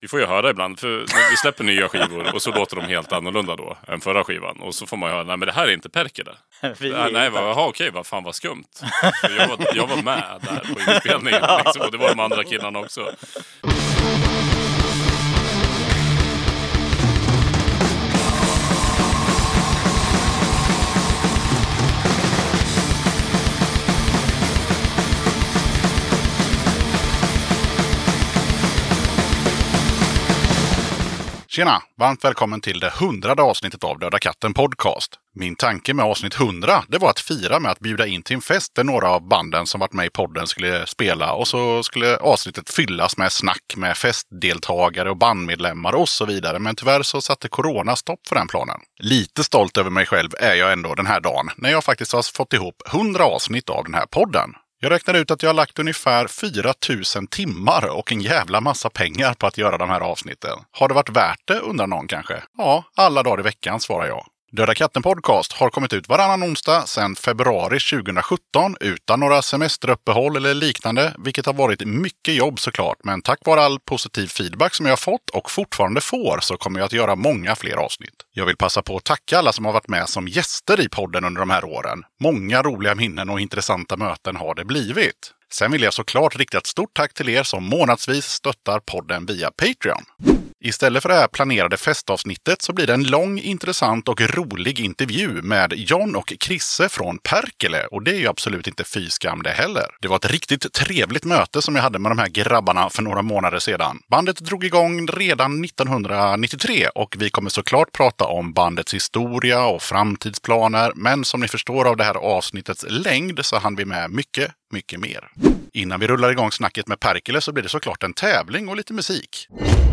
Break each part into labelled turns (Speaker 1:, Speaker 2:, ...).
Speaker 1: Vi får ju höra ibland, för när vi släpper nya skivor och så låter de helt annorlunda då än förra skivan. Och så får man ju höra, nej men det här är inte Perkele. Okej, vad fan var skumt. För jag var med där på inspelningen liksom, och det var de andra killarna också.
Speaker 2: Tjena, varmt välkommen till det 100:e avsnittet av Döda katten podcast. Min tanke med avsnitt 100, det var att fira med att bjuda in till en fest där några av banden som varit med i podden skulle spela. Och så skulle avsnittet fyllas med snack med festdeltagare och bandmedlemmar och så vidare. Men tyvärr så satte corona stopp för den planen. Lite stolt över mig själv är jag ändå den här dagen, när jag faktiskt har fått ihop 100 avsnitt av den här podden. Jag räknar ut att jag har lagt ungefär 4000 timmar och en jävla massa pengar på att göra de här avsnitten. Har det varit värt det, undrar någon kanske? Ja, alla dagar i veckan, svarar jag. Döda katten podcast har kommit ut varannan onsdag sedan februari 2017 utan några semesteruppehåll eller liknande, vilket har varit mycket jobb såklart. Men tack vare all positiv feedback som jag har fått och fortfarande får så kommer jag att göra många fler avsnitt. Jag vill passa på att tacka alla som har varit med som gäster i podden under de här åren. Många roliga minnen och intressanta möten har det blivit. Sen vill jag såklart rikta ett stort tack till er som månadsvis stöttar podden via Patreon. Istället för det här planerade festavsnittet så blir det en lång, intressant och rolig intervju med John och Krisse från Perkele. Och det är ju absolut inte fyskam det heller. Det var ett riktigt trevligt möte som jag hade med de här grabbarna för några månader sedan. Bandet drog igång redan 1993 och vi kommer såklart prata om bandets historia och framtidsplaner. Men som ni förstår av det här avsnittets längd så hann vi med mycket mer. Innan vi rullar igång snacket med Perkele så blir det såklart en tävling och lite musik.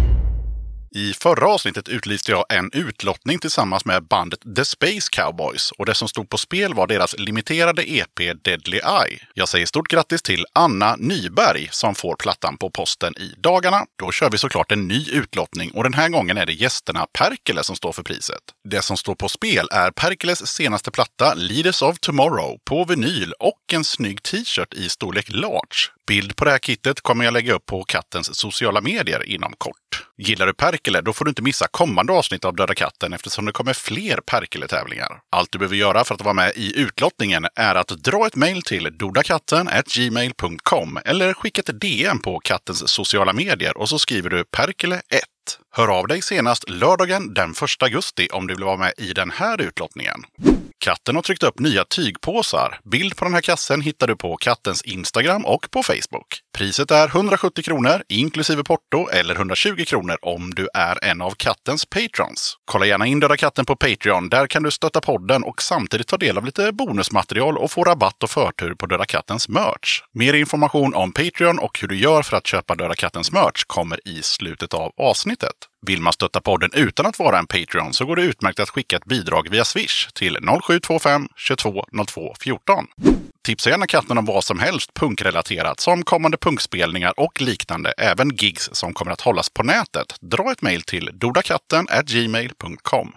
Speaker 2: I förra avsnittet utlyste jag en utlottning tillsammans med bandet The Space Cowboys och det som stod på spel var deras limiterade EP Deadly Eye. Jag säger stort grattis till Anna Nyberg som får plattan på posten i dagarna. Då kör vi såklart en ny utlottning och den här gången är det gästerna Perkele som står för priset. Det som står på spel är Perkeles senaste platta Leaders of Tomorrow på vinyl och en snygg t-shirt i storlek large. Bild på det här kittet kommer jag lägga upp på kattens sociala medier inom kort. Gillar du Perkele, då får du inte missa kommande avsnitt av Döda katten eftersom det kommer fler Perkele-tävlingar. Allt du behöver göra för att vara med i utlottningen är att dra ett mejl till dodakatten@gmail.com eller skicka ett DM på kattens sociala medier och så skriver du Perkele 1. Hör av dig senast lördagen den 1 augusti om du vill vara med i den här utlottningen. Katten har tryckt upp nya tygpåsar. Bild på den här kassen hittar du på kattens Instagram och på Facebook. Priset är 170 kronor inklusive porto eller 120 kronor om du är en av kattens patrons. Kolla gärna in Döda katten på Patreon. Där kan du stötta podden och samtidigt ta del av lite bonusmaterial och få rabatt och förtur på Döda kattens merch. Mer information om Patreon och hur du gör för att köpa Döda kattens merch kommer i slutet av avsnittet. Vill man stötta podden utan att vara en Patreon så går det utmärkt att skicka ett bidrag via Swish till 0725 22 02 14. Tipsa gärna katten om vad som helst punkrelaterat som kommande punkspelningar och liknande, även gigs som kommer att hållas på nätet. Dra ett mejl till dodakatten@gmail.com.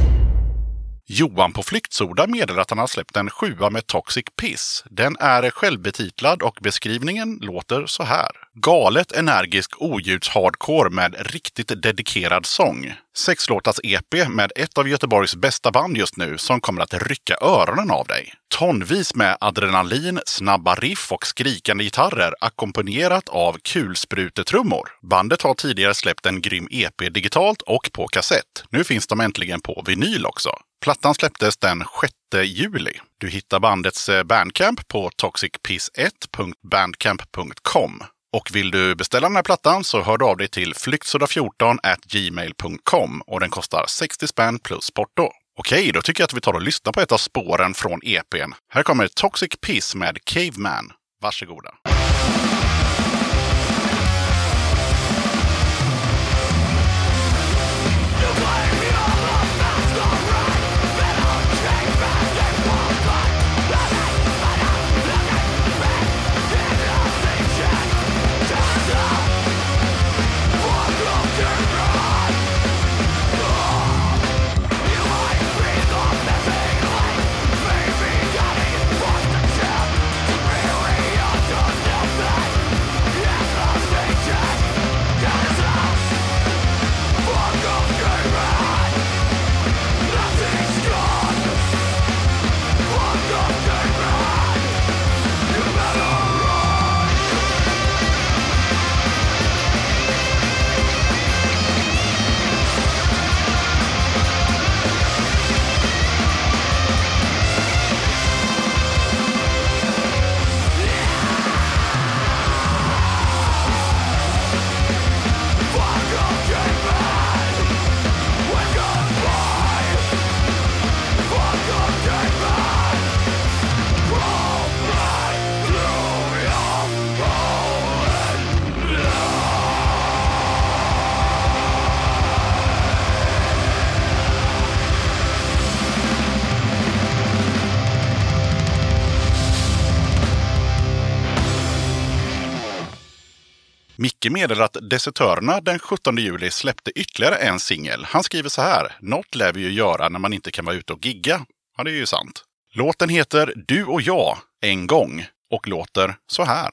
Speaker 2: Johan på Flyktsoda meddelar att han har släppt en 7 med Toxic Piss. Den är självbetitlad och beskrivningen låter så här. Galet energisk oljudshardcore med riktigt dedikerad sång. 6-låtars EP med ett av Göteborgs bästa band just nu som kommer att rycka öronen av dig. Tonvis med adrenalin, snabba riff och skrikande gitarrer ackompanjerat av kulsprutetrummor. Bandet har tidigare släppt en grym EP digitalt och på kassett. Nu finns de äntligen på vinyl också. Plattan släpptes den 6 juli. Du hittar bandets Bandcamp på toxicpiss1.bandcamp.com. Och vill du beställa den här plattan så hör du av dig till flyktsoda14@gmail.com och den kostar 60 spänn plus porto. Okej, då tycker jag att vi tar och lyssnar på ett av spåren från EPn. Här kommer Toxic Piss med Caveman. Varsågoda.
Speaker 3: Don't
Speaker 2: Micke meddelar att Desertörerna den 17 juli släppte ytterligare en singel. Han skriver så här: något lär vi ju göra när man inte kan vara ute och gigga. Ja, det är ju sant. Låten heter Du och jag, en gång, och låter så här.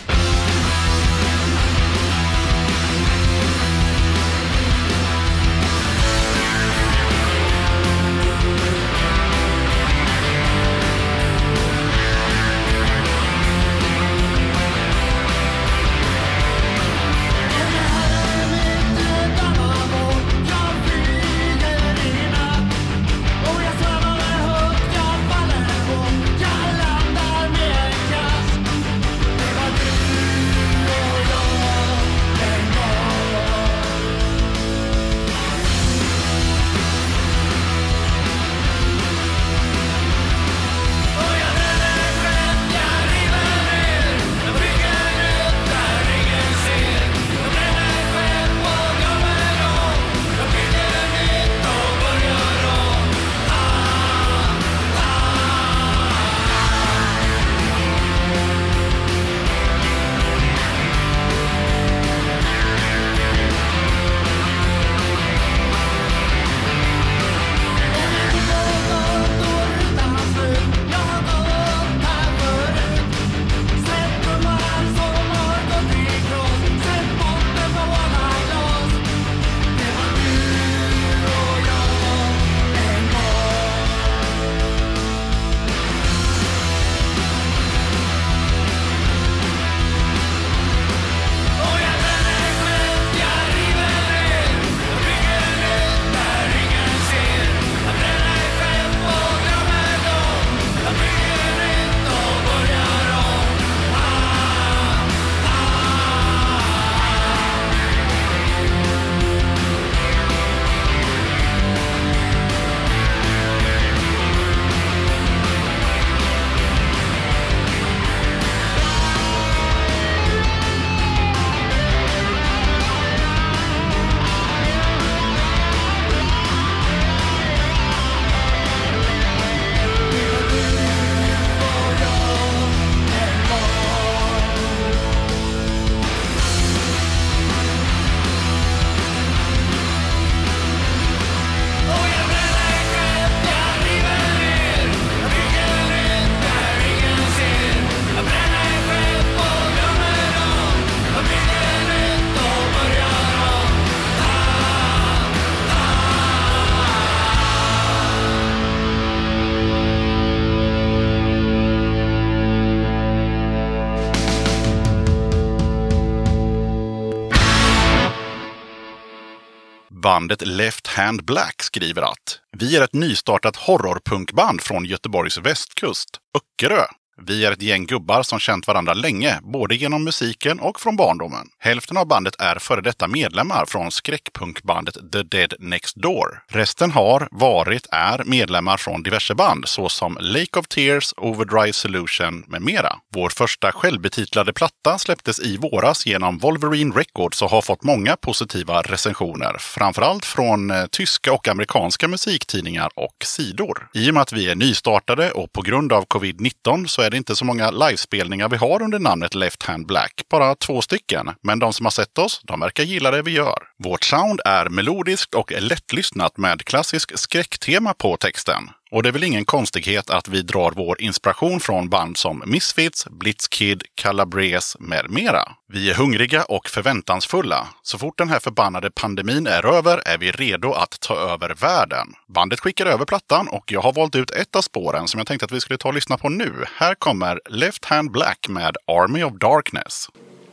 Speaker 2: Bandet Left Hand Black skriver att vi är ett nystartat horrorpunkband från Göteborgs västkust, Öckerö. Vi är ett gäng gubbar som känt varandra länge, både genom musiken och från barndomen. Hälften av bandet är före detta medlemmar från skräckpunkbandet The Dead Next Door. Resten har varit, är medlemmar från diverse band såsom Lake of Tears, Overdrive Solution med mera. Vår första självbetitlade platta släpptes i våras genom Wolverine Records och har fått många positiva recensioner. Framförallt från tyska och amerikanska musiktidningar och sidor. I och med att vi är nystartade och på grund av covid-19 så är det inte så många livespelningar vi har under namnet Left Hand Black, bara 2 stycken. Men de som har sett oss, de verkar gilla det vi gör. Vårt sound är melodiskt och lättlyssnat med klassisk skräcktema på texten. Och det är väl ingen konstighet att vi drar vår inspiration från band som Misfits, Blitzkid, Calabrese med mera. Vi är hungriga och förväntansfulla. Så fort den här förbannade pandemin är över är vi redo att ta över världen. Bandet skickar över plattan och jag har valt ut ett av spåren som jag tänkte att vi skulle ta och lyssna på nu. Här kommer Left Hand Black med Army of Darkness.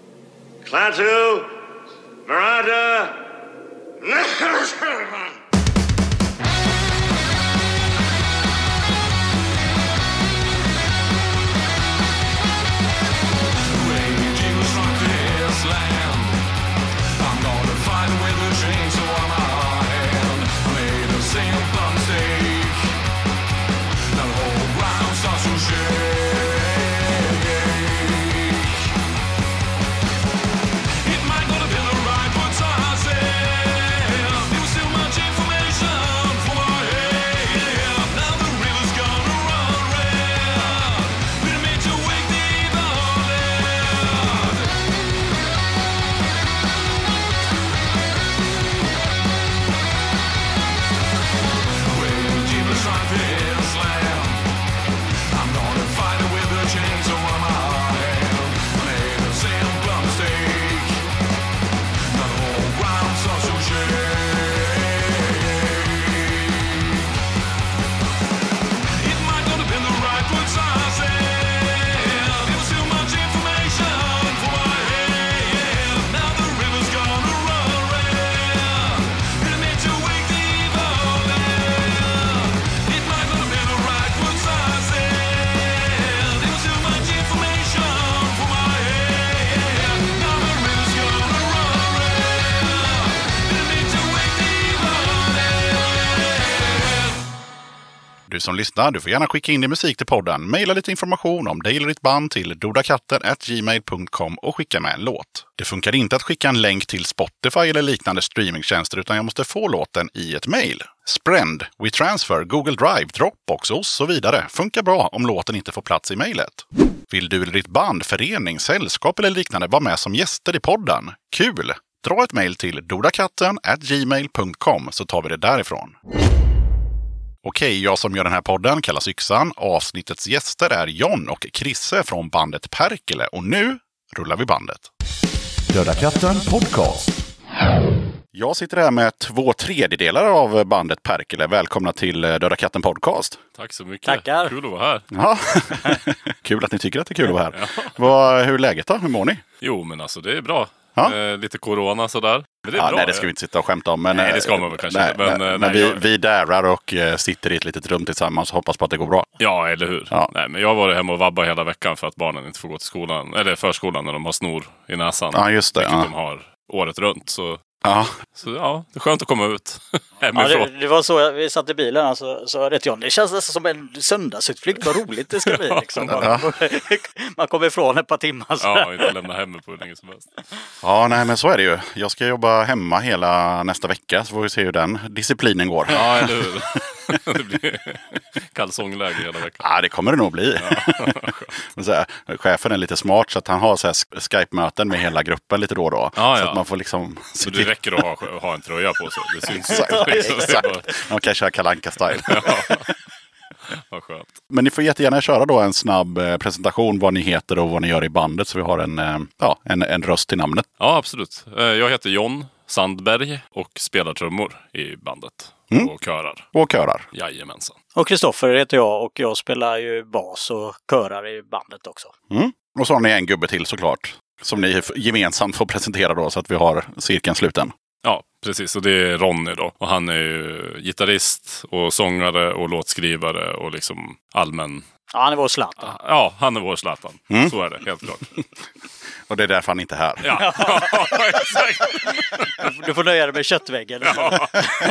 Speaker 3: Klaatu, Marada,
Speaker 4: It might not have been the right, but I said, you still my
Speaker 2: Du som lyssnar, du får gärna skicka in din musik till podden. Maila lite information om dig eller ditt band till dodakatten@gmail.com och skicka med en låt. Det funkar inte att skicka en länk till Spotify eller liknande streamingtjänster utan jag måste få låten i ett mejl. Sprend, WeTransfer, Google Drive, Dropbox och så vidare funkar bra om låten inte får plats i mejlet. Vill du eller ditt band, förening, sällskap eller liknande vara med som gäster i podden? Kul! Dra ett mejl till dodakatten@gmail.com så tar vi det därifrån. Okej, jag som gör den här podden kallas Yxan. Avsnittets gäster är John och Krisse från bandet Perkele. Och nu rullar vi bandet.
Speaker 4: Döda katten podcast.
Speaker 2: Jag sitter här med 2/3 av bandet Perkele. Välkomna till Döda katten podcast.
Speaker 1: Tack så mycket.
Speaker 5: Tackar.
Speaker 1: Kul att vara här.
Speaker 2: Ja. Kul att ni tycker att det är kul att vara här. Hur är läget då? Hur mår ni?
Speaker 1: Jo, men alltså det är bra.
Speaker 2: Ja.
Speaker 1: Lite corona sådär. Men det är bra.
Speaker 2: Nej, det ska vi inte sitta och skämta om. Men,
Speaker 1: nej, det ska man väl kanske.
Speaker 2: Men vi därar och sitter i ett litet rum tillsammans och hoppas på att det går bra.
Speaker 1: Ja, eller hur?
Speaker 2: Ja.
Speaker 1: Nej, men jag har varit hemma och vabbat hela veckan för att barnen inte får gå till skolan. Eller förskolan när de har snor i näsan.
Speaker 2: Ja, just det.
Speaker 1: Vilket de har året runt. Så
Speaker 2: ja,
Speaker 1: det är skönt att komma ut hemifrån.
Speaker 5: Ja, det var så vi satt i bilen alltså, så rätt John. Det känns nästan som en söndagsutflykt. Vad roligt det ska bli. Liksom. Man kommer ifrån ett par timmar. Så.
Speaker 1: Ja, inte lämna hemma på hur länge som helst.
Speaker 2: Ja, nej men så är det ju. Jag ska jobba hemma hela nästa vecka så får vi se hur den disciplinen går.
Speaker 1: Ja, eller hur? Det blir kalsongläge hela veckan.
Speaker 2: Ja, det kommer det nog bli. Ja. Chefen är lite smart så att han har så här Skype-möten med hela gruppen lite då och då.
Speaker 1: Ja,
Speaker 2: så att man får liksom...
Speaker 1: Så det räcker att ha en tröja på sig. Det syns
Speaker 2: Exakt. Man kan köra Kalle Anka-style.
Speaker 1: Ja. Vad skönt.
Speaker 2: Men ni får jättegärna köra då en snabb presentation vad ni heter och vad ni gör i bandet så vi har en röst till namnet.
Speaker 1: Ja, absolut. Jag heter John Sandberg och spelar trummor i bandet. Och körar.
Speaker 2: Och körar.
Speaker 1: Jajamensan.
Speaker 5: Och Kristoffer heter jag och jag spelar ju bas och körar i bandet också.
Speaker 2: Och så har ni en gubbe till såklart. Som ni gemensamt får presentera då så att vi har cirkeln sluten.
Speaker 1: Ja, precis. Och det är Ronny då. Och han är ju gitarrist och sångare och låtskrivare och liksom allmän...
Speaker 5: Ja, han är vår Zlatan.
Speaker 1: Ja, han är vår Zlatan. Så är det, helt klart.
Speaker 2: Och det är därför han inte är här.
Speaker 1: Ja, exakt.
Speaker 5: Du får nöja dig med köttväggen.
Speaker 1: Ja.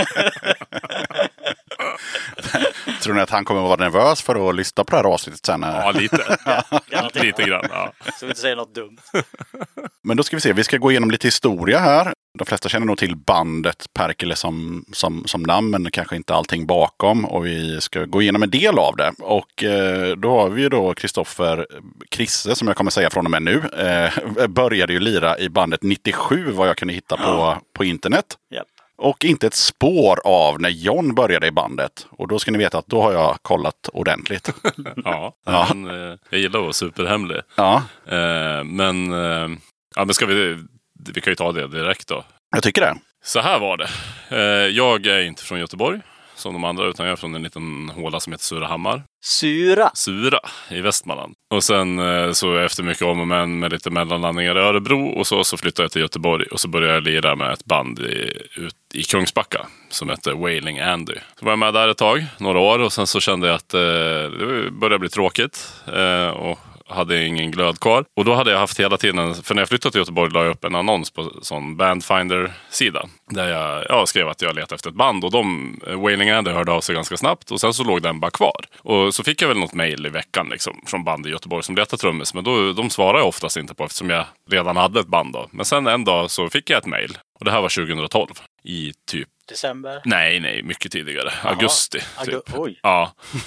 Speaker 2: Tror ni att han kommer att vara nervös för att lyssna på det här avsnittet sen?
Speaker 1: Ja, lite. Lite grann, ja.
Speaker 5: Så vi inte säger något dumt.
Speaker 2: Men då ska vi se, vi ska gå igenom lite historia här. De flesta känner nog till bandet Perkele som namn, men kanske inte allting bakom. Och vi ska gå igenom en del av det. Och då har vi ju då Krisse, som jag kommer säga från och med nu. Började ju lira i bandet 97, vad jag kunde hitta på internet.
Speaker 5: Yep.
Speaker 2: Och inte ett spår av när John började i bandet. Och då ska ni veta att då har jag kollat ordentligt.
Speaker 1: Ja. Men, jag gillar att vara superhemlig.
Speaker 2: Ja.
Speaker 1: Men ska vi kan ju ta det direkt då.
Speaker 2: Jag tycker det.
Speaker 1: Så här var det. Jag är inte från Göteborg som de andra, utan jag är från en liten håla som heter Surahammar. Sura i Västmanland. Och sen så efter mycket om och men med lite mellanlandningar i Örebro och så flyttade jag till Göteborg och så började jag lira med ett band i Kungsbacka som heter Wailing Andy. Så var jag med där ett tag, några år, och sen så kände jag att det började bli tråkigt och hade ingen glöd kvar. Och då hade jag haft hela tiden, för när jag flyttade till Göteborg la jag upp en annons på sån Bandfinder-sida. Där jag skrev att jag letade efter ett band och Wailing Andy hörde av sig ganska snabbt. Och sen så låg den bara kvar. Och så fick jag väl något mejl i veckan liksom, från band i Göteborg som letade trummis. Men de svarade jag oftast inte på eftersom jag redan hade ett band då. Men sen en dag så fick jag ett mejl. Och det här var 2012. I typ
Speaker 5: december?
Speaker 1: Nej, mycket tidigare. Aha. Augusti. Typ.
Speaker 5: Oj.
Speaker 1: Ja.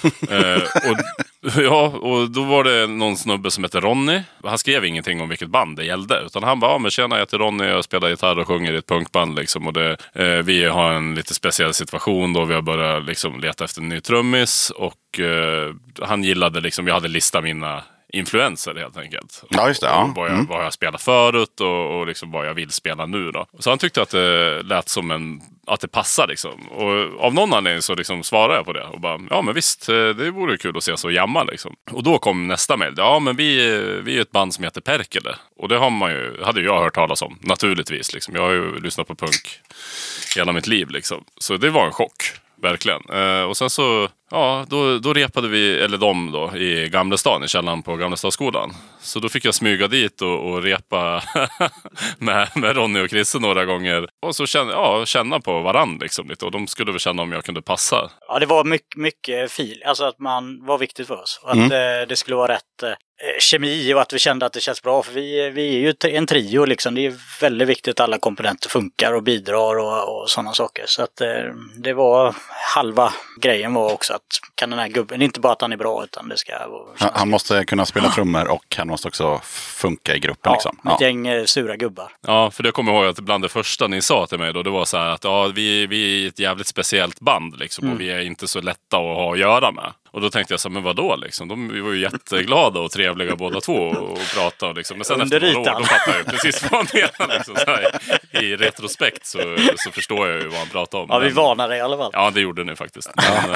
Speaker 1: Och då var det någon snubbe som heter Ronny. Han skrev ingenting om vilket band det gällde. Utan han bara, men tjena, jag heter Ronny, jag spelar gitarr och sjunger i ett punkband. Liksom, och vi har en lite speciell situation då vi har börjat liksom, leta efter en ny trummis. Och han gillade, liksom, jag hade listat mina influenser helt enkelt.
Speaker 2: Ja, just det. Ja.
Speaker 1: Vad jag spelat förut och liksom vad jag vill spela nu då. Så han tyckte att det lät som att det passar liksom. Och av någon anledning så liksom svarade jag på det och bara, ja men visst, det vore kul att se så jamma liksom. Och då kom nästa mejl. Ja men vi är ett band som heter Perkele. Och det hade jag hört talas om, naturligtvis liksom. Jag har ju lyssnat på punk hela mitt liv liksom. Så det var en chock. Verkligen. Och sen så Ja, då repade vi, eller de då, i Gamlestan, i källaren på Gamlestadsskolan. Så då fick jag smyga dit och repa med Ronny och Chrisse några gånger. Och så känna på varandra liksom lite. Och de skulle väl känna om jag kunde passa.
Speaker 5: Ja, det var mycket fil. Alltså att man var viktigt för oss. Och att det skulle vara rätt kemi och att vi kände att det känns bra. För vi är ju en trio liksom. Det är väldigt viktigt att alla komponenter funkar och bidrar och sådana saker. Så att det var halva grejen var också att kan den här gubben, inte bara att han är bra utan det ska
Speaker 2: han måste kunna spela trummor och han måste också funka i gruppen liksom.
Speaker 5: Ett gäng sura gubbar.
Speaker 1: Ja, för det kommer jag ihåg att bland det första ni sa till mig då, det var så här att vi är ett jävligt speciellt band liksom och vi är inte så lätta att ha att göra med. Och då tänkte jag så här, men vadå liksom? Vi var ju jätteglada och trevliga båda två och pratade liksom. Men sen efter några år, då fattar jag ju precis vad han menar liksom. Så här, i retrospekt så förstår jag ju vad han pratar om.
Speaker 5: Ja, vi varnade i alla fall.
Speaker 1: Ja, det gjorde ni faktiskt.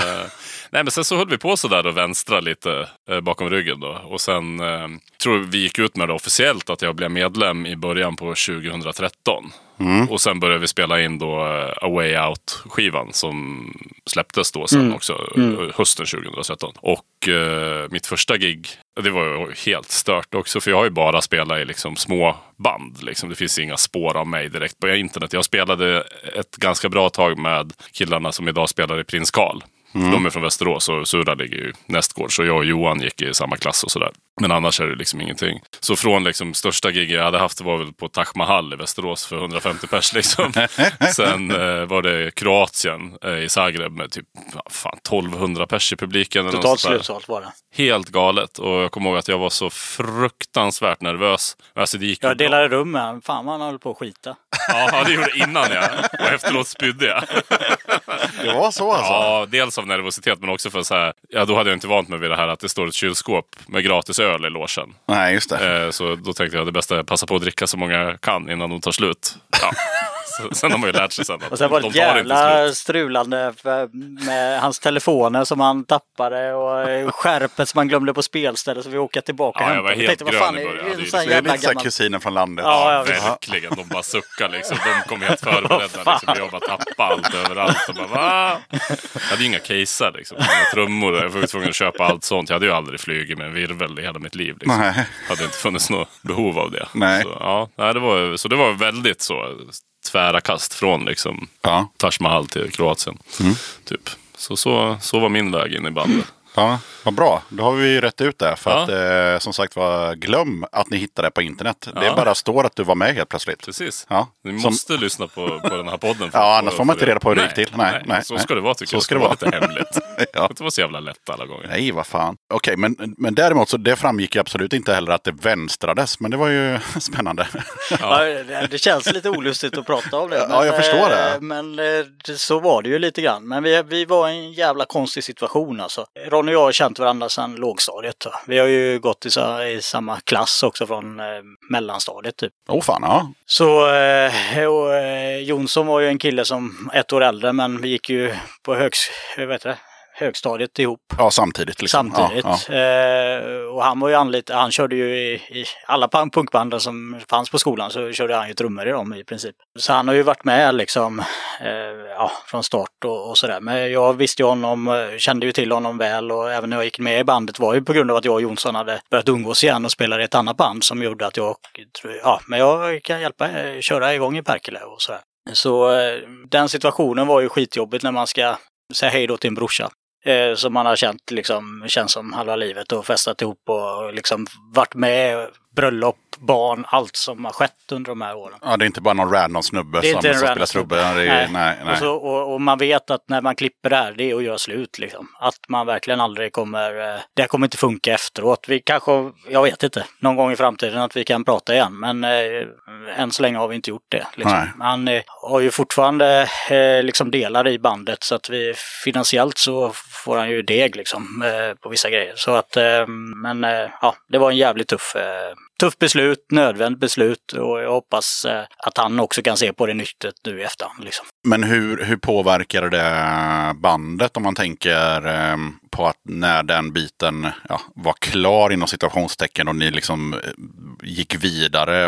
Speaker 1: Men sen så höll vi på så där och vänstra lite bakom ryggen då. Och sen tror vi gick ut med det officiellt att jag blev medlem i början på 2013. Och sen började vi spela in då A Way Out-skivan som släpptes då sen också hösten 2013. Och mitt första gig, det var ju helt stört också för jag har ju bara spelat i liksom små band. Liksom. Det finns inga spår av mig direkt på internet. Jag spelade ett ganska bra tag med killarna som idag spelar i Prins Karl. De är från Västerås och Sura ligger ju nästgård. Så jag och Johan gick i samma klass och sådär. Men annars är det liksom ingenting. Så från liksom största gig jag hade haft var väl på Taj Mahal i Västerås för 150 pers liksom. Sen var det Kroatien i Zagreb med typ 1200 pers i publiken.
Speaker 5: Totalt slutsålt var det.
Speaker 1: Helt galet. Och jag kommer ihåg att jag var så fruktansvärt nervös. Alltså, det gick
Speaker 5: jag delade rum med fan man höll på att skita.
Speaker 1: Ja, det gjorde innan och efteråt spydde jag.
Speaker 2: Det var så alltså?
Speaker 1: Ja, dels av nervositet men också för så här, då hade jag inte vant mig vid det här att det står ett kylskåp med gratis öl i logen.
Speaker 2: Nej, just det.
Speaker 1: Så då tänkte jag att det bästa är att passa på att dricka så många jag kan innan de tar slut. Ja. Sen har man ju lärt sig sen.
Speaker 5: Och sen var det jävla strulande med hans telefoner som han tappade och skärpet som han glömde på spelstället så vi åker tillbaka hem.
Speaker 1: Jag var helt grön i början.
Speaker 2: Det är lite så kusinen från landet.
Speaker 1: Ja, verkligen. De bara suckar liksom. De kom helt förberedda liksom. Jag bara tappade allt överallt och bara va? Jag hade ju inga casear liksom. Med trummor. Jag var tvungen att köpa allt sånt. Jag hade ju aldrig flugit med en virvel i hela mitt liv liksom. Nej. Hade inte funnits något behov av det.
Speaker 2: Nej.
Speaker 1: Så det var väldigt så tvära kast från liksom Taj Mahal till Kroatien. Typ. Så var min väg in i bandet.
Speaker 2: Ja, vad bra. Då har vi ju rätt ut det. För att som sagt glöm att ni hittade det på internet. Det bara står att du var med helt plötsligt.
Speaker 1: Precis. Ja. Ni måste lyssna på den här podden.
Speaker 2: Annars får man inte reda på hur det gick till. Nej.
Speaker 1: Så ska det vara tycker jag. Så ska det vara lite hemligt. Det inte vara så jävla lätt alla gånger.
Speaker 2: Nej, vad fan. Okej, men däremot så det framgick ju absolut inte heller att det vänstrades. Men det var ju spännande.
Speaker 5: Det känns lite olustigt att prata om det.
Speaker 2: Men, jag förstår det.
Speaker 5: Men så var det ju lite grann. Men vi var i en jävla konstig situation alltså. Ronny och jag har känt varandra sedan lågstadiet. Vi har ju gått i samma klass också från mellanstadiet typ.
Speaker 2: Fan, ja.
Speaker 5: Så Jonsson var ju en kille som 1 år äldre men vi gick ju på högstadiet ihop.
Speaker 2: Ja, samtidigt. Liksom.
Speaker 5: Samtidigt. Och han var ju han körde ju i alla punkbanden som fanns på skolan så körde han ju trummor i dem i princip. Så han har ju varit med liksom från start och sådär. Men jag visste ju kände ju till honom väl och även när jag gick med i bandet var ju på grund av att jag och Jonsson hade börjat umgås igen och spelade i ett annat band som gjorde att men jag kan hjälpa köra igång i Perkele och sådär. Så den situationen var ju skitjobbigt när man ska säga hej då till en brorsa. Som man har känt som halva livet och festat ihop och liksom varit med bröllop, barn, allt som har skett under de här åren.
Speaker 2: Ja, det är inte bara någon random snubbe som spelar trubbor. Nej.
Speaker 5: Och man vet att när man klipper det är att göra slut liksom. Att man verkligen aldrig det kommer inte funka efteråt. Vi kanske, jag vet inte, någon gång i framtiden att vi kan prata igen. Men än så länge har vi inte gjort det. Liksom. Man har ju fortfarande liksom delar i bandet så att vi finansiellt så får han ju deg liksom på vissa grejer. Så att, det var en jävligt tuff beslut, nödvändigt beslut och jag hoppas att han också kan se på det nyktert nu i efterhand. Liksom.
Speaker 2: Men hur påverkar det bandet om man tänker på att när den biten var klar inom situationstecken och ni liksom gick vidare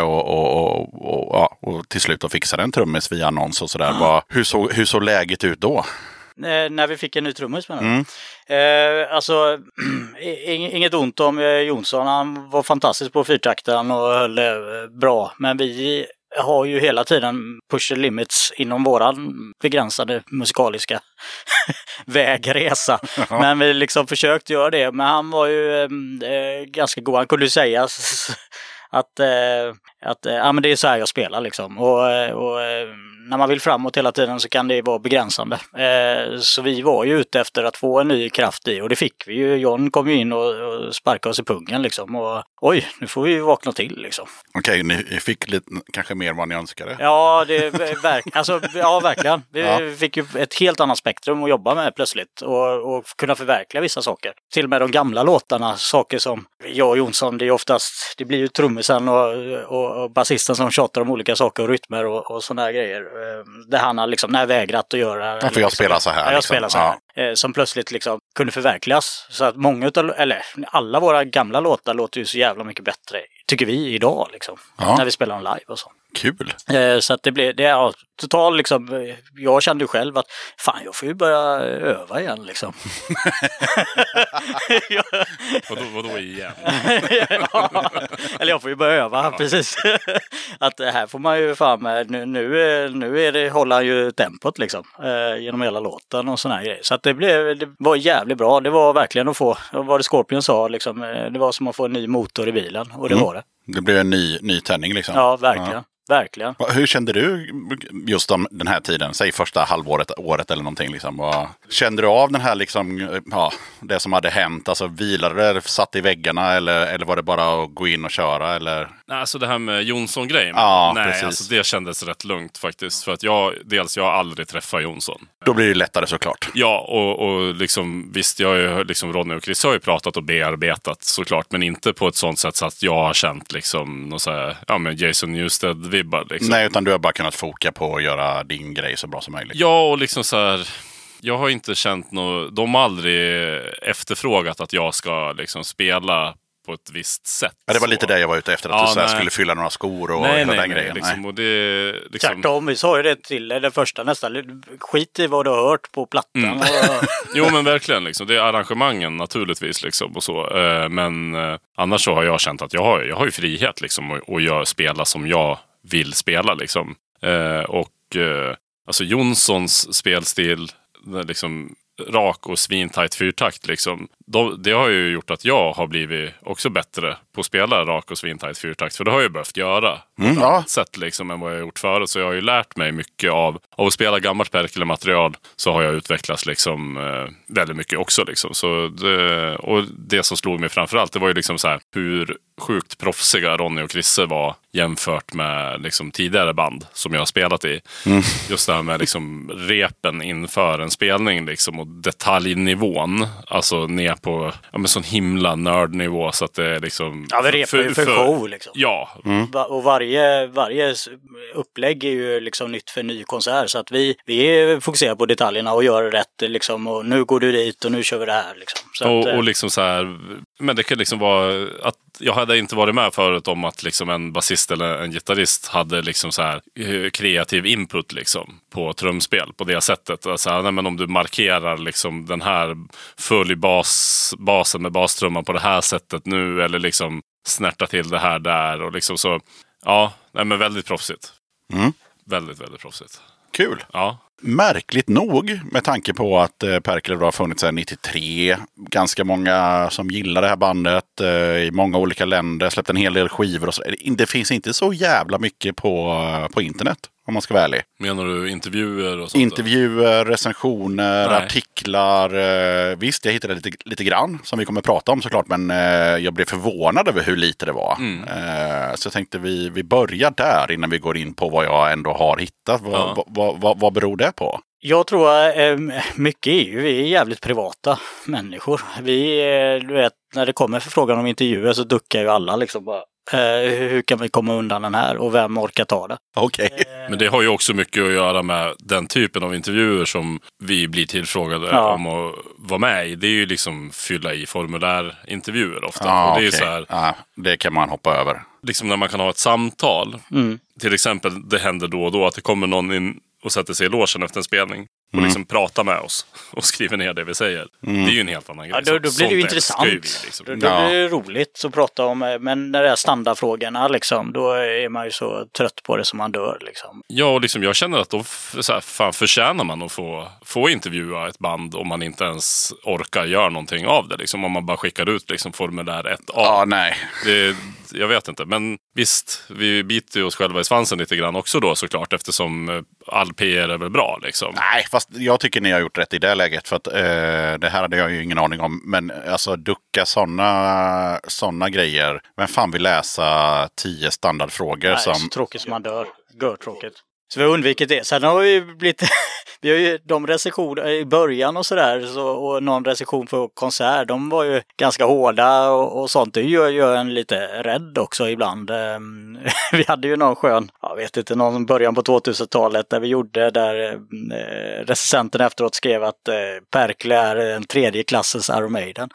Speaker 2: och till slut fixade en trummis via annons och sådär. Hur såg läget ut då?
Speaker 5: När vi fick en ny trummis med alltså, inget ont om Jonsson, han var fantastisk på fyrtakten och höll bra. Men vi har ju hela tiden pushed limits inom våran begränsade musikaliska vägresa. Men vi liksom försökt göra det. Men han var ju ganska god. Han kunde säga att men det är så här jag spelar liksom. Och när man vill framåt hela tiden så kan det vara begränsande. Så vi var ju ute efter att få en ny kraft i, och det fick vi ju. John kom ju in och sparkade oss i pungen liksom. Och oj, nu får vi vakna till liksom.
Speaker 2: Okej, ni fick lite, kanske mer än vad ni önskade.
Speaker 5: Ja, verkligen. Vi fick ju ett helt annat spektrum att jobba med plötsligt och kunna förverkliga vissa saker. Till och med de gamla låtarna, saker som jag och Jonsson, det blir ju trummisen och basisten som tjatar om olika saker och rytmer och sådana här grejer. Det han har liksom vägrat att göra.
Speaker 2: Ja, för jag spelar så här.
Speaker 5: Ja, jag spelar så här. Som plötsligt liksom kunde förverkligas. Så att alla våra gamla låtar låter ju så jävla mycket bättre, tycker vi idag liksom. När vi spelar dem live och så.
Speaker 2: Kul.
Speaker 5: Så att det är totalt liksom, jag kände ju själv att fan, jag får ju börja öva igen liksom.
Speaker 1: Vadå igen?
Speaker 5: Ja, eller jag får ju börja öva, precis. Att här får man ju fan med, nu håller han ju tempot liksom, genom hela låten och såna här grejer. Så att det var jävligt bra. Det var verkligen att få, vad det Scorpion sa liksom, det var som att få en ny motor i bilen, och det var det.
Speaker 2: Det blev en ny tändning liksom.
Speaker 5: Ja, verkligen. Ja. Verkligen.
Speaker 2: Hur kände du just om den här tiden? Säg första året eller någonting liksom. Kände du av den här liksom, det som hade hänt? Alltså vilade det, satt i väggarna eller var det bara att gå in och köra? Eller?
Speaker 1: Nej, alltså det här med Jonsson-grejen.
Speaker 2: Ja,
Speaker 1: nej,
Speaker 2: precis.
Speaker 1: alltså det kändes rätt lugnt faktiskt. För att jag har aldrig träffat Jonsson.
Speaker 2: Då blir det lättare såklart.
Speaker 1: Ja, och liksom, visst, jag har ju, liksom, Ronny och Chris har ju pratat och bearbetat såklart. Men inte på ett sånt sätt så att jag har känt liksom något så här, men Jason Newsted-vibbar liksom.
Speaker 2: Nej, utan du har bara kunnat foka på att göra din grej så bra som möjligt.
Speaker 1: Ja, och liksom så här, jag har inte känt de har aldrig efterfrågat att jag ska liksom spela på ett visst sätt. Ja,
Speaker 2: det var lite det jag var ute efter, att du skulle fylla några skor och hela den grejen.
Speaker 1: Liksom, och det, liksom...
Speaker 5: Tvärtom, vi sa ju det till det första nästan. Skit i vad du har hört på plattan.
Speaker 1: Jo, men verkligen. Liksom, det är arrangemangen naturligtvis. Liksom, och så. Men annars så har jag känt att jag har ju frihet liksom, att spela som jag vill spela. Liksom. Alltså Jonssons spelstil, liksom rak och svintajt fyrtakt liksom. Det har ju gjort att jag har blivit också bättre på att spela rak och svintajt fyrtakt. För det har jag behövt göra på ett annat sätt liksom, än vad jag har gjort förut. Så jag har ju lärt mig mycket av att spela gammalt Perkele-material, så har jag utvecklats liksom, väldigt mycket också. Liksom. Så det som slog mig framförallt, det var ju liksom så här, hur sjukt proffsiga Ronny och Chrisse var jämfört med liksom, tidigare band som jag har spelat i. Just det här med liksom, repen inför en spelning liksom, och detaljnivån, alltså ner på sån himla nördnivå så att det är liksom...
Speaker 5: Ja, vi repar ju för show liksom.
Speaker 1: Ja.
Speaker 5: Och varje upplägg är ju liksom nytt för en ny konsert, så att vi fokuserar på detaljerna och gör rätt liksom, och nu går du dit och nu kör vi det här liksom. Så
Speaker 1: och liksom så här, men det kan liksom vara att jag hade inte varit med förut om att liksom en basist eller en gitarrist hade liksom så här kreativ input liksom på trumspel på det sättet. Alltså, men om du markerar liksom den här full basen med bastrumman på det här sättet nu, eller liksom snärta till det här där och liksom så. Ja, men väldigt proffsigt. Väldigt, väldigt proffsigt.
Speaker 2: Kul.
Speaker 1: Ja.
Speaker 2: Märkligt nog, med tanke på att Perkele har funnits sedan 93. Ganska många som gillar det här bandet i många olika länder. Släppt en hel del skivor och så. Det finns inte så jävla mycket på internet, om man ska vara ärlig.
Speaker 1: Menar du intervjuer och sånt?
Speaker 2: Intervjuer, recensioner, artiklar. Visst, jag hittade lite grann som vi kommer att prata om såklart. Men jag blev förvånad över hur lite det var. Så jag tänkte vi börjar där innan vi går in på vad jag ändå har hittat. Vad beror det på?
Speaker 5: Jag tror mycket är ju, vi är jävligt privata människor. Du vet, när det kommer förfrågan om intervjuer så duckar ju alla liksom bara. Hur kan vi komma undan den här och vem orkar ta det?
Speaker 2: Okej.
Speaker 1: Men det har ju också mycket att göra med den typen av intervjuer som vi blir tillfrågade om att vara med i. Det är ju liksom fylla i formulärintervjuer ofta. Och det är så här,
Speaker 2: det kan man hoppa över.
Speaker 1: Liksom när man kan ha ett samtal. Till exempel, det händer då och då att det kommer någon in och sätter sig i logen efter en spelning. och liksom pratar med oss och skriver ner det vi säger. Det är ju en helt annan grej.
Speaker 5: Då blir det ju intressant.
Speaker 1: Liksom.
Speaker 5: Då blir det roligt att prata om, men när det är standardfrågorna liksom, då är man ju så trött på det som man dör liksom.
Speaker 1: Ja, och liksom, jag känner att då fan förtjänar man att få intervjua ett band om man inte ens orkar göra någonting av det. Liksom, om man bara skickar ut liksom, formulär 1A.
Speaker 2: Ja, nej.
Speaker 1: Jag vet inte, men visst, vi biter ju oss själva i svansen lite grann också då såklart, eftersom all PR är väl bra liksom.
Speaker 2: Nej, fast jag tycker ni har gjort rätt i det läget, för att det här hade jag ju ingen aning om, men alltså ducka såna grejer. Vem fan vill läsa 10 standardfrågor?
Speaker 5: Nej,
Speaker 2: som...
Speaker 5: så tråkigt som man dör. Görtråkigt. Så vi har undvikit det. Sen har vi blivit... Vi har ju de recensioner i början och sådär, och någon recension för konsert, de var ju ganska hårda och sånt. Det gör en lite rädd också ibland. Vi hade ju någon skön, jag vet inte, någon början på 2000-talet där vi gjorde, där recensenten efteråt skrev att Perkele är en 3:e klassens Iron Maiden.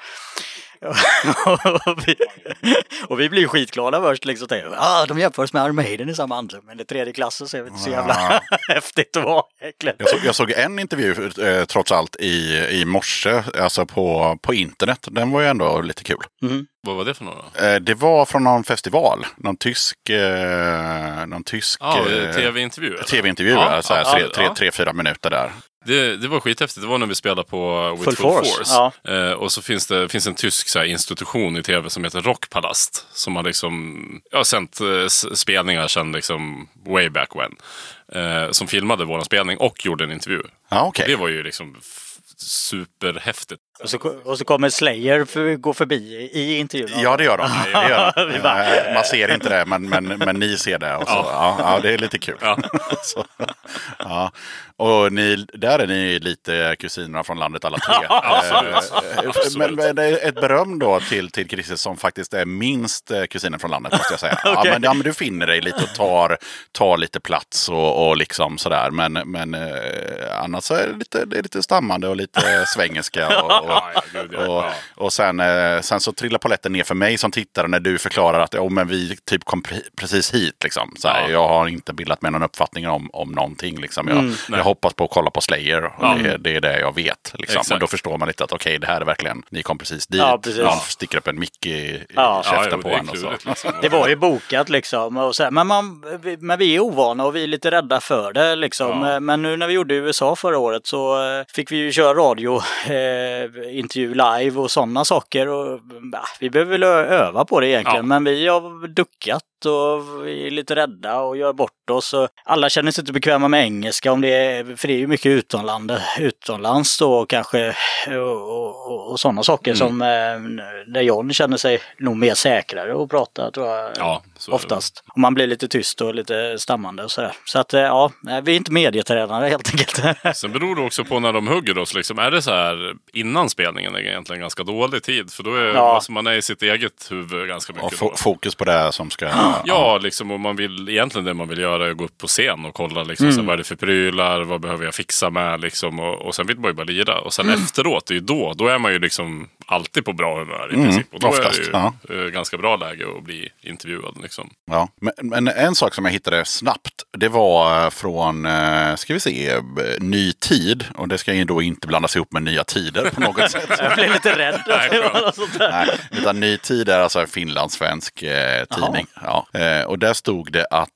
Speaker 5: och vi blir skitglada först liksom, de jämförs med Iron Maiden i samma andra, men det 3:e klassen så är det inte så jävla häftigt att vara äckligt.
Speaker 2: Jag såg en intervju trots allt i morse, alltså på internet. Den var ju ändå lite kul.
Speaker 1: Vad var det för några?
Speaker 2: Det var från någon festival, någon tysk
Speaker 1: tv-intervju.
Speaker 2: Tv-intervju, alltså 3-4 minuter där.
Speaker 1: Det var skithäftigt. Det var när vi spelade på With Full Force. Ja. Och så finns en tysk så här, institution i tv som heter Rockpalast. Som har liksom, sänt spelningar sedan liksom way back when. Som filmade våran spelning och gjorde en intervju.
Speaker 2: Ja, okay.
Speaker 1: Det var ju liksom superhäftigt.
Speaker 5: Och så kommer Slayer gå förbi i intervjun.
Speaker 2: Ja, det gör de. Man ser inte det, men ni ser det. Och så. Ja, det är lite kul. Ja. Så, ja. Och där är ni lite kusiner från landet alla tre.
Speaker 1: Absolut.
Speaker 2: Men ett beröm då till Christer som faktiskt är minst kusinen från landet, måste jag säga.
Speaker 5: Okay.
Speaker 2: Ja, men du finner dig lite och tar lite plats och liksom sådär. Men annars är det lite stammande och lite svengelska och sen så trillar paletten ner för mig som tittare när du förklarar att men vi typ kom precis hit liksom. Så här, jag har inte bildat mig någon uppfattning om någonting liksom. Jag hoppas på att kolla på Slayer och det är det jag vet liksom. Och då förstår man lite att okej, det här är verkligen, ni kom precis dit. Någon sticker upp en mick i käften på en och så.
Speaker 5: Liksom. Det var ju bokat liksom och så här, men vi är ovana och vi är lite rädda för det liksom. Men nu när vi gjorde USA förra året så fick vi ju köra radio intervju live och sådana saker och vi behöver väl öva på det egentligen, men vi har duckat och vi är lite rädda och gör bort oss. Och alla känner sig inte bekväma med engelska för det är ju mycket utomlands då kanske och sådana saker som där John känner sig nog mer säkrare att prata, tror jag, oftast. Och man blir lite tyst och lite stammande och sådär. Så att vi är inte medietränare helt enkelt.
Speaker 1: Sen beror det också på när de hugger oss liksom. Är det så här innan spelningen är egentligen ganska dålig tid, för då är alltså, man är i sitt eget huvud ganska mycket.
Speaker 2: Och fokus på det som ska...
Speaker 1: Ja, liksom, och man vill egentligen det man vill göra är att gå upp på scen och kolla liksom, så, vad är det för prylar, vad behöver jag fixa med liksom, och sen vill man ju bara lira. Och sen efteråt, det är ju då är man ju liksom alltid på bra humör i princip. Och då oftast, är det ju ganska bra läge att bli intervjuad liksom.
Speaker 2: Ja, men en sak som jag hittade snabbt, det var från, ska vi se, Ny Tid. Och det ska ju då inte blandas ihop med Nya Tider på något sätt.
Speaker 5: Jag blev lite rädd.
Speaker 2: Nej, utan Ny Tid är alltså en finlandssvensk tidning. Ja. Och där stod det att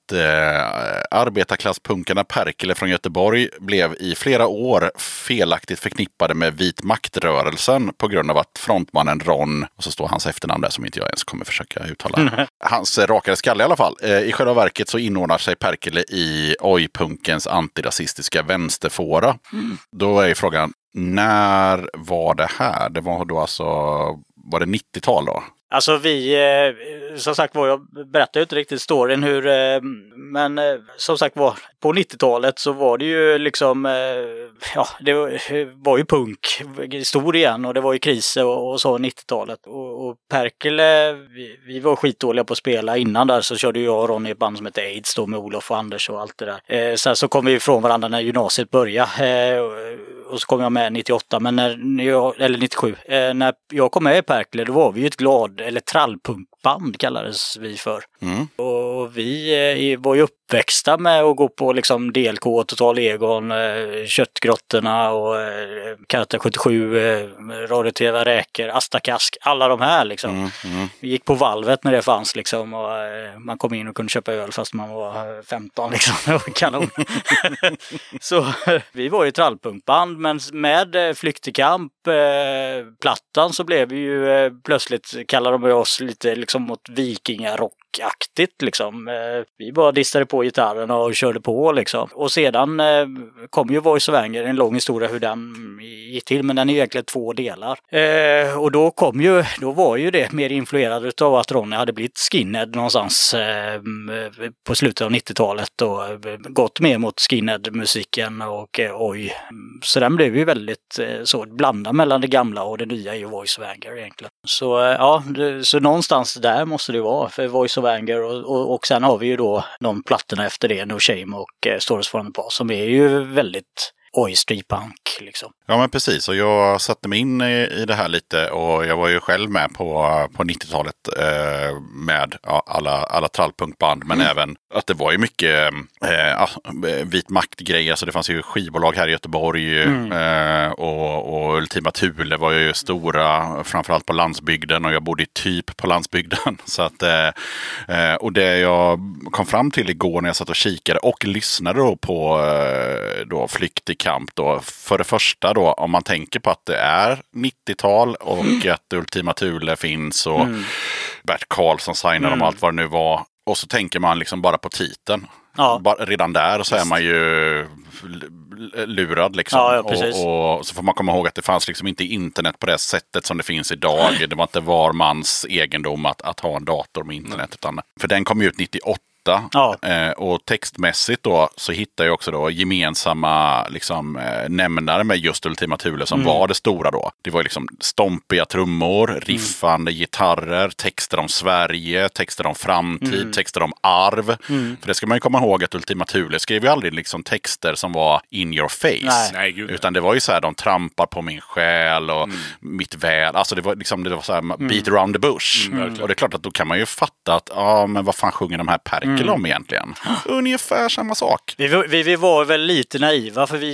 Speaker 2: arbetarklasspunkarna Perkele från Göteborg blev i flera år felaktigt förknippade med vit maktrörelsen på grund av att frontmannen Ron, och så står hans efternamn där som inte jag ens kommer försöka uttala, hans rakare skalle i alla fall. I själva verket så inordnar sig Perkele i oj-punkens antirasistiska vänsterfåra. Då är frågan, när var det här? Det var då alltså, var det 90-tal då?
Speaker 5: Alltså som sagt var, jag berättade ju inte riktigt storyn men som sagt var, på 90-talet så var det ju liksom, det var ju punk stor igen och det var ju kriser och så 90-talet. Och Perkele, vi var skitdåliga på att spela. Innan där så körde jag och Ronny ett band som hette AIDS då med Olof och Anders och allt det där. Sen så kom vi ifrån varandra när gymnasiet började och så kom jag med 98, men eller 97. När jag kom med i Perkele, då var vi ju ett trallpunkband kallades vi för. Och och vi var ju uppväxta med att gå på liksom DLK, Total Egon, Köttgrottorna och Karate 77, Radio TV Räker, Astakask, alla de här liksom. Vi gick på valvet när det fanns liksom, och man kom in och kunde köpa öl fast man var 15 liksom. Det var kanon. Så vi var ju trallpunkband, men med Flyktekamp plattan så blev vi ju plötsligt, kallade de oss lite liksom mot vikingarockaktigt liksom. Vi bara distade på gitarren och körde på liksom. Och sedan kom ju Voice of Anger, en lång historia hur den gick till, men den är ju egentligen 2 delar. Och då var ju det mer influerad av att Ronny hade blivit skinhead någonstans på slutet av 90-talet och gått mer mot skinhead-musiken och oj. Så den blev ju väldigt så blandad mellan det gamla och det nya i Voice of Anger egentligen. Så ja, så någonstans där måste det vara för Voice of Anger och sen har vi ju då de plattorna efter det, No Shame och Stories from the Past, som är ju väldigt streetpunk liksom.
Speaker 2: Ja men precis, och jag satte mig in i det här lite och jag var ju själv med på 90-talet med alla trallpunkband, men även att det var ju mycket vit makt-grejer, alltså det fanns ju skivbolag här i Göteborg och Ultima Thule var ju stora, framförallt på landsbygden, och jag bodde typ på landsbygden. Så att, och det jag kom fram till igår när jag satt och kikade och lyssnade då på Flyktekamp då, för det första då, om man tänker på att det är 90-tal och att Ultima Thule finns och Bert Karlsson signar om allt vad det nu var, och så tänker man liksom bara på titeln. Ja. Redan där så är man ju lurad liksom. Ja, och så får man komma ihåg att det fanns liksom inte internet på det sättet som det finns idag. Det var inte var mans egendom att ha en dator med internet, utan för den kom ju ut 98. Ja. Och textmässigt då så hittar jag också då gemensamma liksom, nämnare med just Ultima Thule som var det stora då. Det var liksom stompiga trummor, riffande gitarrer, texter om Sverige, texter om framtid, texter om arv. För det ska man ju komma ihåg att Ultima Thule skrev ju aldrig liksom texter som var in your face. Nej, utan det var ju så här, de trampar på min själ och mitt väl. Alltså det var liksom, det var så här, beat around the bush. Och det är klart att då kan man ju fatta att men vad fan sjunger de här Perkel om egentligen? Ungefär samma sak.
Speaker 5: Vi var väl lite naiva, för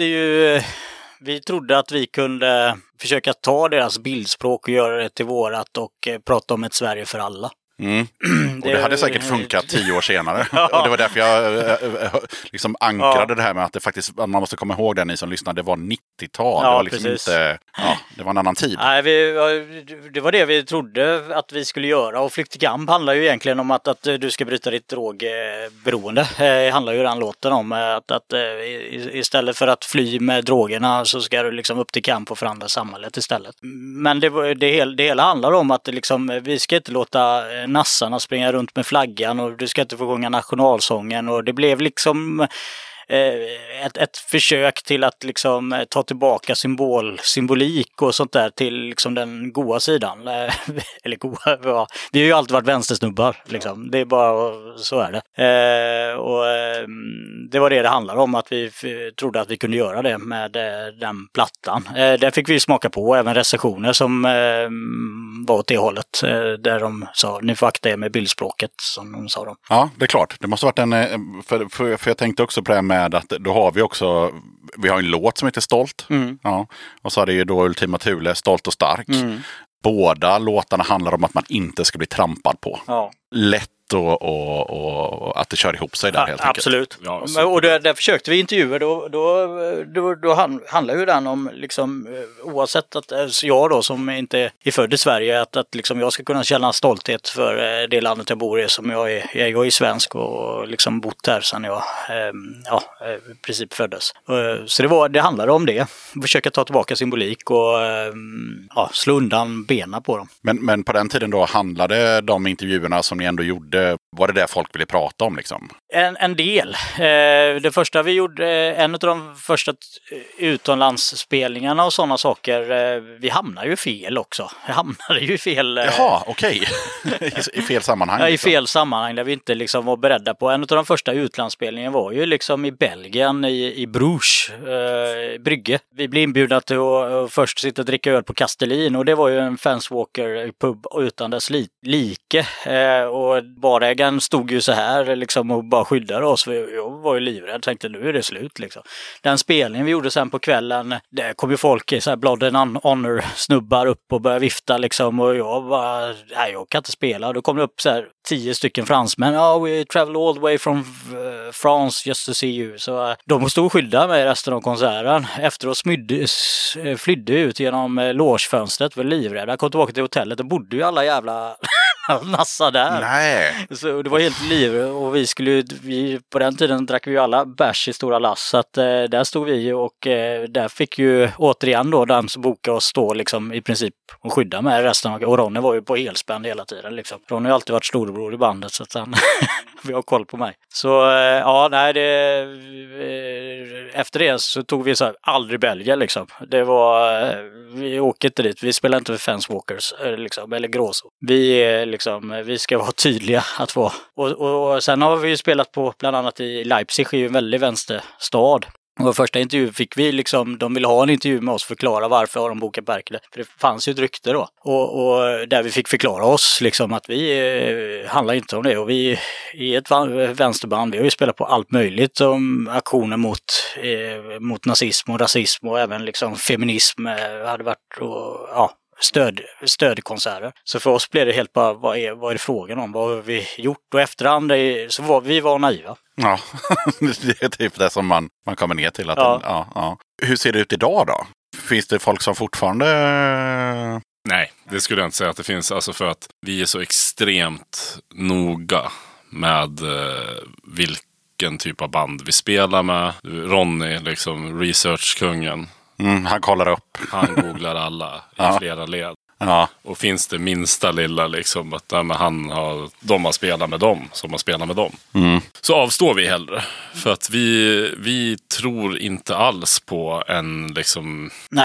Speaker 5: vi trodde att vi kunde försöka ta deras bildspråk och göra det till vårat och prata om ett Sverige för alla.
Speaker 2: Och det hade säkert funkat 10 år senare. Och det var därför jag liksom ankrade det här med att det faktiskt, man måste komma ihåg det, ni som lyssnade, det var 90-tal. Det var liksom inte, det var en annan tid.
Speaker 5: Nej, det var det vi trodde att vi skulle göra. Och Flyktekamp handlar ju egentligen om att du ska bryta ditt drogberoende. Det handlar ju den låten om att istället för att fly med drogerna så ska du liksom upp till kamp och förändra samhället istället. Men det hela handlar om att liksom, vi ska inte låta nassarna springa runt med flaggan och du ska inte få sjunga nationalsången, och det blev liksom ett försök till att liksom ta tillbaka symbolik och sånt där till liksom den goda sidan. Eller goda, vi har ju alltid varit vänstersnubbar liksom. Det är bara, så är det. Och det var det handlar om, att vi trodde att vi kunde göra det med den plattan. Där fick vi smaka på även recensioner som var åt det hållet, där de sa, ni får akta er med bildspråket, som de sa.
Speaker 2: Ja, det är klart. Det måste varit för jag tänkte också på det med att då har vi har en låt som heter Stolt. Ja. Och så har det ju då Ultima Thule, Stolt och stark. Båda låtarna handlar om att man inte ska bli trampad på. Ja. Lätt och att det kör ihop sig där helt enkelt.
Speaker 5: Absolut. Ja, och där försökte vi intervjuer, då handlar ju den om liksom, oavsett att jag då som inte är född i Sverige, att liksom jag ska kunna känna stolthet för det landet jag bor i, som jag är svensk och liksom bott här sedan jag i princip föddes. Så det handlade om det. Försöka ta tillbaka symbolik och slå undan benen på dem.
Speaker 2: Men på den tiden då handlade de intervjuerna som ni ändå gjorde, var det där folk ville prata om liksom?
Speaker 5: En del. Det första vi gjorde, en av de första utomlandsspelningarna och sådana saker, vi hamnade ju fel också. Vi hamnade ju fel.
Speaker 2: Jaha, okej. I fel sammanhang.
Speaker 5: Ja, i fel sammanhang där vi inte liksom var beredda på. En av de första utlandsspelningarna var ju liksom i Belgien, i Bruges brygge. Vi blev inbjudna till att först sitta och dricka öl på Castellin, och det var ju en fanswalker pub utan dess like. Och bara Vägen stod ju så här liksom och bara skyddade oss. Jag var ju livrädd, tänkte nu är det slut liksom. Den spelningen vi gjorde sen på kvällen, där kom ju folk i så här Blood and Honor snubbar upp och började vifta liksom, och jag bara, nej jag kan inte spela. Då kom det upp så här 10 stycken fransmän. We travel all the way from France just to see you. Så de stod och skyddade mig resten av konserten. Efteråt flydde ut genom logefönstret, var livrädda. Kom tillbaka till hotellet och bodde ju alla jävla nassa där.
Speaker 2: Nej.
Speaker 5: Så det var helt liv, och vi på den tiden drack vi ju alla bärs i stora lass, så att där stod vi, och där fick ju återigen då den som bokade oss stå liksom i princip och skydda med resten av, och Ronny var ju på helspänn hela tiden liksom. Ronny har alltid varit storebror i bandet, så att han vi har koll på mig. Så ja, nej, efter det så tog vi så här, aldrig Belgien liksom. Det var, vi åker inte dit, vi spelar inte för Fanswalkers liksom, eller gråså. Vi ska vara tydliga att vara. Och sen har vi ju spelat på bland annat i Leipzig, i en väldigt vänsterstad. Och första intervju fick vi liksom, de ville ha en intervju med oss, förklara varför har de bokat Berkeley. För det fanns ju ett rykte då. Och där vi fick förklara oss liksom att vi handlar inte om det. Och vi är ett vänsterband, vi har ju spelat på allt möjligt som aktioner mot nazism och rasism, och även liksom feminism hade varit, och ja, stödkonserter. Så för oss blev det helt bara, vad är det frågan om? Vad har vi gjort? Och efterhand så var vi naiva.
Speaker 2: Ja, det är typ det som man kommer ner till. Att ja. Hur ser det ut idag då? Finns det folk som fortfarande...
Speaker 1: Nej, det skulle jag inte säga att det finns. Alltså för att vi är så extremt noga med vilken typ av band vi spelar med. Ronny, liksom researchkungen.
Speaker 2: Han kollar upp.
Speaker 1: Han googlar alla i flera led.
Speaker 2: Ja.
Speaker 1: Och finns det minsta lilla liksom att de har spelat med dem som har spelat med dem. Så avstår vi hellre. För att vi tror inte alls på en liksom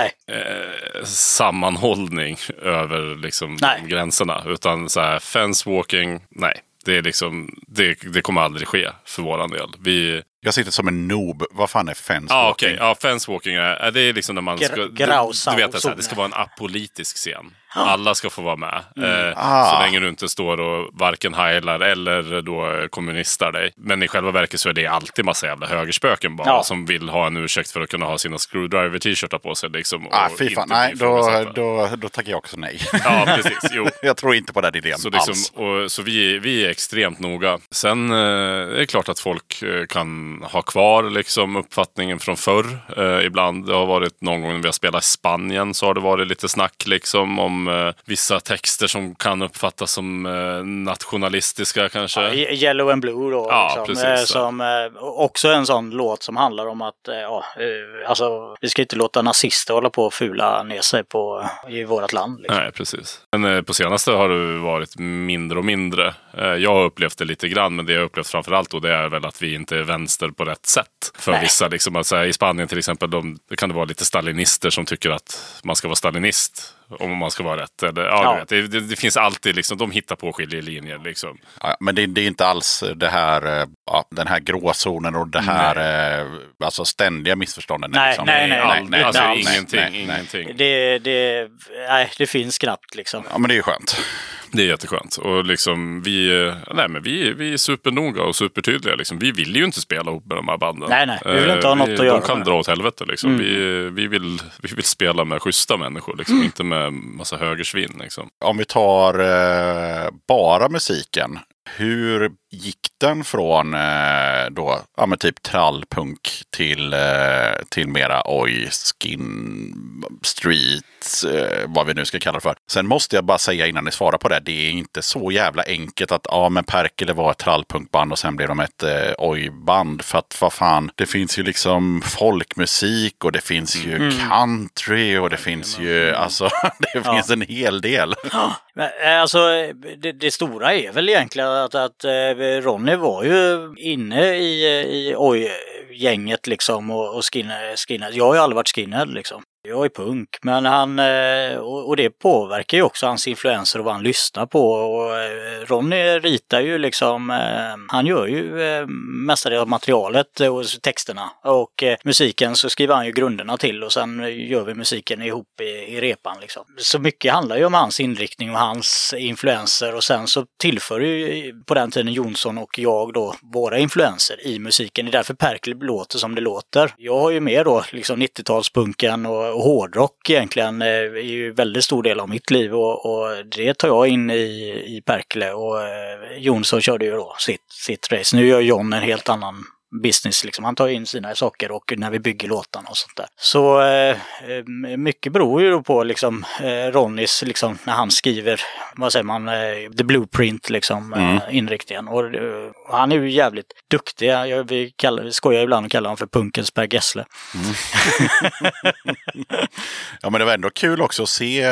Speaker 1: sammanhållning över liksom de gränserna. Utan så här fence-walking, nej. Det är liksom, det kommer aldrig ske för våran del.
Speaker 2: Jag sitter som en noob. Vad fan är fence-walking?
Speaker 1: Okej. Ja, fence-walking är det är liksom när man ska... Du vet det, så här, det ska vara en apolitisk scen. Alla ska få vara med. Så länge du inte står och varken heilar eller då kommunistar dig. Men i själva verket så är det alltid massa jävla högerspöken bara som vill ha en ursäkt för att kunna ha sina screwdriver-t-shirtar på sig. Liksom,
Speaker 2: fy fan. Nej, då tackar jag också nej.
Speaker 1: Ja, precis. Jo.
Speaker 2: Jag tror inte på den idén
Speaker 1: så liksom,
Speaker 2: alls.
Speaker 1: Så vi är extremt noga. Sen är det klart att folk kan ha kvar liksom uppfattningen från förr. Ibland, det har varit någon gång när vi har spelat i Spanien, så har det varit lite snack liksom om vissa texter som kan uppfattas som nationalistiska kanske.
Speaker 5: Ja, Yellow and Blue då.
Speaker 1: Ja,
Speaker 5: liksom,
Speaker 1: precis.
Speaker 5: Som också en sån låt som handlar om att alltså, vi ska inte låta nazister hålla på och fula ner sig i vårt land. Liksom.
Speaker 1: Nej, precis. Men på senaste har det varit mindre och mindre. Jag har upplevt det lite grann, men det jag har upplevt framförallt då, det är väl att vi inte är vänster på rätt sätt. För vissa, liksom, alltså, i Spanien till exempel, det kan det vara lite stalinister som tycker att man ska vara stalinist om man ska vara rätt. Eller, du vet, det finns alltid, liksom, de hittar på skiljelinjer. Liksom.
Speaker 2: Ja, men det är inte alls det här, den här gråzonen och det här alltså ständiga missförstånden.
Speaker 5: Nej.
Speaker 1: Alltså, ingenting.
Speaker 5: Det finns knappt liksom.
Speaker 2: Ja, men det är ju skönt.
Speaker 1: Det är jätteskönt. Och liksom, vi är supernoga och supertydliga. Liksom. Vi vill ju inte spela ihop med de här banden.
Speaker 5: Nej. Vi vill inte ha något att göra.
Speaker 1: De kan dra åt helvete. Liksom. Vi vill spela med schyssta människor. Liksom. Inte med massa högersvin. Liksom.
Speaker 2: Om vi tar bara musiken. Hur gick den från då, men typ trallpunk till mera skin street, vad vi nu ska kalla det för. Sen måste jag bara säga innan ni svarar på det, det är inte så jävla enkelt att men Perkele var ett trallpunkband och sen blev de ett band, för att vad fan, det finns ju liksom folkmusik och det finns ju country och det finns ju, alltså det finns en hel del.
Speaker 5: Alltså det stora är väl egentligen att Ronny var ju inne i gänget liksom och skinhead. Jag har ju aldrig varit skinhead liksom. Jag är punk, men han, och det påverkar ju också hans influenser och vad han lyssnar på. Och Ronny ritar ju liksom, han gör ju mestadels av materialet och texterna. Och musiken så skriver han ju grunderna till och sen gör vi musiken ihop i repan liksom. Så mycket handlar ju om hans inriktning och hans influenser och sen så tillför ju på den tiden Jonsson och jag då våra influenser i musiken. Det är därför Perkele låter som det låter. Jag har ju mer då liksom 90-talspunken och hårdrock egentligen är ju väldigt stor del av mitt liv och det tar jag in i Perkele och Jonsson körde ju då sitt race. Nu gör John en helt annan business liksom. Han tar in sina saker och när vi bygger låtarna och sånt där. Så mycket beror ju då på liksom Ronnys liksom när han skriver, vad säger man, the blueprint liksom inriktningen. Och han är ju jävligt duktig. Vi skojar ibland och kallar honom för punkens Per Gessle.
Speaker 2: Ja, men det var ändå kul också att se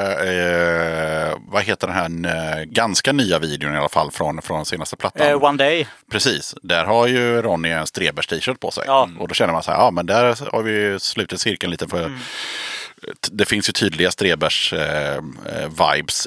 Speaker 2: vad heter den här ganska nya videon i alla fall från senaste plattan.
Speaker 5: One Day.
Speaker 2: Precis, där har ju Ronny en Strebers t-shirt på sig. Ja. Och då känner man så här, ja men där har vi slutit cirkeln lite för det finns ju tydliga Strebers vibes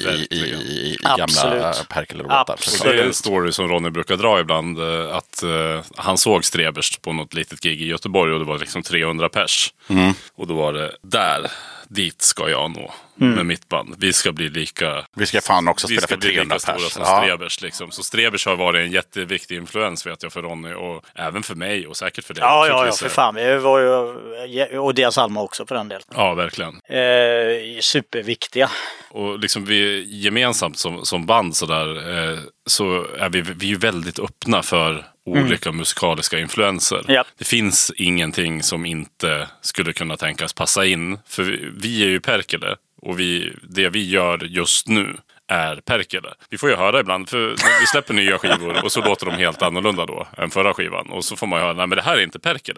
Speaker 2: i gamla Perkele-låtar.
Speaker 1: Det är en story som Ronny brukar dra ibland, att han såg Strebers på något litet gig i Göteborg och det var liksom 300 pers. Och då var det dit ska jag nå med mitt band. Vi ska bli lika...
Speaker 2: Vi ska fan också spela för 300 pers.
Speaker 1: Som Strebers liksom. Så Strebers har varit en jätteviktig influens vet jag för Ronny och även för mig och säkert för dig.
Speaker 5: Ja, för fan. Vi var ju, och Dias Alma också för den delen.
Speaker 1: Ja, verkligen.
Speaker 5: Superviktiga.
Speaker 1: Och liksom vi gemensamt som band sådär, så är vi är väldigt öppna för olika musikaliska influenser. Yep. Det finns ingenting som inte skulle kunna tänkas passa in. För vi är ju Perkele och det vi gör just nu är Perkele. Vi får ju höra ibland, för vi släpper nya skivor och så låter de helt annorlunda då än förra skivan. Och så får man höra, nej men det här är inte Perkele.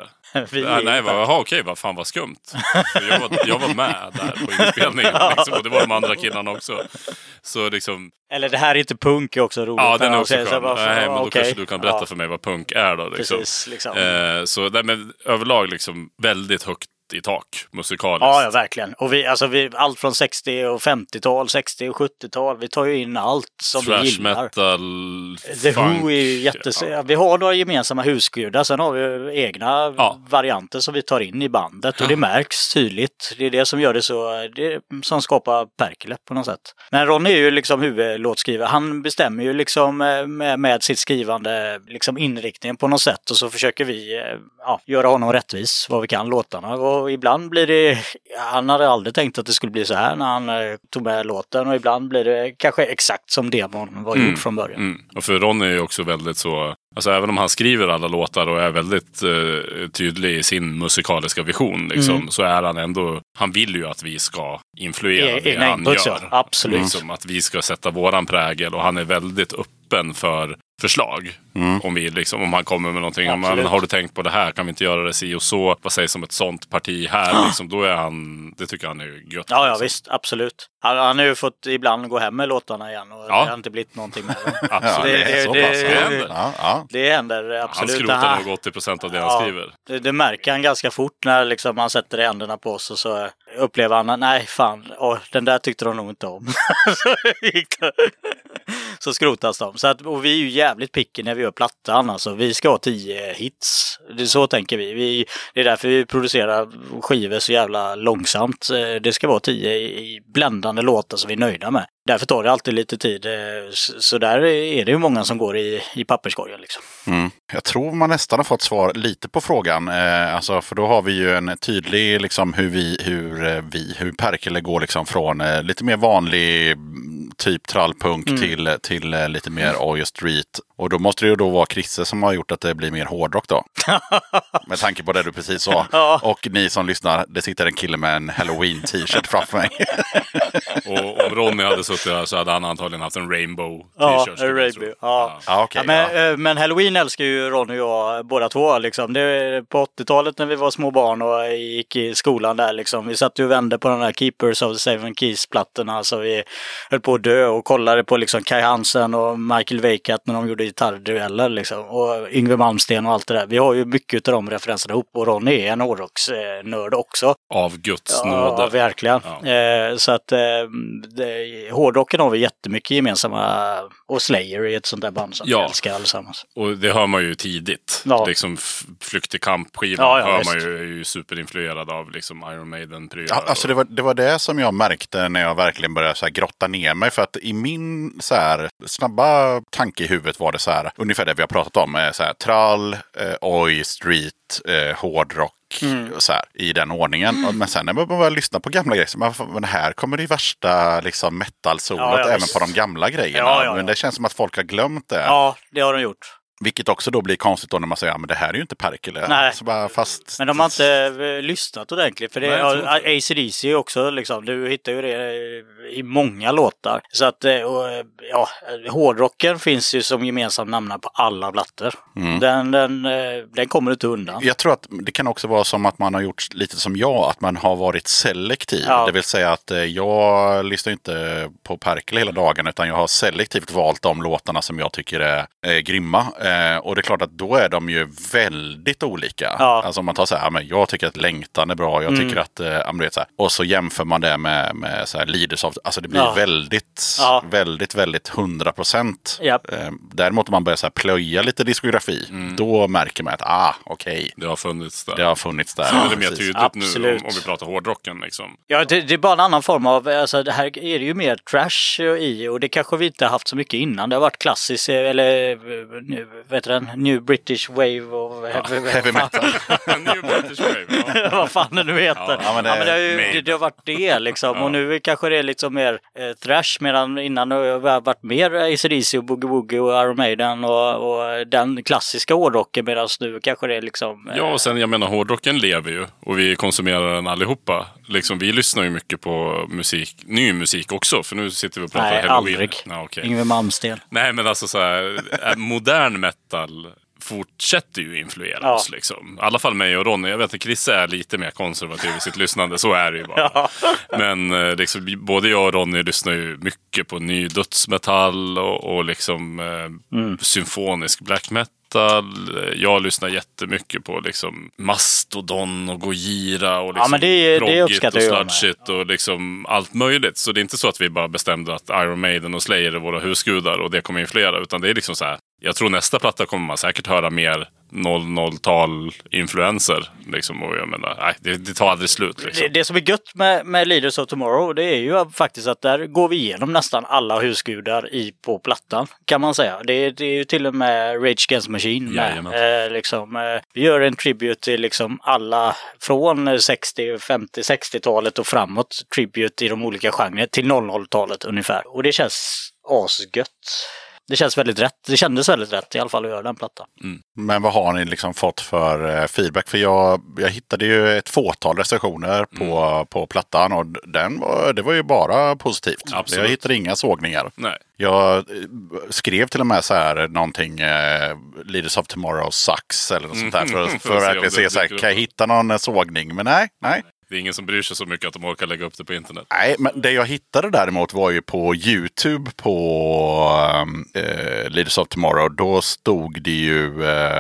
Speaker 1: Okej, vad fan vad skumt. För jag var med där på inspelningen liksom, och det var de andra killarna också. Så liksom...
Speaker 5: Eller det här är inte punk är också roligt.
Speaker 1: Ja, den är också skön. Nej, men då kanske du kan berätta för mig vad punk är då. Liksom.
Speaker 5: Precis, liksom.
Speaker 1: Så nej, men överlag liksom väldigt högt i tak musikaliskt.
Speaker 5: Ja, verkligen. Och vi allt från 60 och 50-tal, 60 och 70-tal, vi tar ju in allt som vi gillar.
Speaker 1: Metal,
Speaker 5: The
Speaker 1: funk.
Speaker 5: Who är ju Vi har några gemensamma husgudar, sen har vi egna varianter som vi tar in i bandet och det märks tydligt. Det är det som gör det så, det som skapar Perkele på något sätt. Men Ronny är ju liksom huvudlåtskrivare. Han bestämmer ju liksom med sitt skrivande liksom inriktningen på något sätt och så försöker vi göra honom rättvis vad vi kan låtarna. Och ibland blir det, han hade aldrig tänkt att det skulle bli så här när han tog med låten och ibland blir det kanske exakt som demon var gjort från början.
Speaker 1: Och för Ronny är ju också väldigt så, alltså även om han skriver alla låtar och är väldigt tydlig i sin musikaliska vision liksom, så är han ändå, han vill ju att vi ska influera det han gör.
Speaker 5: Absolut.
Speaker 1: Liksom, att vi ska sätta våran prägel och han är väldigt öppen för förslag. Om han kommer med någonting, har du tänkt på det här, kan vi inte göra det si och så, vad sägs om ett sånt parti här liksom, då är han, det tycker han är gött.
Speaker 5: Ja,
Speaker 1: liksom.
Speaker 5: Visst, absolut. Han har ju fått ibland gå hem med låtarna igen och det har inte blivit någonting med dem. Det händer absolut.
Speaker 1: Han skrotar nog 80% av det han skriver.
Speaker 5: Det märker han ganska fort när liksom han sätter händerna på oss och så upplever han, nej fan, den där tyckte de nog inte om. Så skrotas de. Så och vi är ju jävligt picky när vi gör plattan. Alltså, vi ska ha 10 hits. Så tänker vi. Det är därför vi producerar skivor så jävla långsamt. Det ska vara 10 i bländande låtar som vi är nöjda med. Därför tar det alltid lite tid. Så där är det ju många som går i papperskorgen liksom.
Speaker 2: Jag tror man nästan har fått svar lite på frågan. Alltså, för då har vi ju en tydlig liksom, hur Perkele går liksom från lite mer vanlig typ trallpunk till lite mer Oyo Street. Och då måste det ju då vara Chrisse som har gjort att det blir mer hårdrock då. Med tanke på det du precis sa. Och ni som lyssnar, det sitter en kille med en Halloween-t-shirt framför mig.
Speaker 1: Och om Ronny hade suttit här så hade han antagligen haft en Rainbow t-shirt.
Speaker 5: En Rainbow. Men Halloween älskar ju Ronny och jag båda två. Liksom. Det på 80-talet när vi var små barn och gick i skolan där. Liksom. Vi satt ju och vände på de här Keepers of the Seven Keys-plattorna. Så vi höll på att dö och kollade på liksom Kai Hansen och Michael Weikat när de gjorde gitarrdueller liksom. Och Yngwie Malmsteen och allt det där. Vi har ju mycket av de referenserna ihop och Ronny är en hårdrocksnörd också.
Speaker 1: Av Guds nåde.
Speaker 5: Ja, verkligen. Ja. Så att hårdrocken har vi jättemycket gemensamma, och Slayer är ett sånt där band som jag älskar allesammans.
Speaker 1: Och det hör man ju tidigt.
Speaker 5: Ja.
Speaker 1: Liksom Flykt i kamp-skivan hör man ju, är ju superinfluerad av liksom Iron Maiden-prylar.
Speaker 2: Ja, alltså det var det som jag märkte när jag verkligen började så här grotta ner mig. För att i min så här snabba tanke i huvudet var det så här, ungefär det vi har pratat om. Så här, trall, oj, street, hårdrock. Så här, i den ordningen. Men sen när man börjar lyssna på gamla grejer, men här kommer det värsta liksom metal-solot även på de gamla grejerna. Men det känns som att folk har glömt det.
Speaker 5: Ja, det har de gjort.
Speaker 2: Vilket också då blir konstigt då när man säger men det här är ju inte Perkele.
Speaker 5: Nej.
Speaker 2: Så bara, fast...
Speaker 5: Men de har inte lyssnat ordentligt. För det AC/DC också liksom. Du hittar ju det i många låtar. Så att hårdrocken finns ju som gemensam namn på alla plattor. Den kommer inte undan.
Speaker 2: Jag tror att det kan också vara som att man har gjort lite som jag. Att man har varit selektiv. Det vill säga att jag lyssnar inte på Perkele hela dagen. Utan jag har selektivt valt de låtarna som jag tycker är grymma. Och det är klart att då är de ju väldigt olika. Alltså om man tar så här, men jag tycker att Längtan är bra, jag tycker att så här, och så jämför man det med så här Leaders of, alltså det blir väldigt 100%. Däremot om man börjar så här plöja lite diskografi, då märker man att okej.
Speaker 1: Det har funnits där.
Speaker 2: Det har funnits där.
Speaker 1: Det är mer tydligt nu om vi pratar hårdrocken liksom.
Speaker 5: Ja, det är bara en annan form av, alltså det här är det ju mer trash i, och det kanske vi inte har haft så mycket innan. Det har varit klassiskt, eller New British Wave och
Speaker 2: heavy metal.
Speaker 1: New British Wave.
Speaker 5: Vad fan det nu heter. Det har varit det liksom. Och nu kanske det är lite mer thrash, medan innan det har varit mer AC/DC och Boogie Woogie och Iron Maiden och den klassiska hårdrocken, medan nu kanske det är liksom...
Speaker 1: Ja, och sen jag menar hårdrocken lever ju och vi konsumerar den allihopa. Liksom, vi lyssnar ju mycket på ny musik också, för nu sitter vi och pratar Halloween.
Speaker 5: Aldrig. Yngwie Malmsteen.
Speaker 1: Nej, men alltså så här, modern metal fortsätter ju influera oss liksom. I alla fall mig och Ronny. Jag vet att Chris är lite mer konservativ i sitt lyssnande. Så är det ju bara. Men liksom, både jag och Ronny lyssnar ju mycket på ny dödsmetall och liksom symfonisk black metal. Jag lyssnar jättemycket på liksom Mastodon och Gojira och liksom
Speaker 5: det uppskattar
Speaker 1: och sludge och liksom allt möjligt. Så det är inte så att vi bara bestämde att Iron Maiden och Slayer är våra husgudar och det kommer influera, utan det är liksom så här. Jag tror nästa platta kommer man säkert höra mer 00-tal influenser liksom, och jag menar, det tar aldrig slut liksom.
Speaker 5: Det som är gött med Leaders of Tomorrow, det är ju faktiskt att där går vi igenom nästan alla husgudar på plattan, kan man säga. Det är ju till och med Rage Against the Machine med, vi gör en tribute till liksom alla från 60, 50, 60-talet och framåt, tribute i de olika genrerna till 00-talet ungefär. Och det känns asgött. Det känns väldigt rätt. Det kändes väldigt rätt i alla fall att göra den plattan.
Speaker 2: Men vad har ni liksom fått för feedback? För jag hittade ju ett fåtal recensioner på plattan och det var ju bara positivt.
Speaker 1: Absolut.
Speaker 2: Jag hittade inga sågningar.
Speaker 1: Nej.
Speaker 2: Jag skrev till och med så här någonting Leaders of Tomorrow sucks eller något sånt där för att verkligen se så här, kan jag hitta någon sågning? Men nej.
Speaker 1: Det är ingen som bryr sig så mycket att de orkar lägga upp det på internet.
Speaker 2: Nej, men det jag hittade däremot var ju på YouTube på Leaders of Tomorrow. Då stod det ju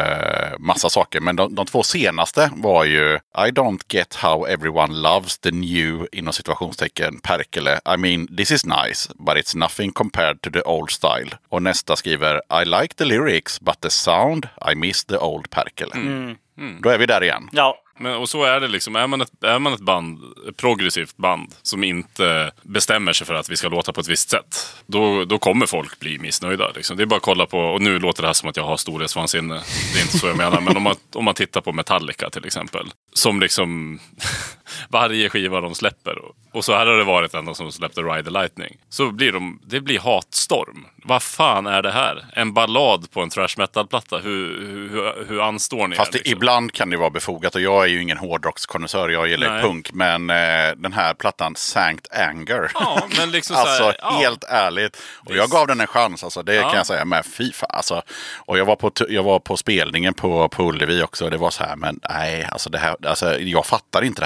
Speaker 2: massa saker. Men de två senaste var ju I don't get how everyone loves the new, inom situationstecken, Perkele. I mean, this is nice, but it's nothing compared to the old style. Och nästa skriver I like the lyrics, but the sound, I miss the old Perkele. Då är vi där igen.
Speaker 5: Ja.
Speaker 1: Men, och så är det liksom, är man ett progressivt band som inte bestämmer sig för att vi ska låta på ett visst sätt, då kommer folk bli missnöjda liksom. Det är bara att kolla på, och nu låter det här som att jag har storhetsvansinne, det är inte så jag menar, men om man tittar på Metallica till exempel, som liksom varje skiva de släpper, och så här har det varit ända som släppte Ride the Lightning, så det blir hatstorm. Vad fan är det här? En ballad på en thrash metal-platta, hur anstår ni?
Speaker 2: Fast
Speaker 1: liksom?
Speaker 2: Ibland kan det vara befogat, och jag är ju ingen hårdrockskonnässör, jag gillar punk, men den här plattan Sankt Anger,
Speaker 1: men liksom
Speaker 2: alltså helt ärligt, och jag gav den en chans, alltså, det kan jag säga, med FIFA, alltså. Och jag var på spelningen på Ullevi också, och det var så här, men nej, alltså det här, alltså, jag fattar inte det här.
Speaker 1: Nej,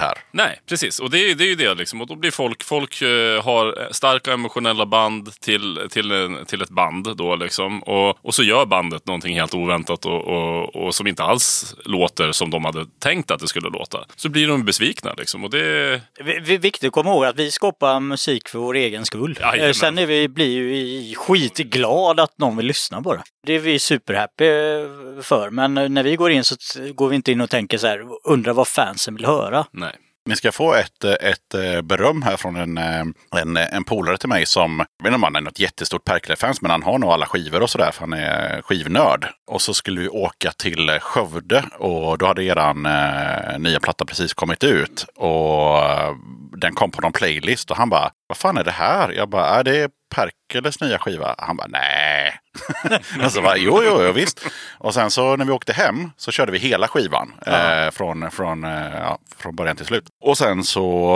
Speaker 1: Nej, precis. Och det är ju det liksom. Och då blir folk har starka emotionella band till ett band då liksom. Och så gör bandet någonting helt oväntat och som inte alls låter som de hade tänkt att det skulle låta. Så blir de besvikna liksom. Och det är
Speaker 5: viktigt att komma ihåg att vi skapar musik för vår egen skull.
Speaker 1: Jajamän.
Speaker 5: Sen blir ju skitglad att någon vill lyssna på det. Det är vi superhappy för. Men när vi går in så går vi inte in och tänker så här, undrar vad fansen vill höra.
Speaker 1: Nej.
Speaker 2: Ni ska få ett beröm här från en polare till mig som, jag vet inte om han är något jättestort Perkele-fans, men han har nog alla skivor och sådär, för han är skivnörd. Och så skulle vi åka till Skövde och då hade eran nya platta precis kommit ut. Och den kom på någon playlist och han bara, vad fan är det här? Jag bara, det är Perkeles nya skiva. Han bara, nej. Och så bara, jo, visst. Och sen så när vi åkte hem så körde vi hela skivan från början till slut. Och sen så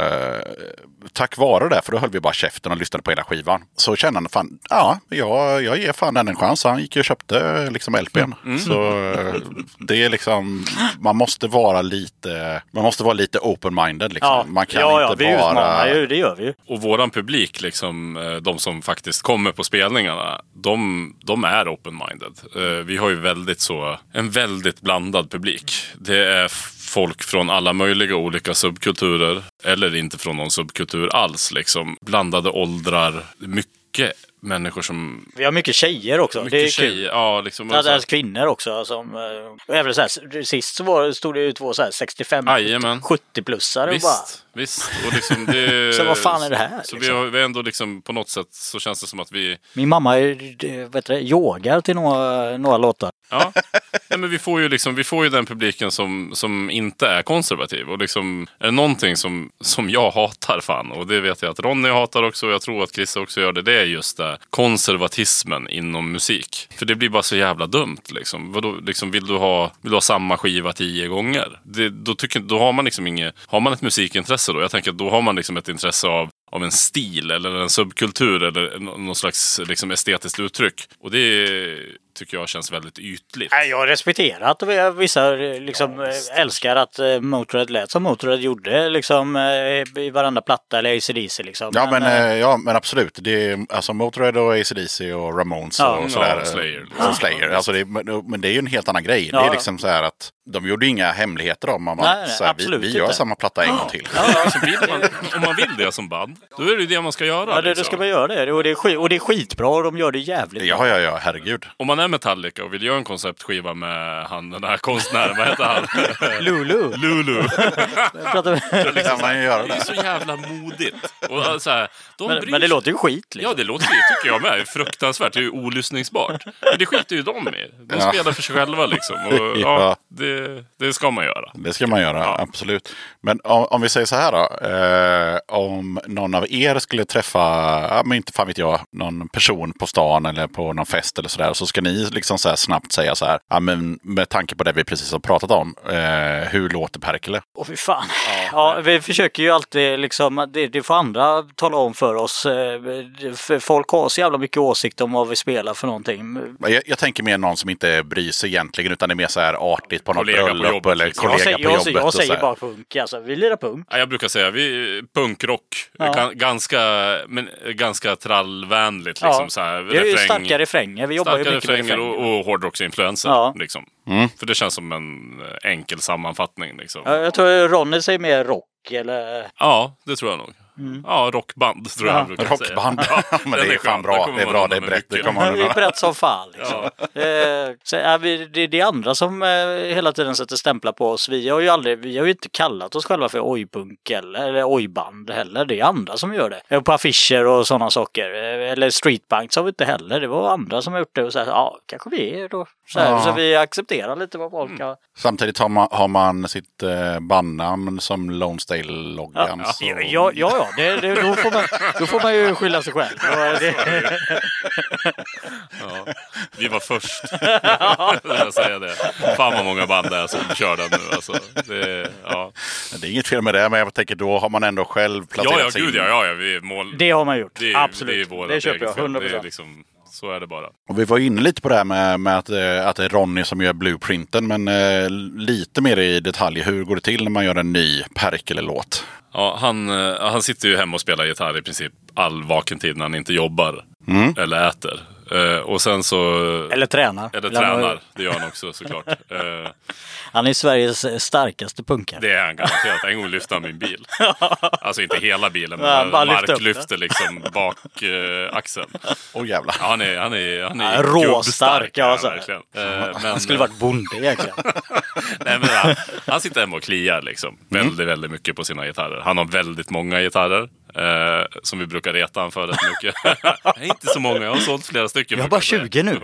Speaker 2: tack vare det, för då höll vi bara käften och lyssnade på hela skivan. Så kände han, fan, jag ger fan den en chans. Han gick och köpte liksom LPn. Så det är liksom, man måste vara lite open-minded liksom.
Speaker 5: Ja,
Speaker 2: man kan inte
Speaker 5: vi
Speaker 2: bara...
Speaker 5: det gör vi ju.
Speaker 1: Och våran publik, liksom, de som faktiskt kommer på spelningarna, de är open-minded. Vi har ju en väldigt blandad publik. Det är folk från alla möjliga olika subkulturer, eller inte från någon subkultur alls. Liksom. Blandade åldrar, mycket människor som...
Speaker 5: Vi har mycket tjejer också.
Speaker 1: Mycket
Speaker 5: det är
Speaker 1: tjejer,
Speaker 5: kul.
Speaker 1: ja. Liksom,
Speaker 5: det är kvinnor också. Som, även så här, sist stod det ju två så här 65-70-plussare.
Speaker 1: Visst. Och liksom det,
Speaker 5: så vad fan är det här?
Speaker 1: Så
Speaker 5: liksom?
Speaker 1: vi ändå liksom, på något sätt så känns det som att vi...
Speaker 5: Min mamma yogar till några låtar.
Speaker 1: Ja, men vi får ju den publiken som inte är konservativ. Och liksom, är det någonting som jag hatar fan, och det vet jag att Ronny hatar också, och jag tror att Chris också gör det, det är just det, konservatismen inom musik. För det blir bara så jävla dumt liksom. Vadå, liksom vill du ha samma skiva 10 gånger? Då har man liksom har man ett musikintresse då? Jag tänker att då har man liksom ett intresse av en stil eller en subkultur eller någon slags liksom estetiskt uttryck. Och det tycker jag känns väldigt ytligt.
Speaker 5: Jag respekterar att vissa liksom älskar att Motörhead lät som Motörhead gjorde liksom i varandra platta eller AC/DC liksom.
Speaker 2: Ja, men absolut. Det är alltså Motörhead och AC/DC och Ramones och sådär.
Speaker 1: Ja, Slayer.
Speaker 2: Slayer. Alltså men det är ju en helt annan grej.
Speaker 5: Ja.
Speaker 2: Det är liksom så här att de gjorde inga hemligheter om att vi gör samma platta en gång till.
Speaker 1: Alltså, om man vill det som band, då är det ju det man ska göra.
Speaker 5: Ja, det ska man göra det. Och det är skitbra och de gör det jävligt bra.
Speaker 2: Ja, herregud.
Speaker 1: Om man är Metallica och vill göra en konceptskiva med den här konstnären, vad heter han?
Speaker 5: Lulu.
Speaker 2: Kan man ju göra
Speaker 1: det. Det är så jävla modigt. Och så här,
Speaker 5: men det låter ju skit. Liksom.
Speaker 1: Ja, det låter ju, tycker jag med. Det är fruktansvärt. Det är ju olyssningsbart. Men det skiter ju de i. De spelar för sig själva liksom. Och, ja, det ska man göra.
Speaker 2: Det ska man göra, absolut. Men om vi säger så här då. Om någon av er skulle träffa, men inte fan vet jag, någon person på stan eller på någon fest eller sådär, så ska ni liksom så här snabbt säga så här, ja, men med tanke på det vi precis har pratat om, hur låter Perkele?
Speaker 5: Åh fy fan. Ja, vi försöker ju alltid liksom, det får andra tala om för oss. För folk har så jävla mycket åsikt om vad vi spelar för någonting.
Speaker 2: Jag tänker mer någon som inte bryr sig egentligen, utan det är mer så här artigt på något bröllop eller
Speaker 1: liksom.
Speaker 2: kollega på jobbet.
Speaker 5: Jag säger bara punk, alltså. Vi lirar punk.
Speaker 1: Ja, jag brukar säga punkrock. Ja. Ganska trallvänligt liksom, så här.
Speaker 5: Det är ju starka refränger. Vi jobbar ju mycket med refränger.
Speaker 1: Och hårdrocksinfluenser liksom. För det känns som en enkel sammanfattning liksom.
Speaker 5: Jag tror Ronny säger mer rock eller...
Speaker 1: Ja, det tror jag nog. Ja, rockband tror jag brukar
Speaker 2: rockband.
Speaker 1: säga.
Speaker 2: Ja, men det är fan bra. Det är bra, det är brett. Det
Speaker 5: är brett som fan. Liksom. Ja. Det är andra som hela tiden sätter stämplar på oss. Vi har ju inte kallat oss själva för ojpunk eller ojband heller. Det är andra som gör det. På affischer och sådana saker. Eller streetpunk har vi inte heller. Det var andra som har gjort det och så här, ja, kanske vi är då. Så vi accepterar lite vad folk har.
Speaker 2: Samtidigt har man sitt bandnamn som Lone Stale-loggan.
Speaker 5: Ja. Då får man ju skylla sig själv.
Speaker 1: Ja, vi var först. Jag säger det. Fan vad många band det är som kör den nu. Alltså,
Speaker 2: det är inget fel med det, men jag tänker då har man ändå själv placerat sig in.
Speaker 1: Ja,
Speaker 5: det har man gjort. Absolut.
Speaker 1: Det är våra
Speaker 5: det köper jag 100%.
Speaker 1: Det är liksom Så är det bara.
Speaker 2: Och vi var inne lite på det här med att det är Ronny som gör blueprinten, men lite mer i detalj. Hur går det till när man gör en ny Perkele-låt?
Speaker 1: Ja, han sitter ju hemma och spelar gitarr i princip all vaken tid när han inte jobbar eller äter. Och sen så...
Speaker 5: Eller tränar.
Speaker 1: Det gör han också såklart.
Speaker 5: Han är Sveriges starkaste punkare.
Speaker 1: Det är han garanterat. En gång lyfte han min bil. Alltså inte hela bilen, men marklyfte liksom bak axeln.
Speaker 2: Jävlar.
Speaker 1: Ja, han är
Speaker 5: råstark,
Speaker 1: alltså.
Speaker 5: Verkligen. Han skulle varit bonde egentligen.
Speaker 1: Nej, men han sitter hemma och kliar liksom. Väldigt, väldigt mycket på sina gitarrer. Han har väldigt många gitarrer. Som vi brukar reta han för rätt mycket. Nej, inte så många, jag har sålt flera stycken.
Speaker 5: Jag har bara 20 nu.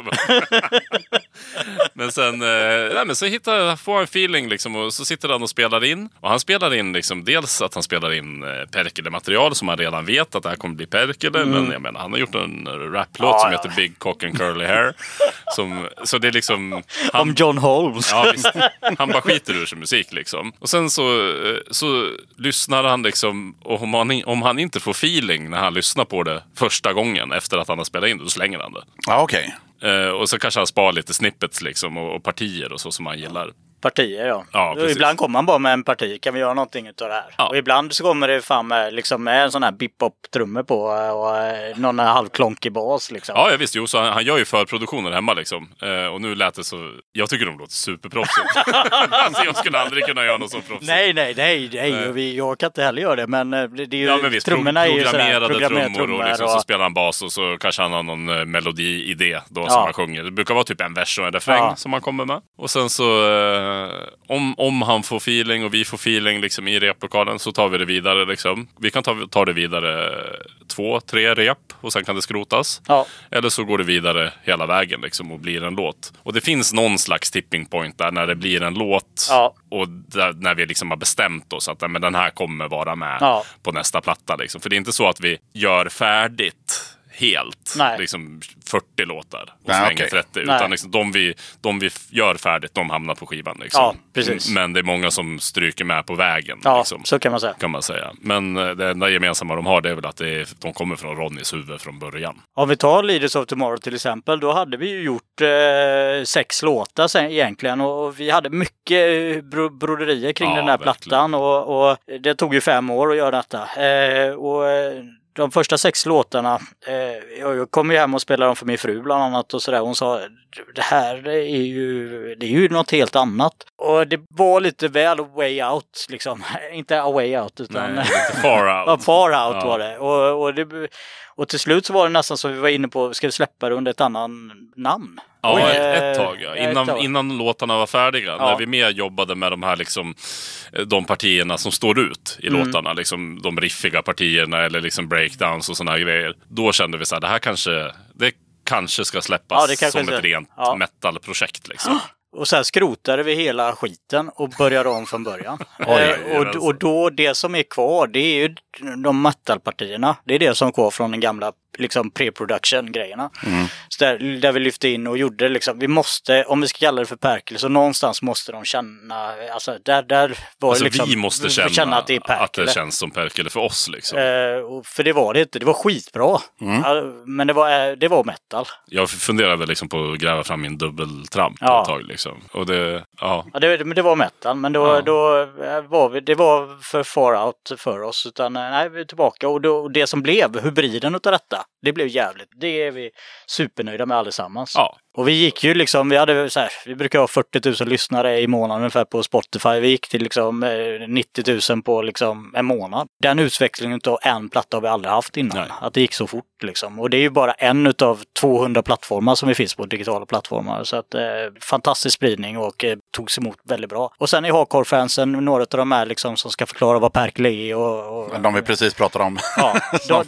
Speaker 1: Men sen så får han en feeling liksom, och så sitter han och spelar in. Och han spelar in liksom, dels att han spelar in Perkele-material som han redan vet att det här kommer bli Perkele. Men jag menar, han har gjort en raplåt som heter Big Cock and Curly Hair. Så det är liksom...
Speaker 5: Om John Holmes.
Speaker 1: Ja, visst. Han bara skiter ur sin musik liksom. Och sen så lyssnar han liksom, och om han inte får feeling när han lyssnar på det första gången efter att han har spelat in det, då slänger han det.
Speaker 2: Ja, okej.
Speaker 1: Och så kanske han sparar lite snippets liksom, och partier och så som han gillar.
Speaker 5: Partier, ja ibland kommer man bara med en parti. Kan vi göra någonting utav det här? Ja. Och ibland så kommer det fan med, liksom, med en sån här bip-bop-trummor på och någon halvklonkig bas. Liksom.
Speaker 1: Ja, visst. Jo, så han gör ju förproduktioner hemma liksom. Och nu lät det så... Jag tycker de låter superproffsigt. Alltså, jag skulle aldrig kunna göra något så proffsigt.
Speaker 5: Nej. Jag kan inte heller göra det. Men det är ju...
Speaker 1: Ja, men visst.
Speaker 5: Trummorna är ju
Speaker 1: programmerade trummor och liksom, så spelar han bas och så kanske han har någon melodi-idé då som han sjunger. Det brukar vara typ en vers och en refräng som han kommer med. Och sen så... Om han får feeling och vi får feeling liksom i replokalen, så tar vi det vidare liksom. Vi kan ta det vidare 2-3 rep och sen kan det skrotas. Ja. Eller så går det vidare hela vägen liksom, och blir en låt. Och det finns någon slags tipping point där när det blir en låt och när vi liksom har bestämt oss att men den här kommer vara med på nästa platta liksom. För det är inte så att vi gör färdigt helt, liksom 40 låtar och slänger 30, utan liksom, de vi gör färdigt, de hamnar på skivan liksom.
Speaker 5: Ja, precis.
Speaker 1: Men det är många som stryker med på vägen liksom,
Speaker 5: så kan man säga.
Speaker 1: Men det enda gemensamma de har, det är väl att de kommer från Ronnys huvud från början.
Speaker 5: Om vi tar Leaders of Tomorrow till exempel, då hade vi ju gjort 6 låtar sen egentligen, och vi hade mycket broderier kring den här plattan, och det tog ju 5 år att göra detta. De första 6 låtarna, jag kom ju hem och spelade dem för min fru bland annat och sådär. Hon sa, det här är ju något helt annat. Och det var lite väl way out liksom. Inte a way out utan...
Speaker 1: Nej, lite far out.
Speaker 5: Far out var det. Och till slut så var det nästan som vi var inne på, ska vi släppa det under ett annat namn?
Speaker 1: Ja, ett tag. Innan låtarna var färdiga. När vi mer jobbade med de här liksom, de partierna som står ut i låtarna. Liksom, de riffiga partierna eller liksom breakdowns och såna här grejer. Då kände vi så här, det kanske ska släppas som ett rent metalprojekt liksom.
Speaker 5: Och sen skrotade vi hela skiten och började om från början. Och då det som är kvar, det är ju de metalpartierna. Det är det som är kvar från den gamla liksom pre-production-grejerna. Så där vi lyfte in och gjorde liksom, vi måste, om vi ska kalla det för Perkele, så någonstans måste de känna, alltså där var det liksom,
Speaker 1: vi måste känna
Speaker 5: att det är Perkele.
Speaker 1: Att det känns som Perkele för oss liksom.
Speaker 5: För det var det inte, det var skitbra. Men det var metal.
Speaker 1: Jag funderade liksom på att gräva fram min dubbeltramp ett tag liksom. Och
Speaker 5: men det var metal, men då var det var för far out för oss, utan nej, vi är tillbaka, och det som blev hybriden utav detta, det blev jävligt. Det är vi supernöjda med allesammans. Ja. Och vi gick ju liksom, vi brukar ha 40 000 lyssnare i månaden ungefär på Spotify. Vi gick till liksom 90 000 på liksom en månad. Den utvecklingen av en platta har vi aldrig haft innan. Nej. Att det gick så fort liksom. Och det är ju bara en utav 200 plattformar som vi finns på, digitala plattformar. Så att fantastisk spridning och togs emot väldigt bra. Och sen i hardcore-fansen, några av de här liksom som ska förklara vad Perkele är och
Speaker 2: de vi precis pratade om.
Speaker 5: Ja,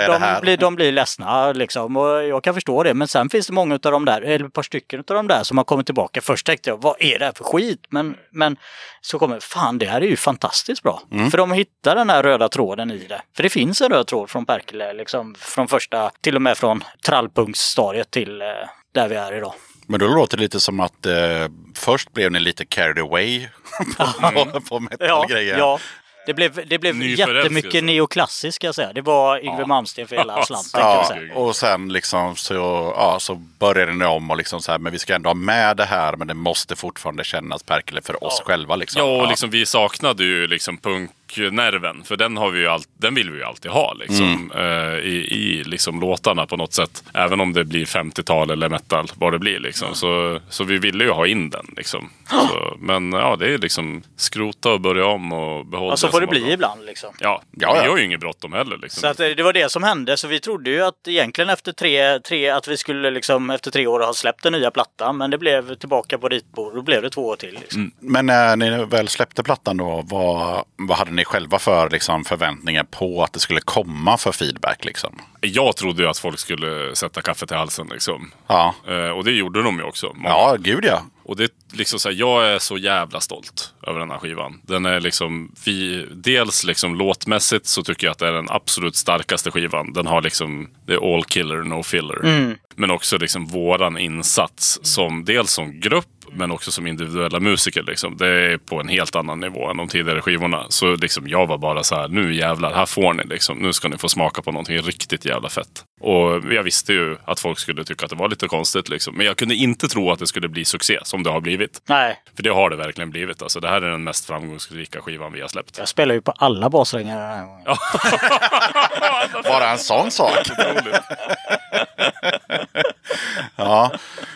Speaker 5: de blir ledsna liksom, och jag kan förstå det. Men sen finns det många av de där, eller ett par stycken av de där som har kommit tillbaka. Först tänkte jag, vad är det här för skit? Men så kommer, fan, det här är ju fantastiskt bra. För de hittar den här röda tråden i det. För det finns en röd tråd från Perkele liksom, från första, till och med från trallpunktsstadiet till där vi är idag.
Speaker 2: Men då låter det lite som att först blev ni lite carried away på metal-grejer.
Speaker 5: Ja. Det blev jättemycket neoklassiskt, ska jag säga. Det var Yngwie Malmsteen för hela slanten, kan jag säga.
Speaker 2: Och sen liksom så började ni om och liksom så här, men vi ska ändå ha med det här, men det måste fortfarande kännas Perkele för oss själva liksom.
Speaker 1: Ja, och liksom vi saknade ju liksom punknerven, för den vill vi ju alltid ha liksom i liksom låtarna på något sätt, även om det blir 50-tal eller metal, vad det blir liksom. Så vi ville ju ha in den liksom. Så, men ja, det är liksom skrota och börja om och behålla.
Speaker 5: Så får det bli ibland liksom.
Speaker 1: Ja, vi har ju inget bråttom heller liksom.
Speaker 5: Så att det var det som hände, så vi trodde ju att egentligen efter att vi skulle liksom efter 3 år ha släppt den nya plattan, men det blev tillbaka på ritbord, då blev det 2 år till liksom.
Speaker 2: Men när ni väl släppte plattan då, vad hade ni själva för liksom förväntningar på att det skulle komma för feedback liksom?
Speaker 1: Jag trodde ju att folk skulle sätta kaffe till halsen liksom.
Speaker 2: Ja.
Speaker 1: Och det gjorde de ju också.
Speaker 2: Ja, gud ja.
Speaker 1: Och det liksom så här, jag är så jävla stolt över den här skivan. Den är liksom, dels liksom låtmässigt så tycker jag att det är den absolut starkaste skivan. Den har liksom, det är all killer, no filler. Men också liksom våran insats som dels som grupp, men också som individuella musiker liksom. Det är på en helt annan nivå än de tidigare skivorna. Så liksom jag var bara så här, nu jävlar, här får ni liksom. Nu ska ni få smaka på någonting riktigt jävla fett. Och jag visste ju att folk skulle tycka att det var lite konstigt liksom. Men jag kunde inte tro att det skulle bli succé som det har blivit.
Speaker 5: Nej.
Speaker 1: För det har det verkligen blivit. Alltså, det här är den mest framgångsrika skivan vi har släppt.
Speaker 5: Jag spelar ju på alla bassträngar den här gången.
Speaker 2: Bara en sån sak. Ja.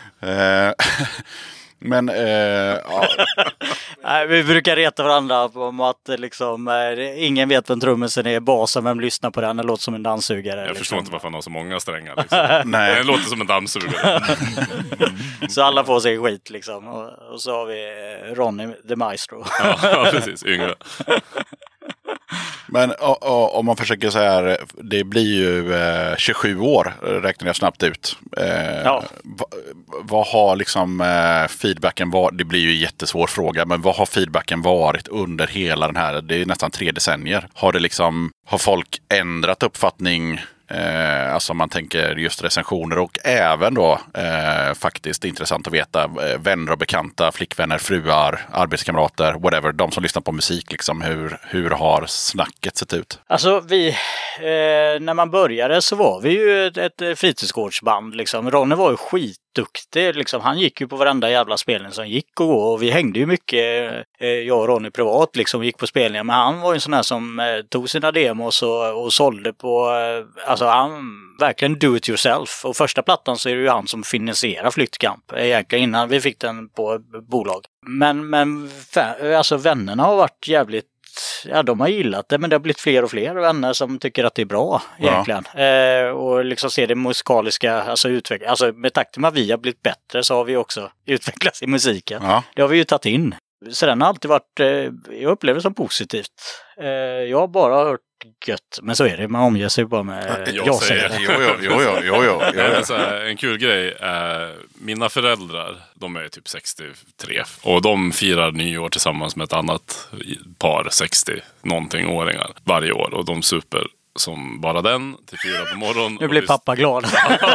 Speaker 2: Men ja.
Speaker 5: Nej, vi brukar reta varandra om att liksom, ingen vet vem trummisen är, basen, vem lyssnar på den, det låter som en dammsugare.
Speaker 1: Jag förstår inte varför han har så många strängar. Liksom. Nej. Det låter som en dammsugare.
Speaker 5: Så alla får sig skit liksom. Och så har vi Ronny the Maestro.
Speaker 1: Ja, precis. Yngve.
Speaker 2: Men om man försöker så här, det blir ju 27 år, räknar jag snabbt ut. Vad har liksom feedbacken varit? Det blir ju en jättesvår fråga, men vad har feedbacken varit under hela den här, det är nästan 3 decennier. Har folk ändrat uppfattning? Alltså om man tänker just recensioner och även då faktiskt intressant att veta vänner och bekanta, flickvänner, fruar, arbetskamrater, whatever, de som lyssnar på musik liksom, hur har snacket sett ut?
Speaker 5: Alltså när man började så var vi ju ett fritidsgårdsband liksom. Ronny var ju skitduktig liksom. Han gick ju på varenda jävla spelning som gick och gå, och vi hängde ju mycket, jag och Ronny privat liksom, gick på spelningar, men han var ju en sån här som tog sina demos och sålde på, alltså han verkligen do it yourself, och första plattan så är det ju han som finansierar Flyktkamp egentligen innan vi fick den på bolag. Men alltså vännerna har varit jävligt, ja, de har gillat det, men det har blivit fler och fler vänner som tycker att det är bra egentligen. Och liksom se det musikaliska, alltså utveckla, alltså med takten med att vi har blivit bättre så har vi också utvecklats i musiken. Ja. Det har vi ju tagit in. Så den har alltid varit, jag upplever det som positivt. Jag har bara hört gött, men så är det, man omger sig bara med
Speaker 1: jag säger. En kul grej, mina föräldrar, de är typ 63 och de firar nyår tillsammans med ett annat par 60 någonting åringar varje år, och de super som bara den till 4 på morgonen.
Speaker 5: Nu blir pappa glad.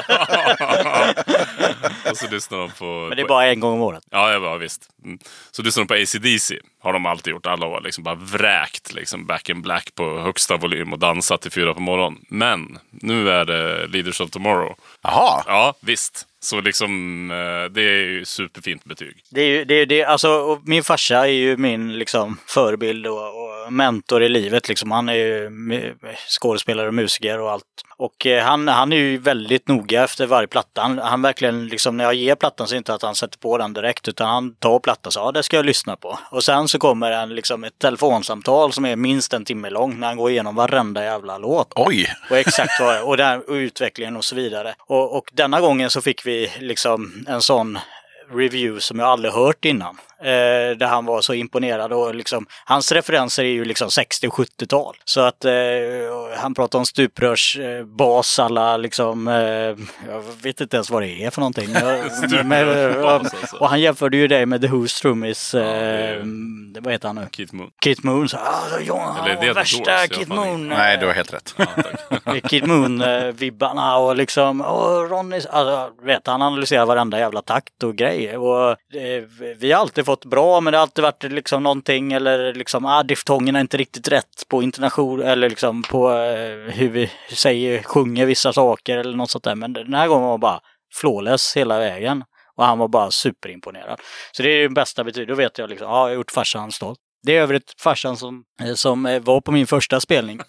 Speaker 1: Och så lyssnar de på...
Speaker 5: Men det är bara en gång om året.
Speaker 1: Ja, visst. Så lyssnar de på AC/DC. Har de alltid gjort alla år. Liksom bara vräkt liksom Back in Black på högsta volym och dansat till 4 på morgonen. Men nu är det Leaders of Tomorrow.
Speaker 2: Jaha.
Speaker 1: Ja, visst. Så liksom, det är ju superfint betyg.
Speaker 5: Alltså, och min farsa är ju min liksom förebild och mentor i livet. Liksom. Han är ju skådespelare och musiker och allt. Och han är ju väldigt noga efter varje platta. Han verkligen, liksom, när jag ger plattan så är det inte att han sätter på den direkt, utan han tar plattan och så, det ska jag lyssna på. Och sen så kommer liksom ett telefonsamtal som är minst 1 timme långt när han går igenom varenda jävla låt.
Speaker 2: Oj!
Speaker 5: Och exakt vad och utvecklingen och så vidare. Och denna gången så fick vi liksom en sån review som jag aldrig hört innan. Där han var så imponerad, och liksom, hans referenser är ju liksom 60- och 70-tal. Så att han pratar om stuprörs bas, alla liksom, jag vet inte ens vad det är för någonting. Och han jämförde ju det med The Who's trummis, vad heter han nu? Keith Moon. Så, värsta Keith Moon.
Speaker 2: Nej, du har helt rätt.
Speaker 5: Keith Moon-vibbarna och liksom, och Ronny, alltså, vet han analyserar varenda jävla takt och grej. Och vi har alltid fått fått bra, men det har alltid varit liksom någonting, eller liksom diftongen är inte riktigt rätt på intonation, eller liksom på hur vi sjunger vissa saker eller något sånt där. Men den här gången var bara flawless hela vägen. Och han var bara superimponerad. Så det är ju bästa betyg. Då vet jag liksom, jag har gjort farsan stolt. Det är övrigt farsan som var på min första spelning.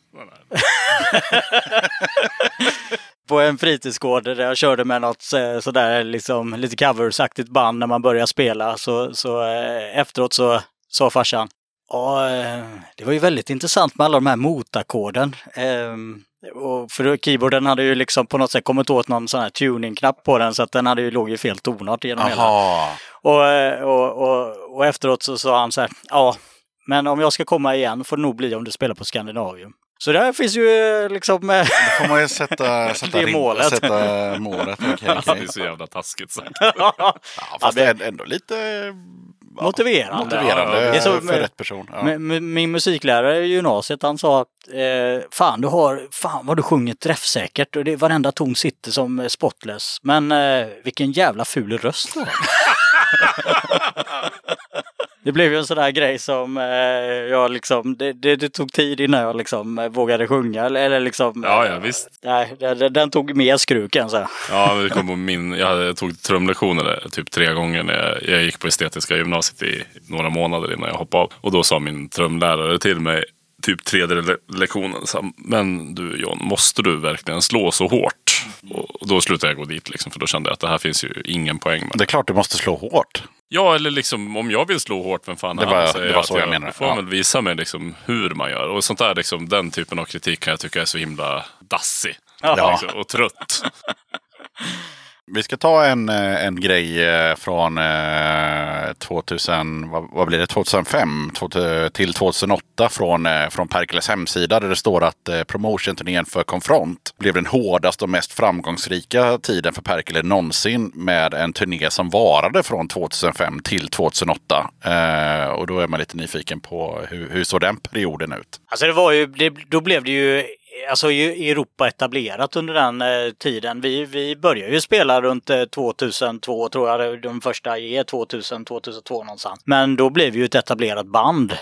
Speaker 5: På en fritidsgård där jag körde med något sådär liksom lite coversaktigt band när man börjar spela. Så efteråt så sa farsan, det var ju väldigt intressant med alla de här motackorden. Och för keyboarden hade ju liksom på något sätt kommit åt någon sån här tuning-knapp på den, så att den hade ju låg i fel tonart genom hela. Och efteråt så sa han så här, men om jag ska komma igen får det nog bli om du spelar på Skandinavium. Så där finns ju liksom... Då
Speaker 2: får man ju sätta målet. Okay.
Speaker 1: Det är så jävla taskigt sagt.
Speaker 2: Fast det är ändå lite...
Speaker 5: Motiverande.
Speaker 2: Det är så, för rätt person. Ja.
Speaker 5: Min musiklärare i gymnasiet, han sa att fan vad du sjunger träffsäkert och varenda ton sitter som spotless. Men vilken jävla ful röst du har. Det blev ju en sån där grej som jag liksom, det tog tid innan jag liksom vågade sjunga eller liksom.
Speaker 1: Ja, visst.
Speaker 5: Nej, den tog mer skruken så.
Speaker 1: Ja, det kom på jag tog trumlektioner typ 3 gånger när jag gick på estetiska gymnasiet i några månader innan jag hoppade av. Och då sa min trumlärare till mig typ 3:e lektionen, men du John, måste du verkligen slå så hårt? Och då slutade jag gå dit liksom, för då kände jag att det här finns ju ingen poäng med.
Speaker 2: Det är klart du måste slå hårt.
Speaker 1: Ja, eller liksom om jag vill slå hårt, vem fan
Speaker 2: det var så jag menar.
Speaker 1: Får väl visa mig liksom hur man gör. Och sånt där liksom, den typen av kritik kan jag tycka är så himla dassig liksom, och trött.
Speaker 2: Vi ska ta en grej från 2005 till 2008 från Perkeles hemsida, där det står att promotion-turnén för Confront blev den hårdaste och mest framgångsrika tiden för Perkele någonsin, med en turné som varade från 2005 till 2008. Och då är man lite nyfiken på hur såg den perioden ut?
Speaker 5: Alltså då blev det ju alltså i Europa etablerat under den tiden. Vi började ju spela runt 2002 tror jag, de första 2002 någonstans. Men då blev vi ju ett etablerat band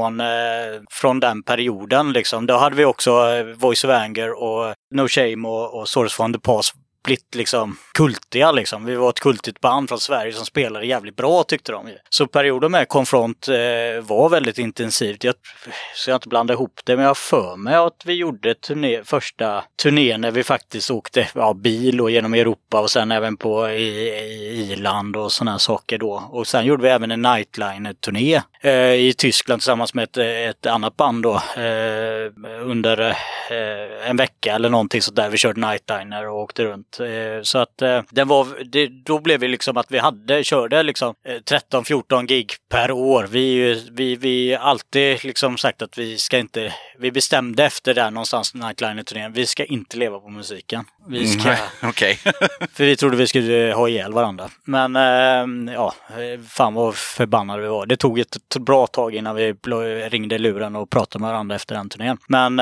Speaker 5: från den perioden liksom. Då hade vi också Voice of Anger och No Shame och Source from the Past blivit liksom kultiga liksom. Vi var ett kultigt band från Sverige som spelade jävligt bra, tyckte de. Så perioden med Confront var väldigt intensivt. Så jag inte blanda ihop det, men jag för mig att vi gjorde första turnén när vi faktiskt åkte bil och genom Europa och sen även på i Irland och sådana saker då. Och sen gjorde vi även en Nightliner-turné i Tyskland tillsammans med ett annat band då under en vecka eller någonting så där. Vi körde Nightliner och åkte runt. Så att då blev vi liksom att vi körde liksom 13-14 gig per år. Vi alltid liksom sagt att vi bestämde efter där någonstans den här Nightliner-turnén. Vi ska inte leva på musiken.
Speaker 2: Okej.
Speaker 5: För vi trodde vi skulle ha ihjäl varandra. Men fan vad förbannade vi var. Det tog ett bra tag innan vi ringde luren och pratade med varandra efter den turnén. Men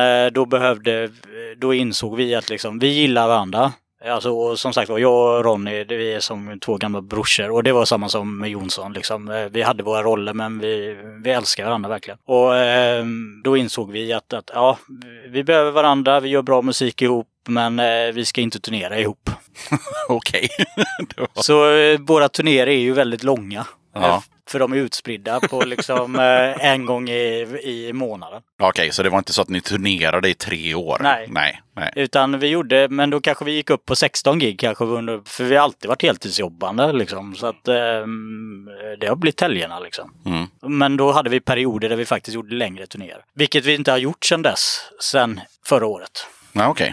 Speaker 5: då insåg vi att liksom, vi gillar varandra. Alltså, och som sagt, jag och Ronny, vi är som 2 gamla brorsor. Och det var samma som med Jonsson. Liksom. Vi hade våra roller, men vi älskar varandra verkligen. Och då insåg vi att vi behöver varandra, vi gör bra musik ihop, men vi ska inte turnera ihop.
Speaker 2: Okej.
Speaker 5: Så våra turnéer är ju väldigt långa. Ja. För de är utspridda på liksom en gång i månaden.
Speaker 2: Okej, så det var inte så att ni turnerade i 3 år? Nej.
Speaker 5: Utan vi gjorde, men då kanske vi gick upp på 16 gig kanske för vi har alltid varit heltidsjobbande liksom. Så att det har blivit helgerna liksom. Men då hade vi perioder där vi faktiskt gjorde längre turnéer. Vilket vi inte har gjort sen förra året.
Speaker 2: Ja, okej.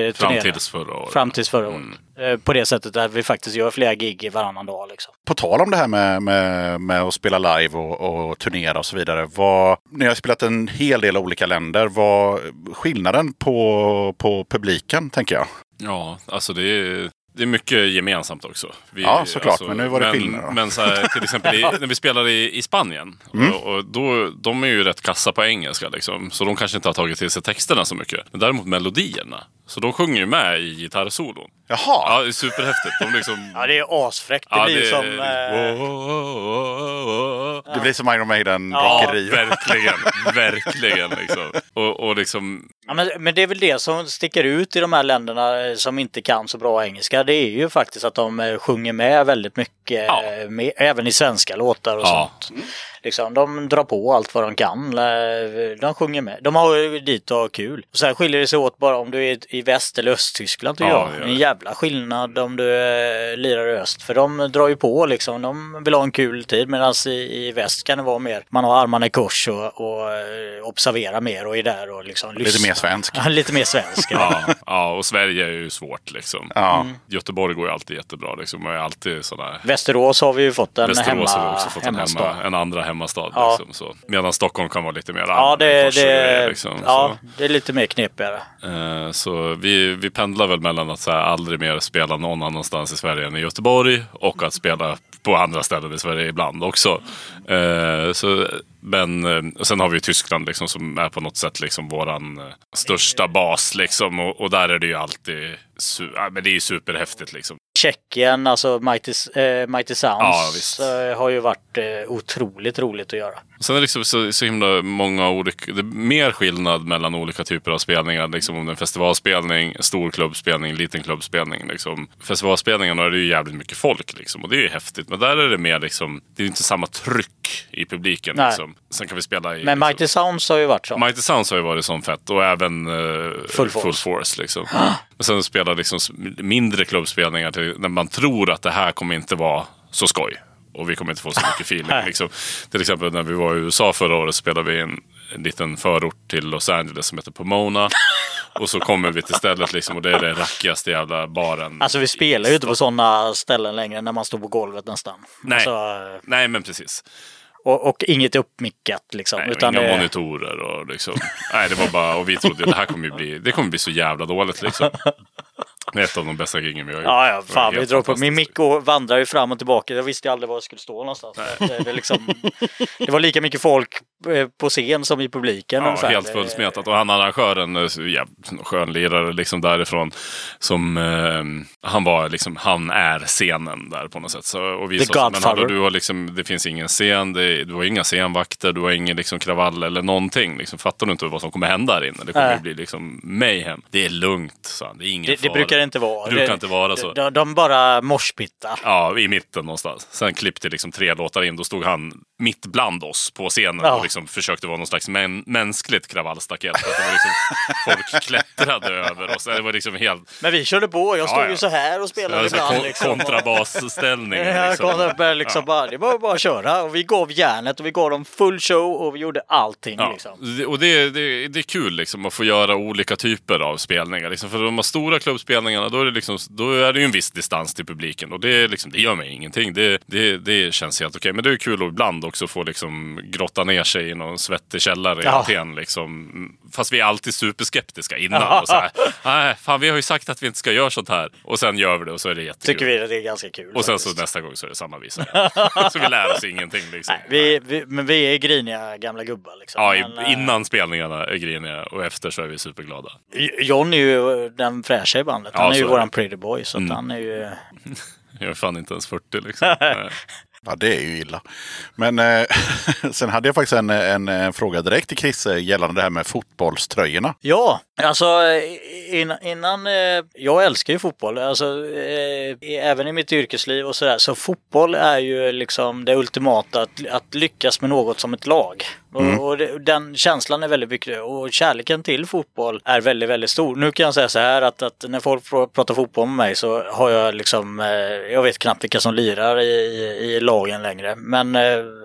Speaker 5: Fram tills förra året. På det sättet att vi faktiskt gör flera gig varannan dag. Liksom.
Speaker 2: På tal om det här med att spela live och turnera och så vidare. Ni har spelat en hel del olika länder. Vad skillnaden på publiken, tänker jag?
Speaker 1: Ja, alltså det är Det är mycket gemensamt också.
Speaker 2: Ja, såklart. Men nu var det skillnad.
Speaker 1: Men så här, till exempel när vi spelar i Spanien. Och då, de är ju rätt kassa på engelska. Liksom, så de kanske inte har tagit till sig texterna så mycket. Men däremot melodierna. Så de sjunger ju med i gitarrsolon.
Speaker 2: Jaha.
Speaker 1: Ja, det är superhäftigt. De liksom...
Speaker 5: Ja, det är asfräckt. Det blir som...
Speaker 2: Det blir som Iron Maiden-rockeri.
Speaker 1: Verkligen liksom. Och liksom...
Speaker 5: Ja, men det är väl det som sticker ut i de här länderna som inte kan så bra engelska. Det är ju faktiskt att de sjunger med väldigt mycket, även i svenska låtar och sånt. Liksom, de drar på allt vad de kan. De sjunger med. De har ju dit och ha kul. Och sen skiljer det sig åt bara om du är i väst- eller östtyskland. Det är en jävla skillnad om du lirar i öst. För de drar ju på liksom. De vill ha en kul tid. Medan i väst kan det vara mer. Man har armarna i kors och observerar mer och är där och liksom lyssnar.
Speaker 2: Lite mer svensk.
Speaker 5: Lite mer svensk.
Speaker 1: Ja, och Sverige är ju svårt liksom. Göteborg går ju alltid jättebra liksom. Och är alltid sådär...
Speaker 5: Västerås har vi ju fått en
Speaker 1: en andra hemmastad liksom, så. Medan Stockholm kan vara lite mer
Speaker 5: liksom, det är lite mer knepigare.
Speaker 1: Så vi pendlar väl mellan att så här, aldrig mer spela någon annanstans i Sverige än i Göteborg och att spela på andra ställen i Sverige ibland också. Men sen har vi Tyskland liksom, som är på något sätt liksom våran största bas liksom, och där är det ju alltid men det är ju superhäftigt liksom.
Speaker 5: Tjeckien, alltså Mighty Sounds har ju varit otroligt roligt att göra.
Speaker 1: Sen är det liksom så himla många olika, det är mer skillnad mellan olika typer av spelningar, liksom om det är en festivalspelning, stor klubbspelning, liten klubbspelning liksom. Festivalspelningarna är det ju jävligt mycket folk liksom, och det är ju häftigt, men där är det mer liksom, det är inte samma tryck i publiken liksom. Sen kan vi spela i... Men
Speaker 5: liksom, Mighty Sounds har ju varit så.
Speaker 1: Mighty Sounds har ju varit sån fett, och även Full Force liksom. Men sen spelar liksom mindre klubbspelningar när man tror att det här kommer inte vara så skoj. Och vi kommer inte få så mycket feeling. Liksom. Till exempel när vi var i USA förra året spelade vi en liten förort till Los Angeles som heter Pomona. Och så kommer vi till stället liksom, och det är den rackigaste jävla baren.
Speaker 5: Alltså vi spelar ju inte på sådana ställen längre när man står på golvet nästan.
Speaker 1: Nej,
Speaker 5: alltså,
Speaker 1: nej men precis.
Speaker 5: Och inget uppmickat liksom.
Speaker 1: Nej,
Speaker 5: utan
Speaker 1: inga monitorer och liksom. Nej, det var bara, och vi trodde att det här kommer bli så jävla dåligt liksom. Det är ett av de bästa giggen vi har gjort.
Speaker 5: Ja, fan, vi drar på. Min mick vandrar ju fram och tillbaka. Jag visste aldrig var jag skulle stå någonstans. Det var lika mycket folk på scen som i publiken.
Speaker 1: Ja, ungefär. Helt fullsmetat. Och han arrangören, skön lirare liksom därifrån, som han var liksom, han är scenen där på något sätt. Så, och vi sa, men hallå, du har liksom, det finns ingen scen, du har inga scenvakter, du har ingen liksom kravall eller någonting. Liksom, fattar du inte vad som kommer hända här inne? Det kommer bli liksom mayhem. Det är lugnt, så det är ingen fara.
Speaker 5: Det brukar inte vara.
Speaker 1: Det brukar inte vara så.
Speaker 5: De bara morspittar.
Speaker 1: Ja, i mitten någonstans. Sen klippte liksom 3 låtar in. Då stod han mitt bland oss på scenen och liksom försökte vara någon slags mänskligt kravallstaket. Det var liksom, folk klättrade över oss. Det var liksom helt...
Speaker 5: Men vi körde på. Jag stod ju så här och spelade ibland.
Speaker 1: Liksom. Kontrabasställning.
Speaker 5: Liksom. Det var bara att köra. Och vi gav järnet och vi gav dem full show och vi gjorde allting. Ja. Liksom.
Speaker 1: Och det är kul liksom, att få göra olika typer av spelningar. Liksom. För de här stora klubbspelningarna, då är det ju en viss distans till publiken. Och det, är liksom, det gör mig ingenting. Det känns helt okej. Men det är kul att ibland också få liksom grotta ner sig i någon svettig källare i Aten. Liksom. Fast vi är alltid superskeptiska innan. Och så här, nej, fan, vi har ju sagt att vi inte ska göra sånt här. Och sen gör vi det och så är det jättekul.
Speaker 5: Tycker vi att det är ganska kul.
Speaker 1: Och sen så nästa gång så är det samma visa. Så vi lär oss ingenting. Liksom.
Speaker 5: Nej, men vi är griniga gamla gubbar. Liksom.
Speaker 1: Ja, innan spelningarna är griniga och efter så är vi superglada.
Speaker 5: John är ju den fräscha i bandet. Han är ju våran pretty boy. Så att han är ju...
Speaker 1: Jag är fan inte ens 40 liksom.
Speaker 2: Ja, det är ju illa. Men sen hade jag faktiskt en fråga direkt till Chris gällande det här med fotbollströjorna.
Speaker 5: Ja, alltså innan jag älskar ju fotboll. Alltså även i mitt yrkesliv och sådär. Så fotboll är ju liksom det ultimata att lyckas med något som ett lag. Och den känslan är väldigt viktig. Och kärleken till fotboll är väldigt, väldigt stor. Nu kan jag säga så här att när folk pratar fotboll med mig så har jag liksom, jag vet knappt vilka som lirar i lagen längre. Men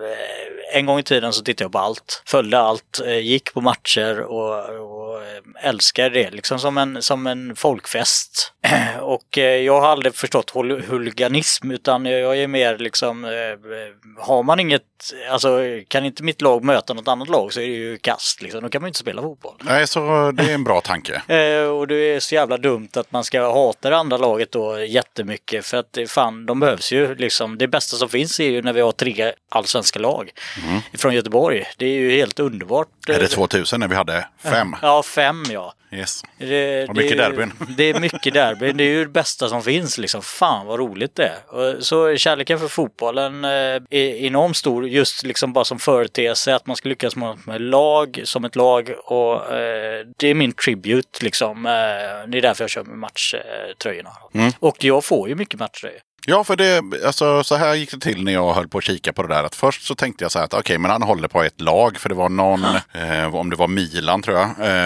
Speaker 5: en gång i tiden så tittade jag på allt. Följde allt, gick på matcher och älskade det liksom som en folkfest. Och jag har aldrig förstått huliganism, utan jag är mer liksom, har man inget, alltså kan inte mitt lag möta något annat lag så är det ju kast liksom, då kan man inte spela fotboll.
Speaker 2: Nej, så det är en bra tanke.
Speaker 5: Och det är så jävla dumt att man ska hata det andra laget då jättemycket, för att fan, de behövs ju liksom. Det bästa som finns är ju när vi har 3 allsvenska lag från Göteborg. Det är ju helt underbart.
Speaker 2: Är det 2000 när vi vi hade 5.
Speaker 5: Ja, 5 ja.
Speaker 2: Yes.
Speaker 5: Och
Speaker 2: mycket derbyn.
Speaker 5: Det är mycket derbyn. Det är ju det bästa som finns liksom. Fan vad roligt det är. Och så kärleken för fotbollen är enormt stor. Just liksom bara som företeelse att man ska lyckas med lag som ett lag. Och det är min tribute liksom. Det är därför jag kör med matchtröjorna. Och jag får ju mycket matchtröjor.
Speaker 2: Ja, för det, alltså, så här gick det till när jag höll på att kika på det där. Att först så tänkte jag så här att okej, men han håller på ett lag. För det var någon, om det var Milan tror jag,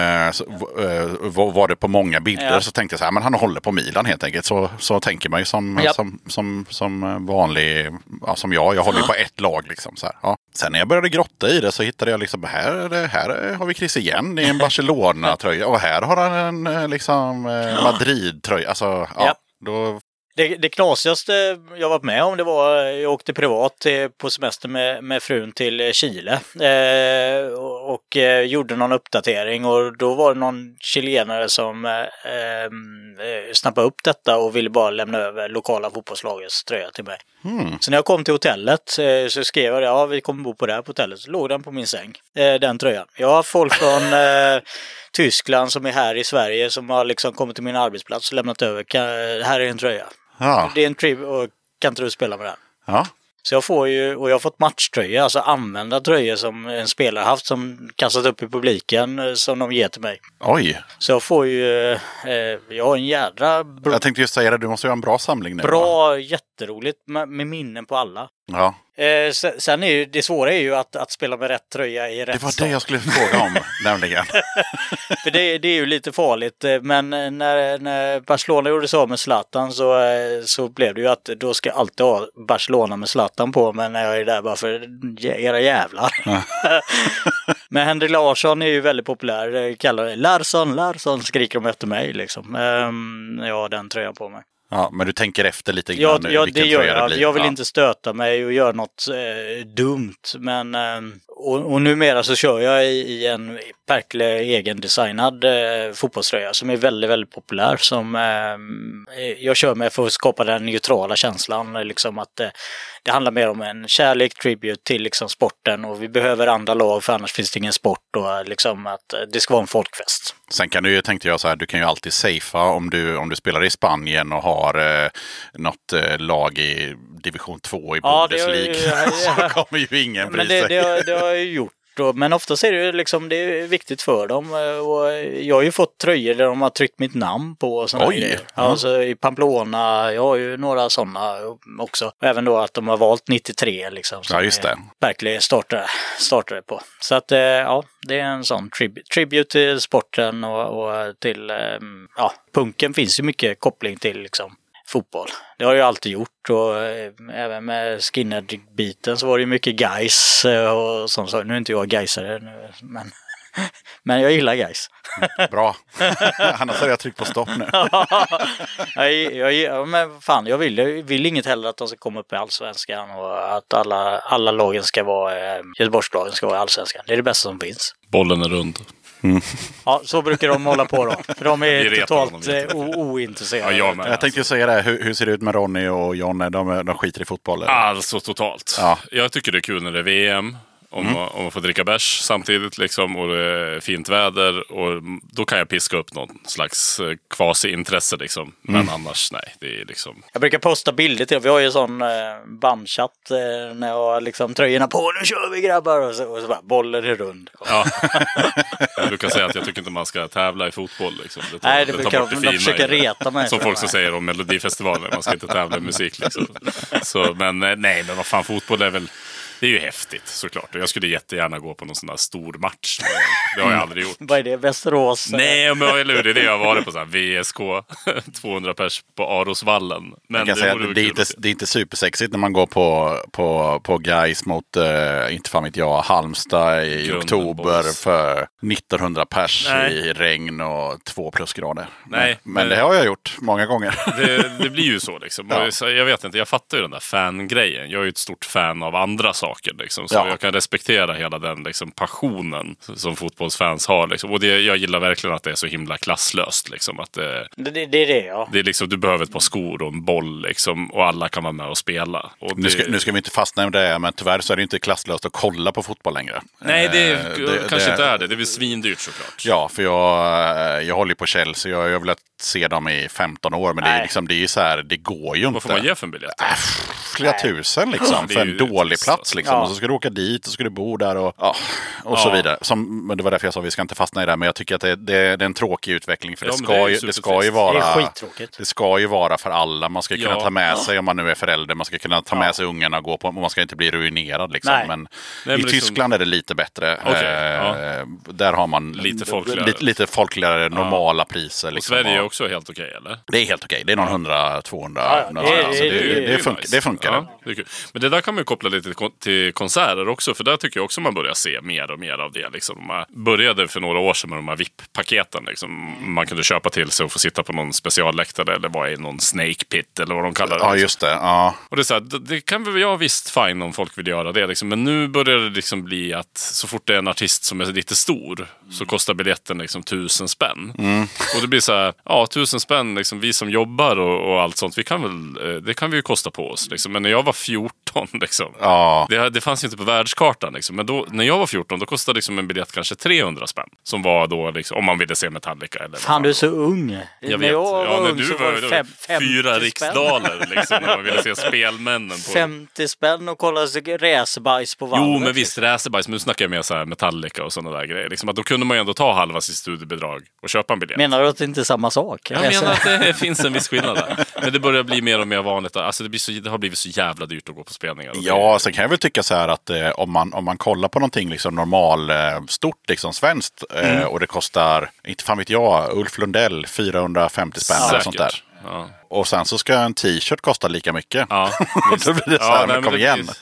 Speaker 2: var det på många bilder. Ja. Så tänkte jag så här, men han håller på Milan helt enkelt. Så tänker man ju som vanlig, ja, som jag håller ju på ett lag liksom så här. Ja. Sen när jag började grotta i det så hittade jag liksom, här har vi Chris igen i en Barcelona-tröja. Och här har han en liksom Madrid-tröja. Alltså, ja, då...
Speaker 5: Det knasigaste jag varit med om, det var jag åkte privat på semester med frun till Chile och gjorde någon uppdatering, och då var det någon chilenare som snappade upp detta och ville bara lämna över lokala fotbollslagets tröja till mig. Så när jag kom till hotellet så skrev jag ja, vi kommer bo på det här på hotellet, så låg den på min säng, den tröjan. Jag har folk från Tyskland som är här i Sverige som har liksom kommit till min arbetsplats och lämnat över, här är en tröja. Ja. Det är en trib, och kan inte du spela med den?
Speaker 2: Ja.
Speaker 5: Så jag får ju, och jag har fått matchtröjor, alltså använda tröjor som en spelare haft som kastat upp i publiken som de ger till mig.
Speaker 2: Oj.
Speaker 5: Så jag får ju, jag har en jädra...
Speaker 2: Jag tänkte just säga det, du måste ju ha en bra samling nu.
Speaker 5: Bra, va? Jätteroligt med minnen på alla.
Speaker 2: Ja.
Speaker 5: Sen är ju, det svåra är ju att spela med rätt tröja i rätt
Speaker 2: Det var
Speaker 5: stad.
Speaker 2: det jag skulle fråga om, nämligen.
Speaker 5: För det är ju lite farligt, men när Barcelona gjorde så med Zlatan så blev det ju att då ska jag alltid ha Barcelona med Zlatan på, men när jag är där bara för era jävlar. Men Henrik Larsson är ju väldigt populär, kallar det Larsson skriker de efter mig liksom. Jag har den tröjan på mig.
Speaker 2: Ja, men du tänker efter lite grann vilken
Speaker 5: det gör
Speaker 2: tröja det blir.
Speaker 5: Jag vill inte stöta mig och göra något dumt, men och numera så kör jag i en verkligen egendesignad fotbollströja som är väldigt, väldigt populär, som jag kör med för att skapa den neutrala känslan, liksom att det handlar mer om en kärlek, tribute till liksom sporten, och vi behöver andra lag för annars finns det ingen sport, och liksom att det ska vara en folkfest.
Speaker 2: Sen kan du ju, tänkte jag så här, du kan ju alltid safea om du spelar i Spanien och har något lag i division 2 i Bundesliga, så kommer ju ingen bry sig.
Speaker 5: Det har jag ju gjort. Men oftast är det liksom, det är viktigt för dem, och jag har ju fått tröjor där de har tryckt mitt namn på och sådana grejer. Alltså i Pamplona, jag har ju några sådana också. Och även då att de har valt 93 liksom.
Speaker 2: Ja, just det.
Speaker 5: Verkligen startade på. Så att ja, det är en sån tribute till sporten och till, ja, punken finns ju mycket koppling till liksom fotboll. Det har jag alltid gjort, och även med skinhead-biten så var det ju mycket guys och sånt. Nu är inte jag gaisare, men jag gillar guys.
Speaker 2: Bra. Annars har jag tryckt på stopp nu.
Speaker 5: Men fan, jag vill inget heller att de ska komma upp i allsvenskan, och att alla lagen ska vara, Göteborgslagen ska vara i allsvenskan. Det är det bästa som finns.
Speaker 1: Bollen är rund.
Speaker 5: Ja, så brukar de hålla på då. För de är totalt ointresserade.
Speaker 1: Ja,
Speaker 2: jag tänkte ju säga det. Hur ser det ut med Ronny och Jonne? De skiter i fotbollen.
Speaker 1: Alltså totalt. Ja. Jag tycker det är kul när det är VM. Om man får dricka bärs samtidigt liksom, och det är fint väder, och då kan jag piska upp någon slags kvasi-intresse liksom. Men annars, nej, det är liksom... Jag
Speaker 5: brukar posta bilder till, vi har ju en sån bandchatt när jag har liksom tröjorna på, nu kör vi grabbar, och så bara, bollen är rund.
Speaker 1: Ja. Jag brukar säga att jag tycker inte man ska tävla i fotboll liksom.
Speaker 5: Nej, det brukar de försöka reta mig.
Speaker 1: Som folk så säger om Melodifestivalen, man ska inte tävla i musik liksom. Så, men nej, men vad fan, fotboll är väl... Det är ju häftigt såklart. Och jag skulle jättegärna gå på någon sån här stor match. Det har jag aldrig gjort.
Speaker 5: Vad är det? Västerås?
Speaker 1: Nej, men eller hur? Det är det jag har varit på. Så här VSK 200 pers på Arosvallen. Men
Speaker 2: jag kan säga att det är inte supersexigt när man går på Gais mot, inte fan vet jag, Halmstad i oktober för 1900 pers i regn och 2 plusgrader.
Speaker 1: Nej,
Speaker 2: men det har jag gjort många gånger.
Speaker 1: Det blir ju så liksom. Ja. Jag vet inte, jag fattar ju den där fangrejen. Jag är ju ett stort fan av andra saker liksom. Så jag kan respektera hela den liksom, passionen som fotbollsfans har liksom. Och jag gillar verkligen att det är så himla klasslöst liksom. Att det är
Speaker 5: det, ja.
Speaker 1: Det är liksom, du behöver ett par skor och en boll liksom. Och alla kan vara med och spela. Och
Speaker 2: nu ska vi inte fastna i det, men tyvärr så är det inte klasslöst att kolla på fotboll längre.
Speaker 1: Nej, det kanske inte är det. Det är väl svindyrt såklart.
Speaker 2: Ja, för jag håller på Chelsea. Jag har velat se dem i 15 år, men det är ju så här, det går ju inte.
Speaker 1: Vad får man ge för en biljett?
Speaker 2: Flera tusen liksom, för en dålig plats liksom. Och så ska du åka dit och ska du bo där och så vidare. Men det var därför jag sa att vi ska inte fastna i det, men jag tycker att det är en tråkig utveckling, för det ska ju vara...
Speaker 5: Det är skittråkigt.
Speaker 2: Det ska ju vara för alla. Man ska kunna ta med sig, om man nu är förälder, man ska kunna ta med sig ungarna och gå på, och man ska inte bli ruinerad liksom. Men i Tyskland är det lite bättre. Där har man lite folkligare normala priser. Liksom.
Speaker 1: Och Sverige är också helt okej, eller?
Speaker 2: Det är helt okej. Det är någon 100-200. Det funkar.
Speaker 1: Ja, det är kul. Men det där kan man ju koppla lite till konserter också, för där tycker jag också man börjar se mer och mer av det. Liksom. Man började för några år sedan med de här VIP-paketen. Liksom. Man kunde köpa till sig och få sitta på någon specialläktare eller vara i någon snake pit eller vad de kallar det.
Speaker 2: Ja, just det. Ja.
Speaker 1: Och det är så här, det kan väl jag visst fine om folk vill göra det. Liksom. Men nu börjar det liksom bli att så fort det är en artist som är lite stor så kostar biljetten liksom 1000 spänn. Och det blir så här, 1000 spänn, liksom, vi som jobbar och allt sånt, det kan vi ju kosta på oss. Liksom. Men när jag var 14, liksom, det fanns ju inte på världskartan. Liksom. Men då, när jag var 14, då kostade liksom en biljett kanske 300 spänn. Som var då, liksom, om man ville se Metallica. Eller
Speaker 5: fan, du är så ung.
Speaker 1: Jag vet. När du var 4 riksdaler, liksom, när man ville se spelmännen. På
Speaker 5: 50 spänn och kolla räsebajs på valvet.
Speaker 1: Jo, men visst, räsebajs. Men nu snackar jag mer så här Metallica och sådana där grejer. Liksom, att då kunde man ju ändå ta halva sitt studiebidrag och köpa en biljett.
Speaker 5: Menar du att det inte är samma sak?
Speaker 1: Jag menar att det finns en viss skillnad där. Men det börjar bli mer och mer vanligt. Alltså det har blivit så jävla dyrt att gå på spelningar.
Speaker 2: Ja, sen kan jag väl tycka så här att om man kollar på någonting liksom stort liksom svenskt och det kostar, inte fan vet jag, Ulf Lundell 450 spänn eller sånt där.
Speaker 1: Ja.
Speaker 2: Och sen så ska en t-shirt kosta lika mycket.
Speaker 1: Ja,
Speaker 2: då blir det så här, kom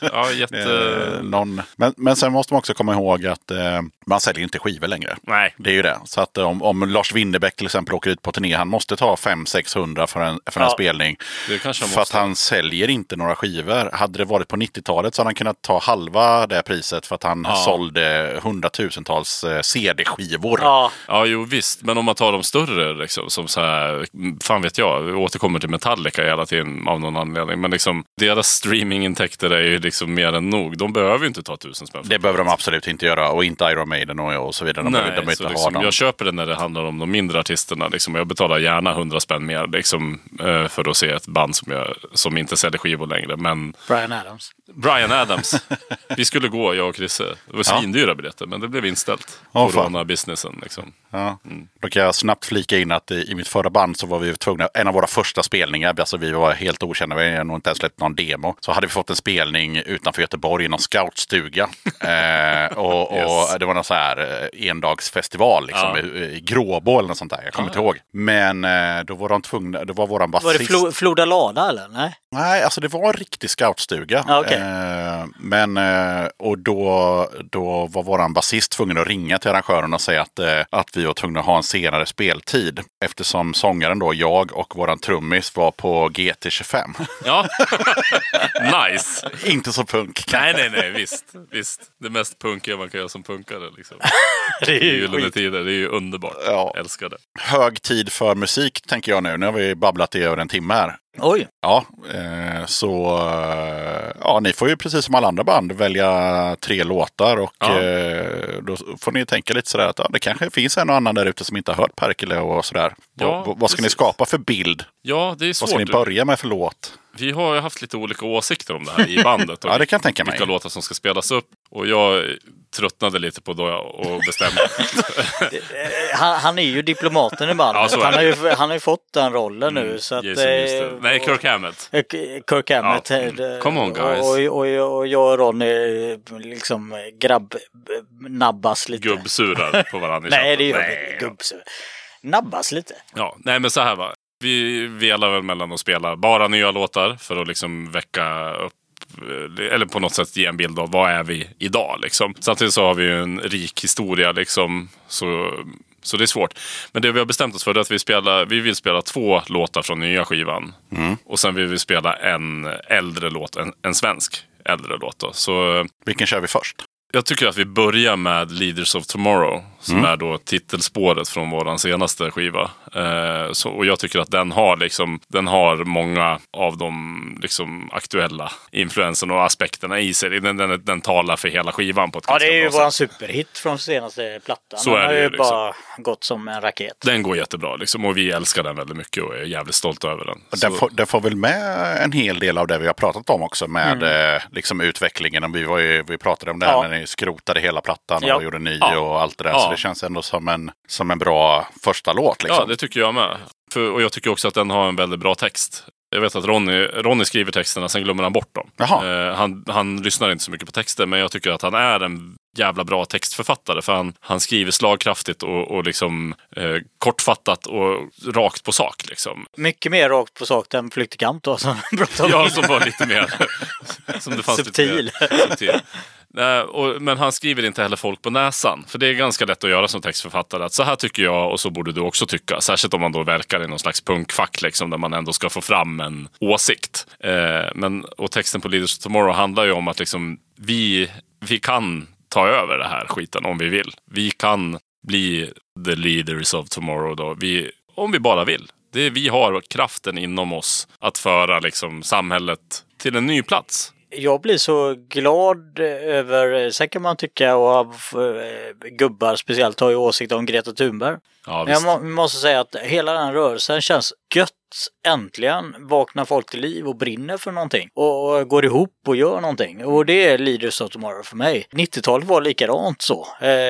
Speaker 2: igen. Men sen måste man också komma ihåg att man säljer inte skivor längre.
Speaker 1: Nej.
Speaker 2: Det är ju det. Så att om Lars Winnerbäck till exempel åker ut på turné, han måste ta 500-600 för en spelning.
Speaker 1: Det kanske
Speaker 2: för att han säljer inte några skivor. Hade det varit på 90-talet så hade han kunnat ta halva det priset för att han sålde hundratusentals CD-skivor.
Speaker 5: Ja,
Speaker 1: jo visst. Men om man tar de större liksom, som så här, fan vet jag återkommer till Metallica hela tiden av någon anledning. Men liksom, deras streamingintäkter är ju liksom mer än nog. De behöver ju inte ta 1000 spänn.
Speaker 2: Det behöver de absolut inte göra. Och inte Iron Maiden och så vidare. De inte
Speaker 1: så liksom, jag köper det när det handlar om de mindre artisterna. Liksom. Jag betalar gärna 100 spänn mer liksom, för att se ett band som inte säljer skivor längre. Men Bryan Adams. Vi skulle gå, jag och Chrisse. Det var svindyra biljetter, men det blev inställt. Corona-businessen liksom.
Speaker 2: Ja. Då kan jag snabbt flika in att i mitt förra band så var vi tvungna, en av våra första spelningar, alltså vi var helt okända, vi hade nog inte ens släppt någon demo, så hade vi fått en spelning utanför Göteborg i någon scoutstuga. Och det var någon så här endagsfestival liksom, i Gråbo eller något sånt där, jag kommer inte ihåg. Men då var de tvungna, då var våran basist...
Speaker 5: Var det Floda Lada eller?
Speaker 2: Nej, alltså det var en riktig scoutstuga.
Speaker 5: Okay.
Speaker 2: Och då var våran basist tvungen att ringa till arrangören och säga att vi var tvungna att ha en senare speltid. Eftersom sångaren då, jag och våran trummis var på GT25.
Speaker 1: Ja, nice.
Speaker 2: Inte så punk.
Speaker 1: Nej, visst. Det mest punkiga man kan göra som punkare. Liksom. Det är ju gyllene tider, det är ju underbart. Ja. Älskar det.
Speaker 2: Hög tid för musik tänker jag nu. Nu har vi babblat i över en timme här.
Speaker 5: Oj!
Speaker 2: Ja, ni får ju precis som alla andra band välja 3 låtar och då får ni tänka lite sådär att det kanske finns en och annan där ute som inte har hört Perkele och sådär. Vad ska ni skapa för bild?
Speaker 1: Ja, det är svårt.
Speaker 2: Vad ska ni börja med för låt?
Speaker 1: Vi har ju haft lite olika åsikter om det här i bandet. Och
Speaker 2: ja, det kan jag tänka mig.
Speaker 1: Vilka låtar som ska spelas upp. Och jag tröttnade lite på då och bestämde.
Speaker 5: Han är ju diplomaten i bandet. Ja, han har ju fått den rollen nu. Så att,
Speaker 1: nej, Kirk Hammett.
Speaker 5: Kirk Hammett.
Speaker 1: Ja. Come on, guys.
Speaker 5: Och jag och Ronny liksom nabbas lite.
Speaker 1: Gubbsurar på varandra.
Speaker 5: Nej, det gör vi inte. Gubbsur. Nabbas lite.
Speaker 1: Ja, nej men så här va. Vi velar väl mellan att spela bara nya låtar för att liksom väcka upp eller på något sätt ge en bild av vad är vi idag liksom. Samtidigt så har vi ju en rik historia liksom, så det är svårt. Men det vi har bestämt oss för är att vi vill spela 2 låtar från nya skivan. Och sen vill vi spela en äldre låt, en svensk äldre låt då. Så
Speaker 2: vilken kör vi först? Jag
Speaker 1: tycker att vi börjar med Leaders of Tomorrow, som är då titelspåret från våran senaste skiva. Och jag tycker att den har många av de liksom aktuella influenserna och aspekterna i sig. Den talar för hela skivan på ett ganska bra sätt. Ja, det är ju
Speaker 5: våran superhit från senaste plattan.
Speaker 1: Så är det ju liksom.
Speaker 5: Bara gått som en raket.
Speaker 1: Den går jättebra liksom, och vi älskar den väldigt mycket och är jävligt stolta över den.
Speaker 2: Den får väl med en hel del av det vi har pratat om också med liksom utvecklingen. Vi pratade om det här när ni skrotade hela plattan och gjorde ny och allt det där. Så det känns ändå som en bra första låt. Liksom.
Speaker 1: Ja, det tycker jag med. Och jag tycker också att den har en väldigt bra text. Jag vet att Ronny skriver texterna, sen glömmer han bort dem. Han lyssnar inte så mycket på texter, men jag tycker att han är en jävla bra textförfattare. För han skriver slagkraftigt och liksom kortfattat och rakt på sak. Liksom.
Speaker 5: Mycket mer rakt på sak än Flyktikant då. Som
Speaker 1: var lite mer som det fanns
Speaker 5: subtil.
Speaker 1: Lite mer subtil. Men han skriver inte heller folk på näsan. För det är ganska lätt att göra som textförfattare. Att så här tycker jag och så borde du också tycka. Särskilt om man då verkar i någon slags punkfack liksom, där man ändå ska få fram en åsikt. Och texten på Leaders of Tomorrow handlar ju om att liksom, vi kan ta över det här skiten om vi vill. Vi kan bli the leaders of tomorrow då. Om vi bara vill. Vi har kraften inom oss att föra liksom, samhället till en ny plats.
Speaker 5: Jag blir så glad över, sen kan man tycka och gubbar speciellt har ju åsikter om Greta Thunberg.
Speaker 1: Ja,
Speaker 5: jag måste säga att hela den rörelsen känns gött. Äntligen vaknar folk till liv och brinner för någonting och går ihop och gör någonting. Och det är Leaders of Tomorrow för mig. 90-talet var likadant så.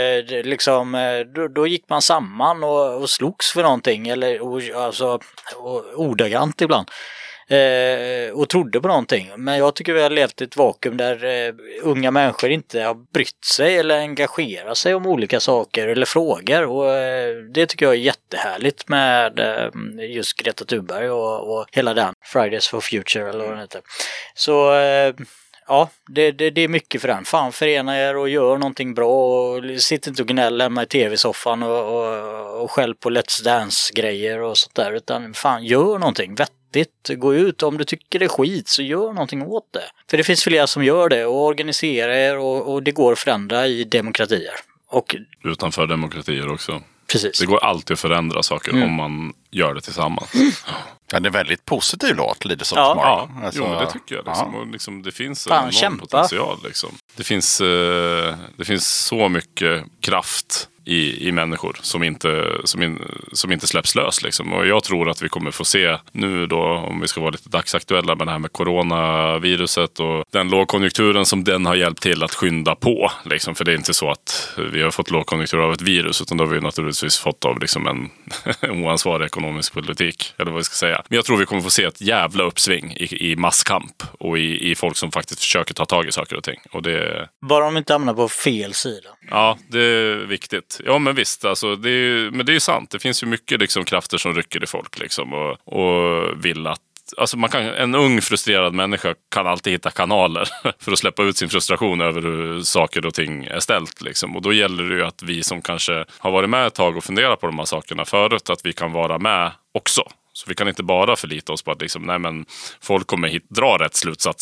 Speaker 5: Då gick man samman och slogs för någonting och ordagrant ibland. Och trodde på någonting. Men jag tycker vi har levt i ett vakuum där unga människor inte har brytt sig eller engagerat sig om olika saker eller frågor. Och det tycker jag är jättehärligt med just Greta Thunberg och hela den Fridays for Future eller vad den heter. Så ja, det är mycket för den. Fan, förena er och gör någonting bra och sitt inte och gnäll hemma i tv-soffan och skäll på Let's Dance-grejer och sånt där. Utan fan, gör någonting vettigt. Gå ut, om du tycker det är skit så gör någonting åt det. För det finns flera som gör det och organiserar er och det går att förändra i demokratier. Och
Speaker 1: utanför demokratier också.
Speaker 5: Precis.
Speaker 1: Det går alltid att förändra saker om man gör det tillsammans.
Speaker 2: Ja, det är en väldigt positiv låt, Leaders of Tomorrow.
Speaker 1: Ja, alltså, det tycker jag. Liksom. Och liksom, det finns en enorm potential. Liksom. Det finns så mycket kraft i människor som inte släpps lös. Liksom. Och jag tror att vi kommer få se nu då, om vi ska vara lite dagsaktuella med det här med coronaviruset och den lågkonjunkturen som den har hjälpt till att skynda på. Liksom. För det är inte så att vi har fått lågkonjunktur av ett virus, utan då har vi naturligtvis fått av liksom en oansvarig ekonomisk politik, eller vad vi ska säga. Men jag tror vi kommer få se ett jävla uppsving i masskamp och i folk som faktiskt försöker ta tag i saker och ting. Och det...
Speaker 5: Bara de inte hamnar på fel sida.
Speaker 1: Ja, det är viktigt. Ja, men visst. Alltså, men det är ju sant. Det finns ju mycket liksom, krafter som rycker i folk liksom, och vill att... Alltså en ung frustrerad människa kan alltid hitta kanaler för att släppa ut sin frustration över hur saker och ting är ställt. Liksom. Och då gäller det ju att vi som kanske har varit med ett tag och funderat på de här sakerna förut, att vi kan vara med också. Så vi kan inte bara förlita oss på att liksom, nej, men folk kommer dra rätt slutsatser.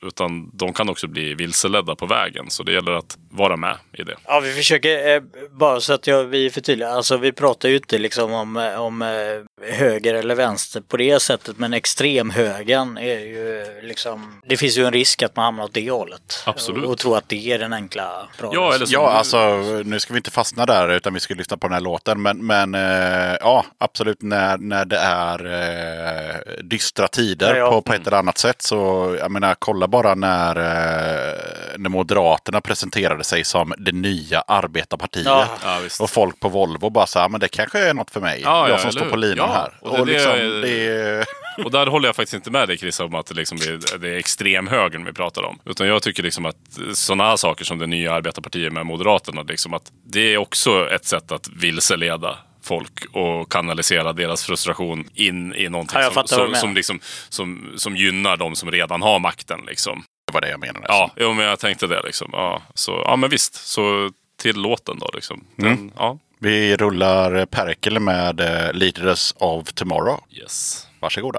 Speaker 1: utan de kan också bli vilseledda på vägen. Så det gäller att vara med i det.
Speaker 5: Ja, vi försöker, bara så att vi förtydligar, alltså vi pratar ju inte liksom om höger eller vänster på det sättet, men extremhögern är ju liksom, det finns ju en risk att man hamnar åt det hållet.
Speaker 1: Absolut.
Speaker 5: Och tror att det är den enkla bra.
Speaker 1: Ja, eller
Speaker 2: Ja, alltså nu ska vi inte fastna där utan vi ska lyssna på den här låten. Men ja, absolut när det är dystra tider på ett eller annat sätt. Så jag menar, kolla bara när Moderaterna presenterade sig som det nya arbetarpartiet.
Speaker 1: Ja,
Speaker 2: och folk på Volvo bara så här, men det kanske är något för mig. Jag som står på linan här.
Speaker 1: Och och där håller jag faktiskt inte med dig, Chris, om att liksom det är extremhögern vi pratar om. Utan jag tycker liksom att sådana här saker som det nya arbetarpartiet med Moderaterna, liksom att det är också ett sätt att vilseleda folk och kanalisera deras frustration in i någonting som gynnar de som redan har makten. Liksom.
Speaker 2: Det var det jag menade.
Speaker 1: Ja, men jag tänkte det. Liksom. Ja, så, ja, men visst. Så till låten då. Liksom. Ja.
Speaker 2: Vi rullar Perkele med Leaders of Tomorrow.
Speaker 1: Yes.
Speaker 2: Varsågoda.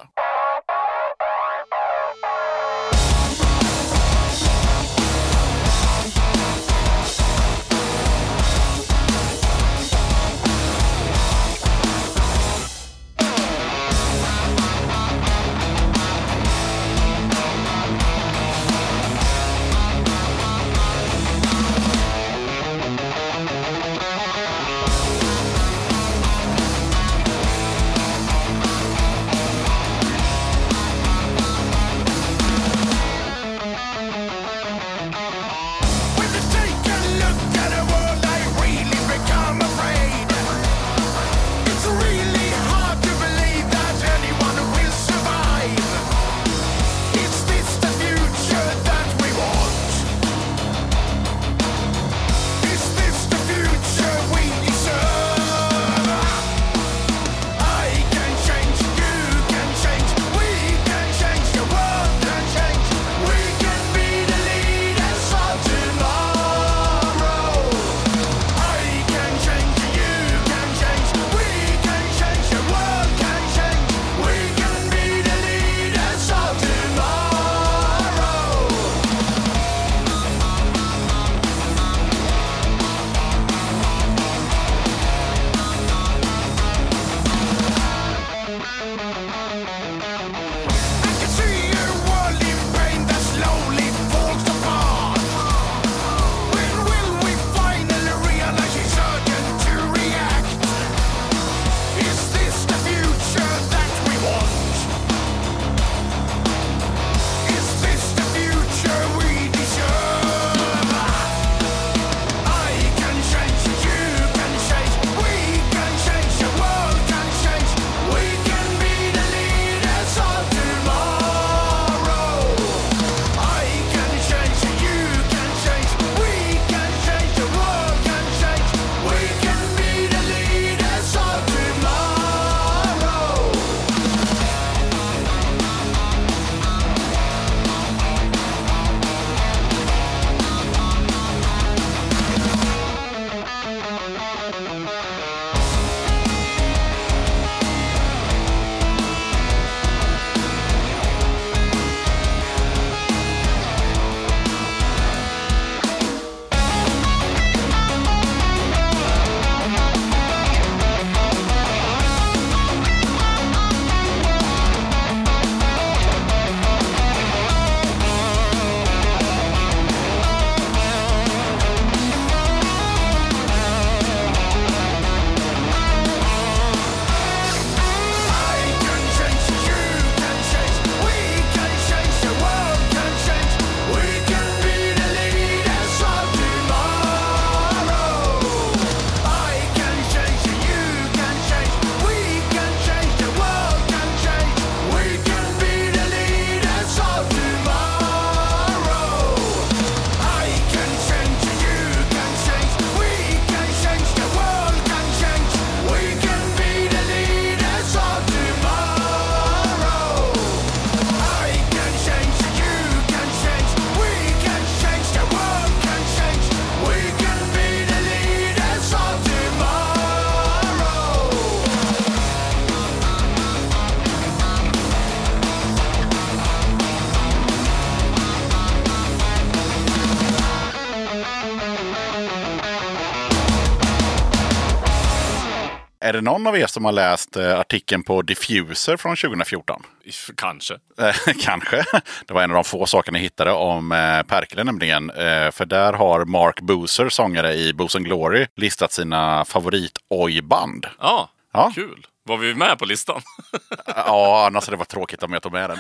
Speaker 2: Är det någon av er som har läst artikeln på Diffuser från 2014?
Speaker 1: Kanske.
Speaker 2: Kanske. Det var en av de få sakerna jag hittade om Perkele nämligen. För där har Mark Boozer, sångare i Booze & Glory, listat sina favorit-oj-band.
Speaker 1: Ja, kul. Var vi med på listan?
Speaker 2: Ja, annars hade det varit tråkigt om jag tog med den.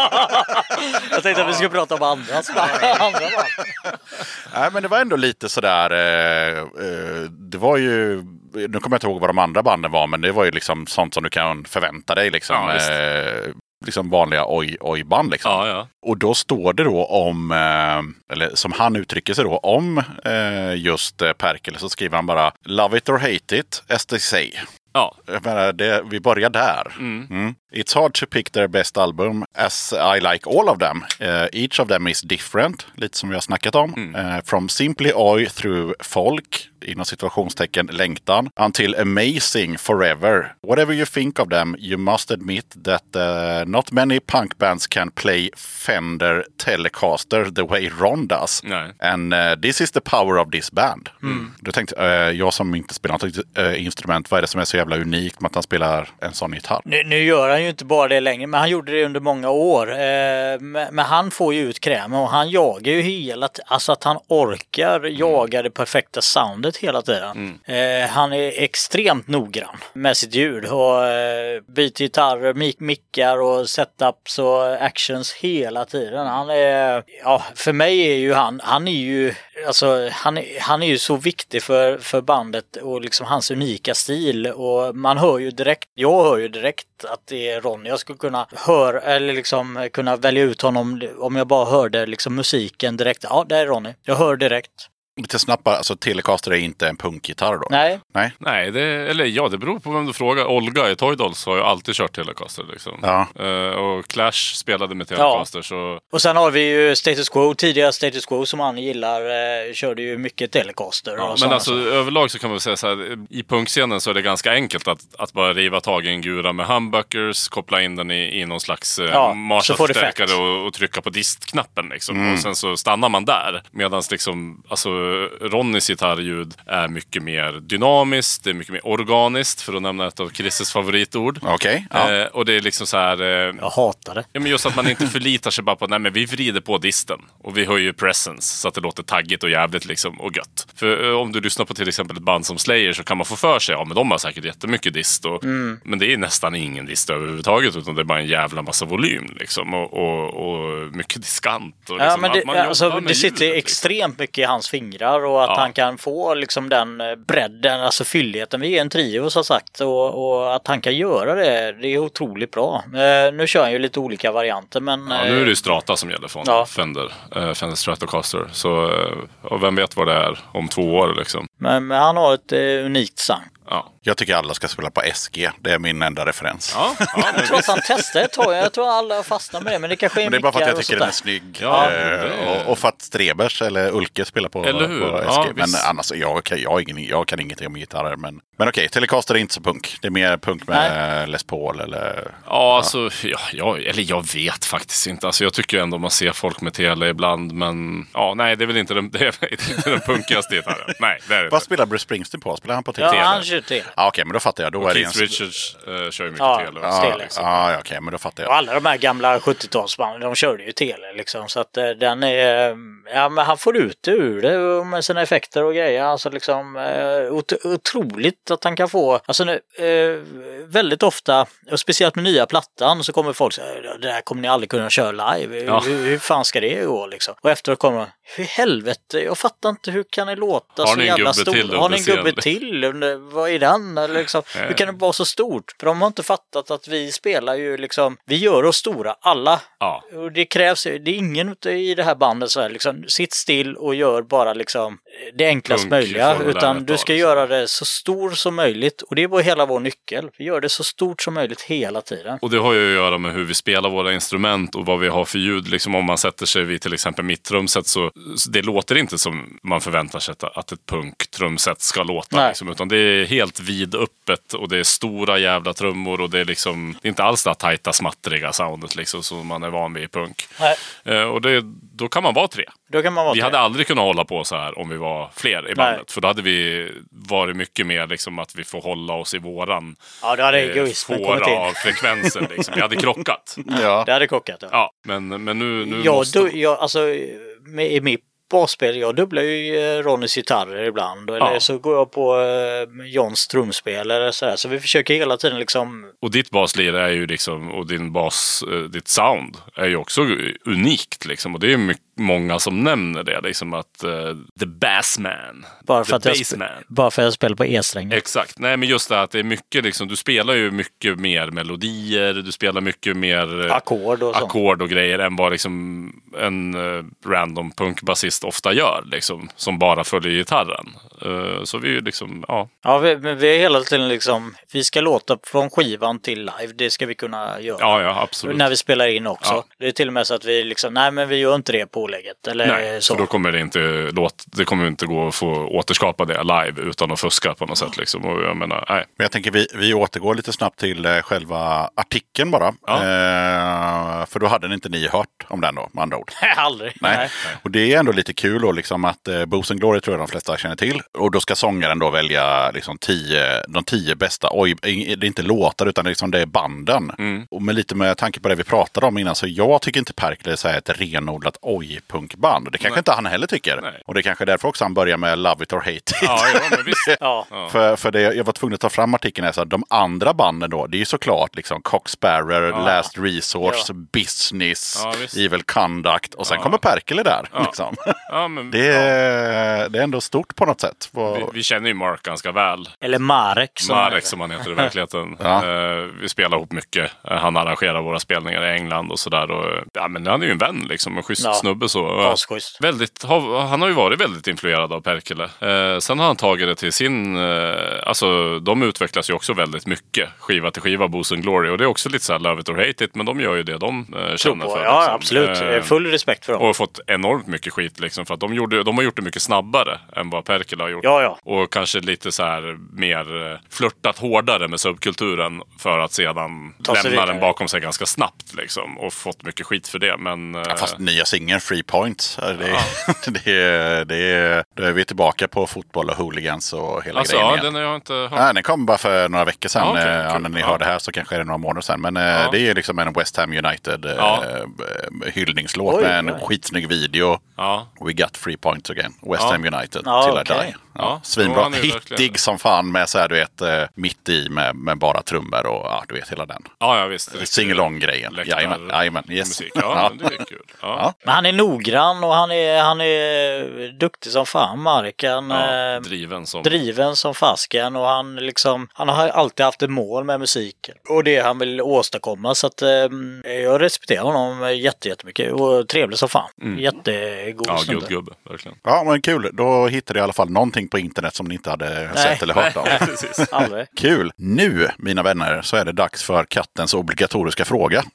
Speaker 5: Jag tänkte att vi skulle prata om andra band.
Speaker 2: Nej, men det var ändå lite sådär... det var ju... Nu kommer jag inte ihåg vad de andra banden var, men det var ju liksom sånt som du kan förvänta dig. Liksom, liksom vanliga oj-band. Liksom.
Speaker 1: Ja.
Speaker 2: Och då står det då om... eller som han uttrycker sig då om just Perkele, så skriver han bara Love it or hate it, as they say.
Speaker 1: Ja.
Speaker 2: Jag menar, vi börjar där. It's hard to pick their best album as I like all of them. Each of them is different, lite som vi har snackat om. From simply oj through folk, inom situationstecken längtan, until amazing forever. Whatever you think of them, you must admit that not many punk bands can play Fender Telecaster the way Ron does.
Speaker 1: Nej.
Speaker 2: And this is the power of this band. Då tänkte jag som inte spelar något instrument, vad är det som är så jävla unikt med att han spelar en sån gitarr?
Speaker 5: Nu gör han ju inte bara det längre, men han gjorde det under många år. Men han får ju ut krämen och han jagar ju alltså att han orkar jaga det perfekta soundet hela tiden. Han är extremt noggrann med sitt ljud och byter gitarrer, mickar och setups och actions hela tiden. Han är, för mig är ju han är ju, alltså han är ju så viktig för bandet och liksom hans unika stil, och man hör ju direkt, jag hör ju direkt att det är Ronny. Jag skulle kunna höra eller liksom kunna välja ut honom om jag bara hörde liksom musiken direkt. Ja, det är Ronny. Jag hör direkt.
Speaker 2: Lite snabbt, alltså Telecaster är inte en punkgitarr då?
Speaker 5: Nej.
Speaker 1: Nej, det beror på vem du frågar. Olga i Toy Dolls har ju alltid kört Telecaster liksom.
Speaker 2: Ja.
Speaker 1: Och Clash spelade med Telecaster. Så...
Speaker 5: Och sen har vi ju Status Quo, tidigare Status Quo som han gillar, körde ju mycket Telecaster.
Speaker 1: Ja, men alltså överlag så kan man säga så här, i punkscenen så är det ganska enkelt att bara riva tag i en gura med humbuckers, koppla in den i någon slags Marshall-förstärkare och trycka på distknappen liksom. Och sen så stannar man där. Medan liksom, alltså Ronnys gitarrljud är mycket mer dynamiskt, det är mycket mer organiskt, för att nämna ett av Chrises favoritord.
Speaker 2: Okej. Ja.
Speaker 1: Och det är liksom så här...
Speaker 5: jag hatar det.
Speaker 1: Ja, men just att man inte förlitar sig bara på nej, men vi vrider på disten och vi höjer presence så att det låter taggigt och jävligt liksom, och gött. För om du lyssnar på till exempel ett band som Slayer så kan man få för sig, men de har säkert jättemycket dist. Men det är nästan ingen dist överhuvudtaget, utan det är bara en jävla massa volym liksom, och mycket diskant. Och, liksom,
Speaker 5: men det sitter extremt mycket i hans fingrar. Och att han kan få liksom den bredden, alltså fylligheten. Vi är en trio som sagt, och att han kan göra det är otroligt bra. Nu kör han ju lite olika varianter, men...
Speaker 1: Ja, nu är det ju Strata som gäller från Fender Stratocaster. Så, och vem vet vad det är om 2 år liksom.
Speaker 5: Men han har ett unikt sound.
Speaker 1: Ja.
Speaker 2: Jag tycker alla ska spela på SG. Det är min enda referens.
Speaker 5: Jag tror att han testar ett tag. Jag tror alla fastnar med det. Men det kanske är
Speaker 2: det är bara för att jag tycker den är snygg. Och för att Strebers eller Ulke spelar på SG. Men annars, jag kan ingenting om gitarrer. Men okej, Telecaster är inte så punk. Det är mer punk med Les Paul eller...
Speaker 1: Alltså, jag vet faktiskt inte. Alltså, jag tycker ändå man ser folk med tele ibland. Men nej, det är väl inte den punkigaste gitarren. Nej, det är det.
Speaker 2: Vad spelar Bruce Springsteen på? Spelar han på tele?
Speaker 5: Ja, han kör tele.
Speaker 2: Okej, men då fattar jag. Då är
Speaker 1: Keith Richards kör ju mycket tele.
Speaker 2: Okej, men då fattar jag.
Speaker 5: Och alla de här gamla 70-talsbanden, de körde ju tele liksom. Så att den är... Ja, men han får ut ur det med sina effekter och grejer. Alltså liksom otroligt att han kan få... Alltså nu, väldigt ofta, och speciellt med nya plattan, så kommer folk säga, det där kommer ni aldrig kunna köra live. Hur fan ska det gå liksom? Och efteråt kommer de, hur helvete, jag fattar inte, hur kan det låta så jävla stort? Har ni en gubbe till? Vad är den? Eller liksom, hur kan det vara så stort? För de har inte fattat att vi spelar ju liksom, vi gör oss stora, alla. Ja. Och det krävs, det är ingen i det här bandet så här liksom, sitt still och gör bara liksom det enklast möjliga, utan du ska göra det så stor som möjligt, och det var hela vår nyckel. Vi gör det så stort som möjligt hela tiden. Och
Speaker 1: det har ju att göra med hur vi spelar våra instrument och vad vi har för ljud. Liksom om man sätter sig vid till exempel mitt trumset, så det låter inte som man förväntar sig att ett punktrumset ska låta. Liksom, utan det är helt vidöppet och det är stora jävla trummor och det är liksom, det är inte alls det tajta smattriga soundet liksom, som man är van vid i punk. Och då kan man vara 3.
Speaker 5: Då kan man vara
Speaker 1: Vi
Speaker 5: 3.
Speaker 1: hade aldrig kunnat hålla på så här om vi var fler i bandet. För då hade vi varit mycket mer liksom att vi får hålla oss i våran
Speaker 5: då hade egoismen kommit in.
Speaker 1: av frekvensen. Liksom. Vi hade krockat.
Speaker 5: Det hade krockat.
Speaker 1: Ja, men nu
Speaker 5: i mitt basspel, jag dubblar ju Ronnys gitarrer ibland. Eller så går jag på Johns trumspel eller sådär. Så vi försöker hela tiden liksom...
Speaker 1: Och ditt baslir är ju liksom, och ditt sound är ju också unikt liksom. Och det är många som nämner det liksom att the bassman.
Speaker 5: Bara för att jag spelar på E-strängen.
Speaker 1: Exakt. Nej, men just det att det är mycket liksom, du spelar ju mycket mer melodier, du spelar mycket mer ackord och grejer än vad liksom en random punkbasist ofta gör liksom, som bara följer gitarren. Så vi är ju liksom,
Speaker 5: vi är hela tiden liksom, vi ska låta från skivan till live, det ska vi kunna göra.
Speaker 1: Ja, absolut.
Speaker 5: När vi spelar in också.
Speaker 1: Ja.
Speaker 5: Det är till och med så att vi liksom, nej men vi gör inte det pålägget. Eller
Speaker 1: nej,
Speaker 5: så.
Speaker 1: För då kommer det kommer inte gå att få återskapa det live utan att fuska på något sätt liksom. Och jag menar, nej.
Speaker 2: Men jag tänker vi återgår lite snabbt till själva artikeln bara.
Speaker 1: Ja.
Speaker 2: För då hade inte ni hört om den då, med andra ord.
Speaker 5: Aldrig.
Speaker 2: Nej. Och det är ändå lite kul då liksom att Booze & Glory tror jag de flesta känner till. Och då ska sångaren då välja liksom de 10 bästa. Oj, det är inte låtar utan liksom det är banden. Och med tanke på det vi pratade om innan, så jag tycker inte Perkele är ett renodlat oj-punkband. Det kanske inte han heller tycker.
Speaker 1: Nej.
Speaker 2: Och det är kanske därför också han börjar med Love It or Hate It.
Speaker 1: Ja, men visst.
Speaker 2: För det, jag var tvungen att ta fram artikeln här, så de andra banden då, det är ju såklart liksom Cocksparrer, Last Resource, Business, Evil Conduct och sen kommer Perkele där. Liksom.
Speaker 1: Men,
Speaker 2: det är ändå stort på något sätt.
Speaker 1: Vi känner ju Mark ganska väl.
Speaker 5: Eller Marek
Speaker 1: som han heter i verkligheten. Vi spelar ihop mycket. Han arrangerar våra spelningar i England och sådär. Men han är ju en vän liksom, en schysst snubbe så. Han har ju varit väldigt influerad av Perkele. Sen har han tagit det till sin... alltså de utvecklas ju också väldigt mycket. Skiva till skiva, Booze & Glory. Och det är också lite så här Love It or Hate It. Men de gör ju det de känner för.
Speaker 5: Ja, liksom. Absolut. Full respekt för dem.
Speaker 1: Och fått enormt mycket skit liksom. För att de har gjort det mycket snabbare än vad Perkele har gjort.
Speaker 5: Ja.
Speaker 1: Och kanske lite så här mer flörtat hårdare med subkulturen för att sedan lämna den bakom sig ganska snabbt liksom. Och fått mycket skit för det. Men,
Speaker 2: fast nya singeln Free Point. Då är vi tillbaka på fotboll och hooligans och hela grejen igen.
Speaker 1: Den har jag inte hört.
Speaker 2: Nej, den kom bara för några veckor sedan.
Speaker 1: Okay,
Speaker 2: när ni hör det här så kanske är det några månader sedan. Men det är liksom en West Ham United hyllningslåt med en skitsnygg video. We got 3 points again. West Ham United till I die. Svinbra. Hittig som fan med så här, du vet, mitt i med bara trummor och du vet hela den.
Speaker 1: Ja, visst.
Speaker 2: Sing-along-grejen. Jajamän. Yes.
Speaker 1: Musik. Ja, men det är kul. Ja.
Speaker 5: Men han är noggrann och han är duktig som fan, Marken. Driven som fasken och han har alltid haft ett mål med musiken och det han vill åstadkomma, så att jag respekterar honom jättemycket och trevlig som fan. Jättegod snubbe.
Speaker 1: Gubbe, verkligen.
Speaker 2: Ja, men kul. Då hittade jag i alla fall någonting på internet som ni inte hade sett eller hört om.
Speaker 5: Aldrig.
Speaker 2: Kul. Nu, mina vänner, så är det dags för kattens obligatoriska fråga.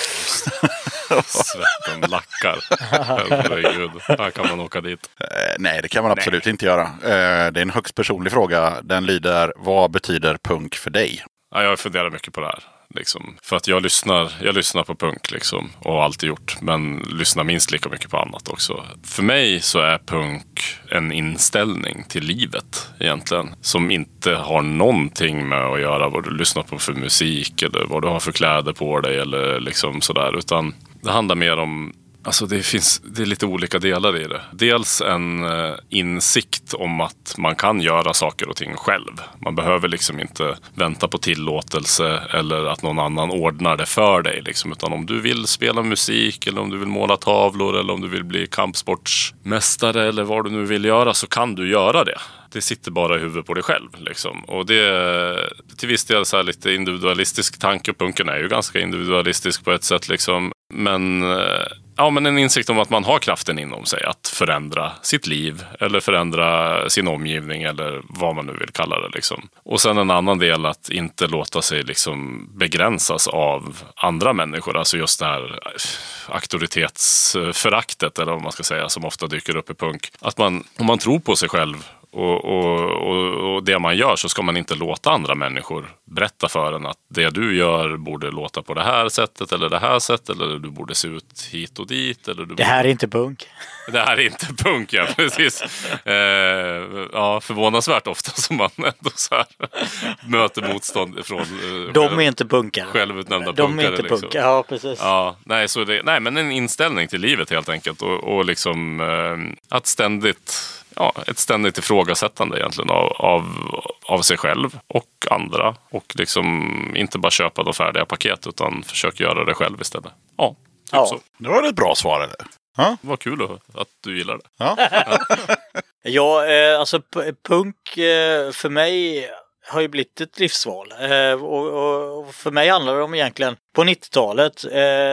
Speaker 1: Svetten lackar. Herregud, här kan man åka dit.
Speaker 2: Nej, det kan man absolut inte göra. Det är en högst personlig fråga. Den lyder, vad betyder punk för dig?
Speaker 1: Ja, jag funderar mycket på det här. Liksom. För att jag lyssnar på punk liksom, och har alltid gjort, men lyssnar minst lika mycket på annat också. För mig så är punk en inställning till livet egentligen, som inte har någonting med att göra vad du lyssnar på för musik eller vad du har för kläder på dig eller liksom sådär, utan det handlar mer om, alltså det är lite olika delar i det. Dels en insikt om att man kan göra saker och ting själv. Man behöver liksom inte vänta på tillåtelse eller att någon annan ordnar det för dig. Liksom. Utan om du vill spela musik eller om du vill måla tavlor eller om du vill bli kampsportsmästare eller vad du nu vill göra, så kan du göra det. Det sitter bara i huvudet på dig själv. Liksom. Och det är till viss del så här lite individualistisk tanke. Punken är ju ganska individualistisk på ett sätt. Liksom. Men en insikt om att man har kraften inom sig att förändra sitt liv eller förändra sin omgivning eller vad man nu vill kalla det. Liksom. Och sen en annan del att inte låta sig liksom begränsas av andra människor. Alltså just det här auktoritetsföraktet eller vad man ska säga, som ofta dyker upp i punk. Att om man tror på sig själv Och det man gör så ska man inte låta andra människor berätta för en att det du gör borde låta på det här sättet eller det här sättet, eller du borde se ut hit och dit. Eller
Speaker 5: det här är inte punk.
Speaker 1: Det här är inte punk, ja, precis. Förvånansvärt ofta som man ändå så här möter motstånd från
Speaker 5: de är inte punkare.
Speaker 1: Självutnämnda
Speaker 5: de
Speaker 1: punkare.
Speaker 5: De är inte
Speaker 1: liksom.
Speaker 5: punkare, ja precis.
Speaker 1: Ja, nej, men en inställning till livet helt enkelt. Och liksom att ett ständigt ifrågasättande egentligen av sig själv och andra. Och liksom inte bara köpa de färdiga paket utan försöka göra det själv istället. Ja, så.
Speaker 2: Det var ett bra svar, eller? Ja.
Speaker 1: Det var kul att du gillar det.
Speaker 2: Ja.
Speaker 5: Ja, alltså punk för mig har ju blivit ett livsval. Och för mig handlar det om egentligen på 90-talet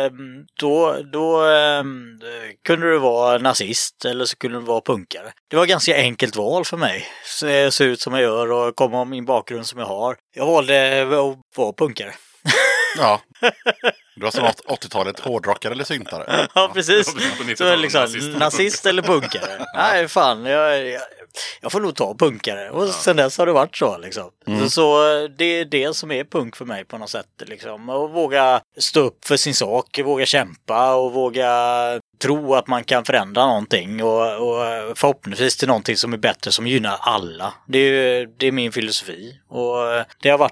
Speaker 5: då kunde du vara nazist eller så kunde du vara punkare. Det var ett ganska enkelt val för mig. Se ut som jag gör och komma om min bakgrund som jag har. Jag valde att vara punkare.
Speaker 2: Ja. Du var som 80-talet hårdrockare eller syntare.
Speaker 5: Ja, precis. Så liksom, nazist eller punkare. Nej, fan. Jag får nog ta punkare. Och sen dess har det varit så liksom. Så det är det som är punk för mig på något sätt liksom. Och våga stå upp för sin sak, våga kämpa och våga tro att man kan förändra någonting och förhoppningsvis till någonting som är bättre, som gynnar alla. Det är min filosofi. Och det har varit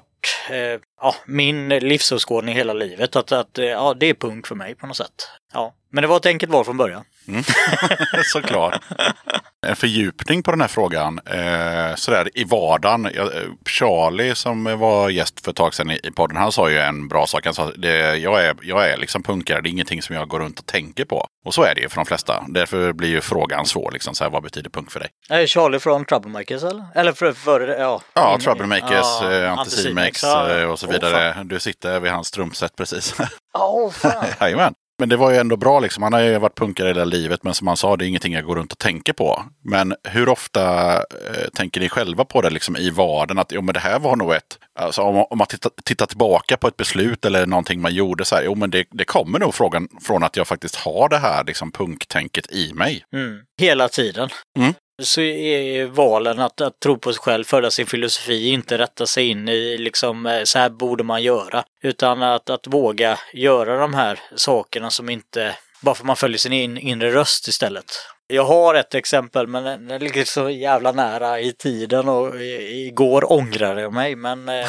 Speaker 5: min livsåskådning hela livet att det är punk för mig på något sätt. Ja, men det var ett enkelt val från början.
Speaker 2: Såklart. En fördjupning på den här frågan sådär i vardagen. Charlie som var gäst för ett tag sedan i podden, han sa ju en bra sak. Han sa jag är liksom punkare, det är ingenting som jag går runt och tänker på. Och så är det ju för de flesta. Därför blir ju frågan svår liksom, så här, vad betyder punk för dig?
Speaker 5: Är Charlie från Troublemakers eller? Eller för
Speaker 2: Troublemakers, Anticimex och så vidare. Du sitter vid hans trumset precis.
Speaker 5: Fan.
Speaker 2: Jajamän. Men det var ju ändå bra liksom. Han har ju varit punkare hela livet, men som han sa, det är ingenting jag går runt och tänker på. Men hur ofta tänker ni själva på det liksom i vardagen? Att men det här var nog alltså, om man tittar tillbaka på ett beslut eller någonting man gjorde så här, men det kommer nog frågan från att jag faktiskt har det här liksom punktänket i mig.
Speaker 5: Hela tiden. Så är valen att tro på sig själv, följa sin filosofi, inte rätta sig in i liksom så här borde man göra, utan att våga göra de här sakerna som inte, bara för man följer sin inre röst istället. Jag har ett exempel, men den ligger så jävla nära i tiden och igår ångrade jag mig, men...
Speaker 1: Det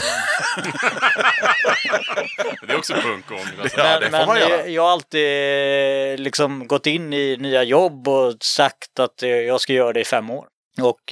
Speaker 1: är också punk att ångra sig.
Speaker 2: Ja, det får man göra.
Speaker 5: Jag har alltid liksom gått in i nya jobb och sagt att jag ska göra det i 5 år. Och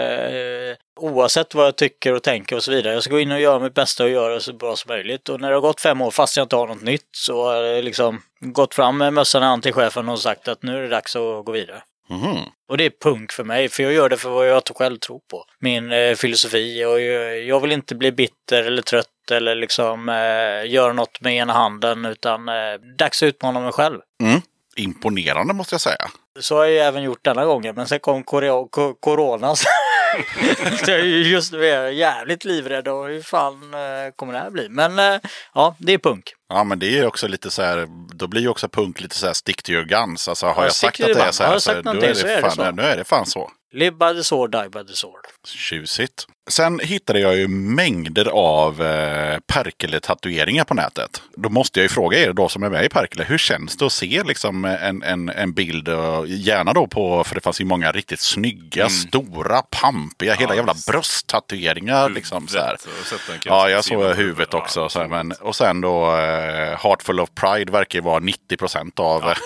Speaker 5: oavsett vad jag tycker och tänker och så vidare, jag ska gå in och göra mitt bästa och göra det så bra som möjligt. Och när det har gått 5 år, fast jag inte har något nytt, så har jag liksom gått fram med mössan i hand till chefen och sagt att nu är det dags att gå vidare. Och det är punk för mig, för jag gör det för vad jag själv tror på. Min filosofi, och jag vill inte bli bitter eller trött eller liksom göra något med ena handen, utan dags att utmana mig själv.
Speaker 2: Imponerande måste jag säga.
Speaker 5: Så har jag även gjort denna gången, men sen kom corona. Så jag är just nu jävligt livrädd och hur fan kommer det här bli? Men det är punk.
Speaker 2: Ja, men det är också lite så här, då blir ju också punk lite så här stick to your guns. Alltså har jag sagt att det är så här, så då är det fan så.
Speaker 5: Live by the sword, die by the sword.
Speaker 2: Tjusigt. Sen hittade jag ju mängder av Perkele-tatueringar på nätet. Då måste jag ju fråga er då som är med i Perkele, hur känns det att se liksom en bild, gärna då på, för det fanns ju många riktigt snygga, stora, pampiga, hela jävla brösttatueringar liksom så här. Ja, jag såg huvudet också så här, och sen då Heartful of Pride verkar ju vara 90%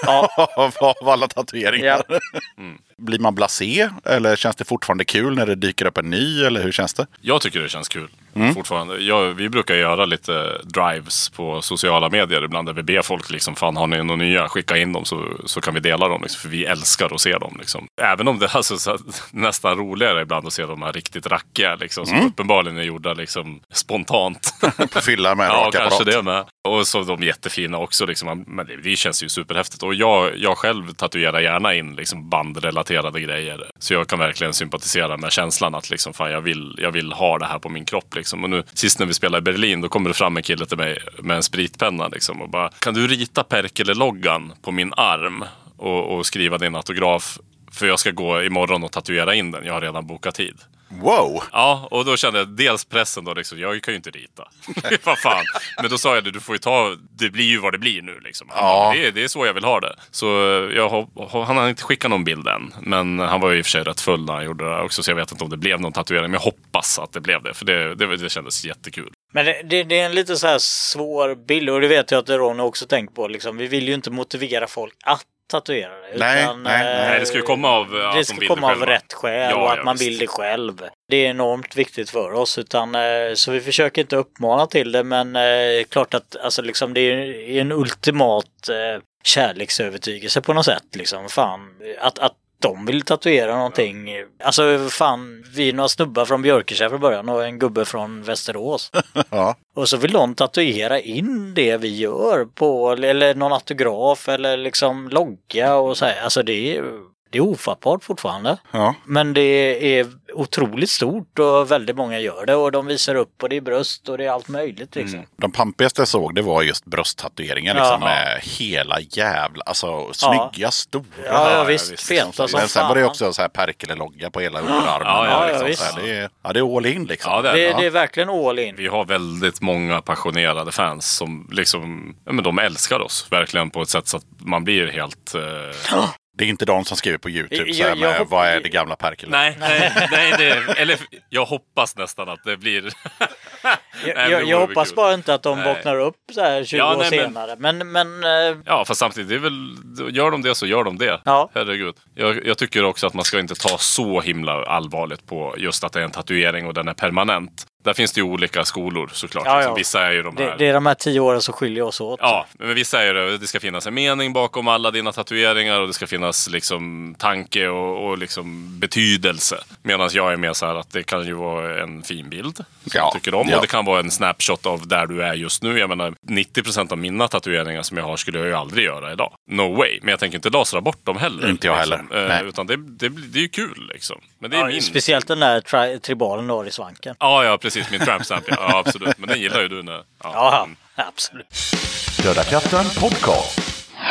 Speaker 2: av alla tatueringar. Ja. Blir man blasé eller känns det fortfarande kul när det dyker upp en ny, eller hur känns det?
Speaker 1: Jag tycker det känns kul fortfarande. Vi brukar göra lite drives på sociala medier ibland där vi ber folk liksom, fan har ni några nya, skicka in dem så kan vi dela dem liksom, för vi älskar att se dem liksom. Även om det är alltså nästan roligare ibland att se de här riktigt rackiga liksom, som uppenbarligen är gjorda liksom spontant.
Speaker 2: På fylla med
Speaker 1: ja, kanske det med. Och så de jättefina också liksom, men det känns ju superhäftigt. Och jag själv tatuerar gärna in liksom bandrelaterade grejer. Så jag kan verkligen sympatisera med känslan att liksom, fan, jag vill ha det här på min kropp liksom. Och nu sist när vi spelade i Berlin, då kommer det fram en kille till mig med en spritpenna liksom, och bara, kan du rita Perkele-loggan på min arm och skriva din autograf, för jag ska gå imorgon och tatuera in den, jag har redan bokat tid.
Speaker 2: Wow!
Speaker 1: Ja, och då kände jag dels pressen då liksom, jag kan ju inte rita. Vad fan. Men då sa jag det, du får ju ta, det blir ju vad det blir nu liksom.
Speaker 2: Ja.
Speaker 1: Det är så jag vill ha det. Så han har inte skickat någon bild än. Men han var ju i och för sig rätt full när han gjorde det också, så jag vet inte om det blev någon tatuering. Men jag hoppas att det blev det, för det kändes jättekul.
Speaker 5: Men det är en lite så här svår bild, och det vet jag att Ron också tänkt på. Liksom. Vi vill ju inte motivera folk att tatuera det.
Speaker 2: Nej,
Speaker 1: det ska ju komma av att
Speaker 5: det ska komma av rätt skäl och att man vill det själv. Det är enormt viktigt för oss, så vi försöker inte uppmana till det, men klart att alltså, liksom, det är en ultimat kärleksövertygelse på något sätt. Liksom. Fan, att de vill tatuera någonting. Alltså fan, vi är några snubbar från Björkeskär från början och en gubbe från Västerås.
Speaker 2: Ja.
Speaker 5: Och så vill de tatuera in det vi gör på, eller någon autograf eller liksom logga och så här. Alltså det är ofattbart fortfarande.
Speaker 2: Ja.
Speaker 5: Men det är otroligt stort och väldigt många gör det, och de visar upp och det är bröst och det är allt möjligt liksom.
Speaker 2: De pampigaste jag såg, det var just brösttatueringar liksom, med hela jävla, alltså snygga, stora.
Speaker 5: Ja, visst. Feta som
Speaker 2: men sen
Speaker 5: fan.
Speaker 2: var det också så här Perkele-logga på hela underarmen.
Speaker 5: Ja,
Speaker 2: liksom, så här, det är all in liksom.
Speaker 1: Ja,
Speaker 5: Det är verkligen all in.
Speaker 1: Vi har väldigt många passionerade fans som liksom, men de älskar oss verkligen på ett sätt så att man blir helt...
Speaker 2: Det är inte de som skriver på YouTube så här
Speaker 5: Jag
Speaker 2: med
Speaker 5: hoppas-
Speaker 2: vad är det gamla Perkele?
Speaker 1: Nej, eller jag hoppas nästan att det blir...
Speaker 5: Jag hoppas bara inte att de vaknar upp så här 20 år
Speaker 1: men-
Speaker 5: senare. Men
Speaker 1: Ja, fast samtidigt, det är väl, gör de det så gör de det.
Speaker 5: Ja.
Speaker 1: Herregud. Jag tycker också att man ska inte ta så himla allvarligt på just att det är en tatuering och den är permanent. Där finns det ju olika skolor såklart.
Speaker 5: Ja,
Speaker 1: Liksom.
Speaker 5: ja.
Speaker 1: Vissa är ju de här...
Speaker 5: det är de här 10 åren som skiljer oss åt.
Speaker 1: Ja, men vissa är det ska finnas en mening bakom alla dina tatueringar och det ska finnas liksom tanke och liksom betydelse. Medan jag är mer så här att det kan ju vara en fin bild som jag tycker om.
Speaker 2: Ja.
Speaker 1: Och det kan vara en snapshot av där du är just nu. Jag menar, 90% av mina tatueringar som jag har skulle jag ju aldrig göra idag. No way. Men jag tänker inte lasra bort dem heller.
Speaker 2: Inte jag
Speaker 1: liksom.
Speaker 2: heller.
Speaker 1: Utan det är ju kul liksom. Men det är min...
Speaker 5: Speciellt den där tribalen du har i svanken.
Speaker 1: Ja, precis. Min tramp stamp. Ja, absolut. Men den gillar ju du nu.
Speaker 5: Ja, absolut.
Speaker 4: Döda katten podcast.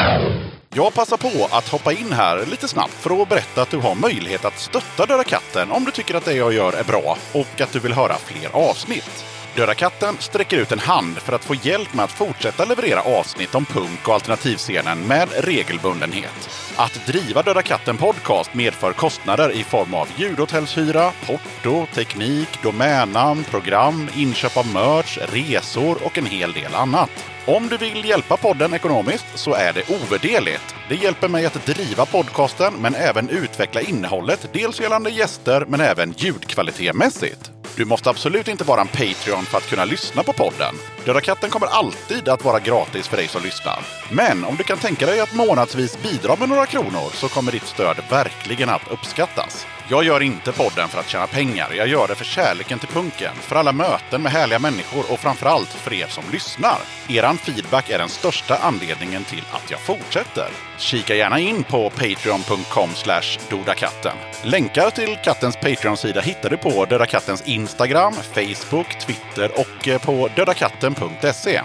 Speaker 2: Jag passar på att hoppa in här lite snabbt för att berätta att du har möjlighet att stötta Döda katten om du tycker att det jag gör är bra och att du vill höra fler avsnitt. Döda katten sträcker ut en hand för att få hjälp med att fortsätta leverera avsnitt om punk- och alternativscenen med regelbundenhet. Att driva Döda katten podcast medför kostnader i form av ljudhotellshyra, porto, teknik, domännamn, program, inköp av merch, resor och en hel del annat. Om du vill hjälpa podden ekonomiskt så är det ovärderligt. Det hjälper mig att driva podcasten men även utveckla innehållet, dels gällande gäster men även ljudkvalitetmässigt. Du måste absolut inte vara en Patreon för att kunna lyssna på podden. Döda katten kommer alltid att vara gratis för dig som lyssnar. Men om du kan tänka dig att månadsvis bidra med några kronor så kommer ditt stöd verkligen att uppskattas. Jag gör inte podden för att tjäna pengar. Jag gör det för kärleken till punken, för alla möten med härliga människor och framförallt för er som lyssnar. Eran feedback är den största anledningen till att jag fortsätter. Kika gärna in på patreon.com/dodakatten. Länkar till kattens Patreon-sida hittar du på Döda kattens Instagram, Facebook, Twitter och på dödakatten.se.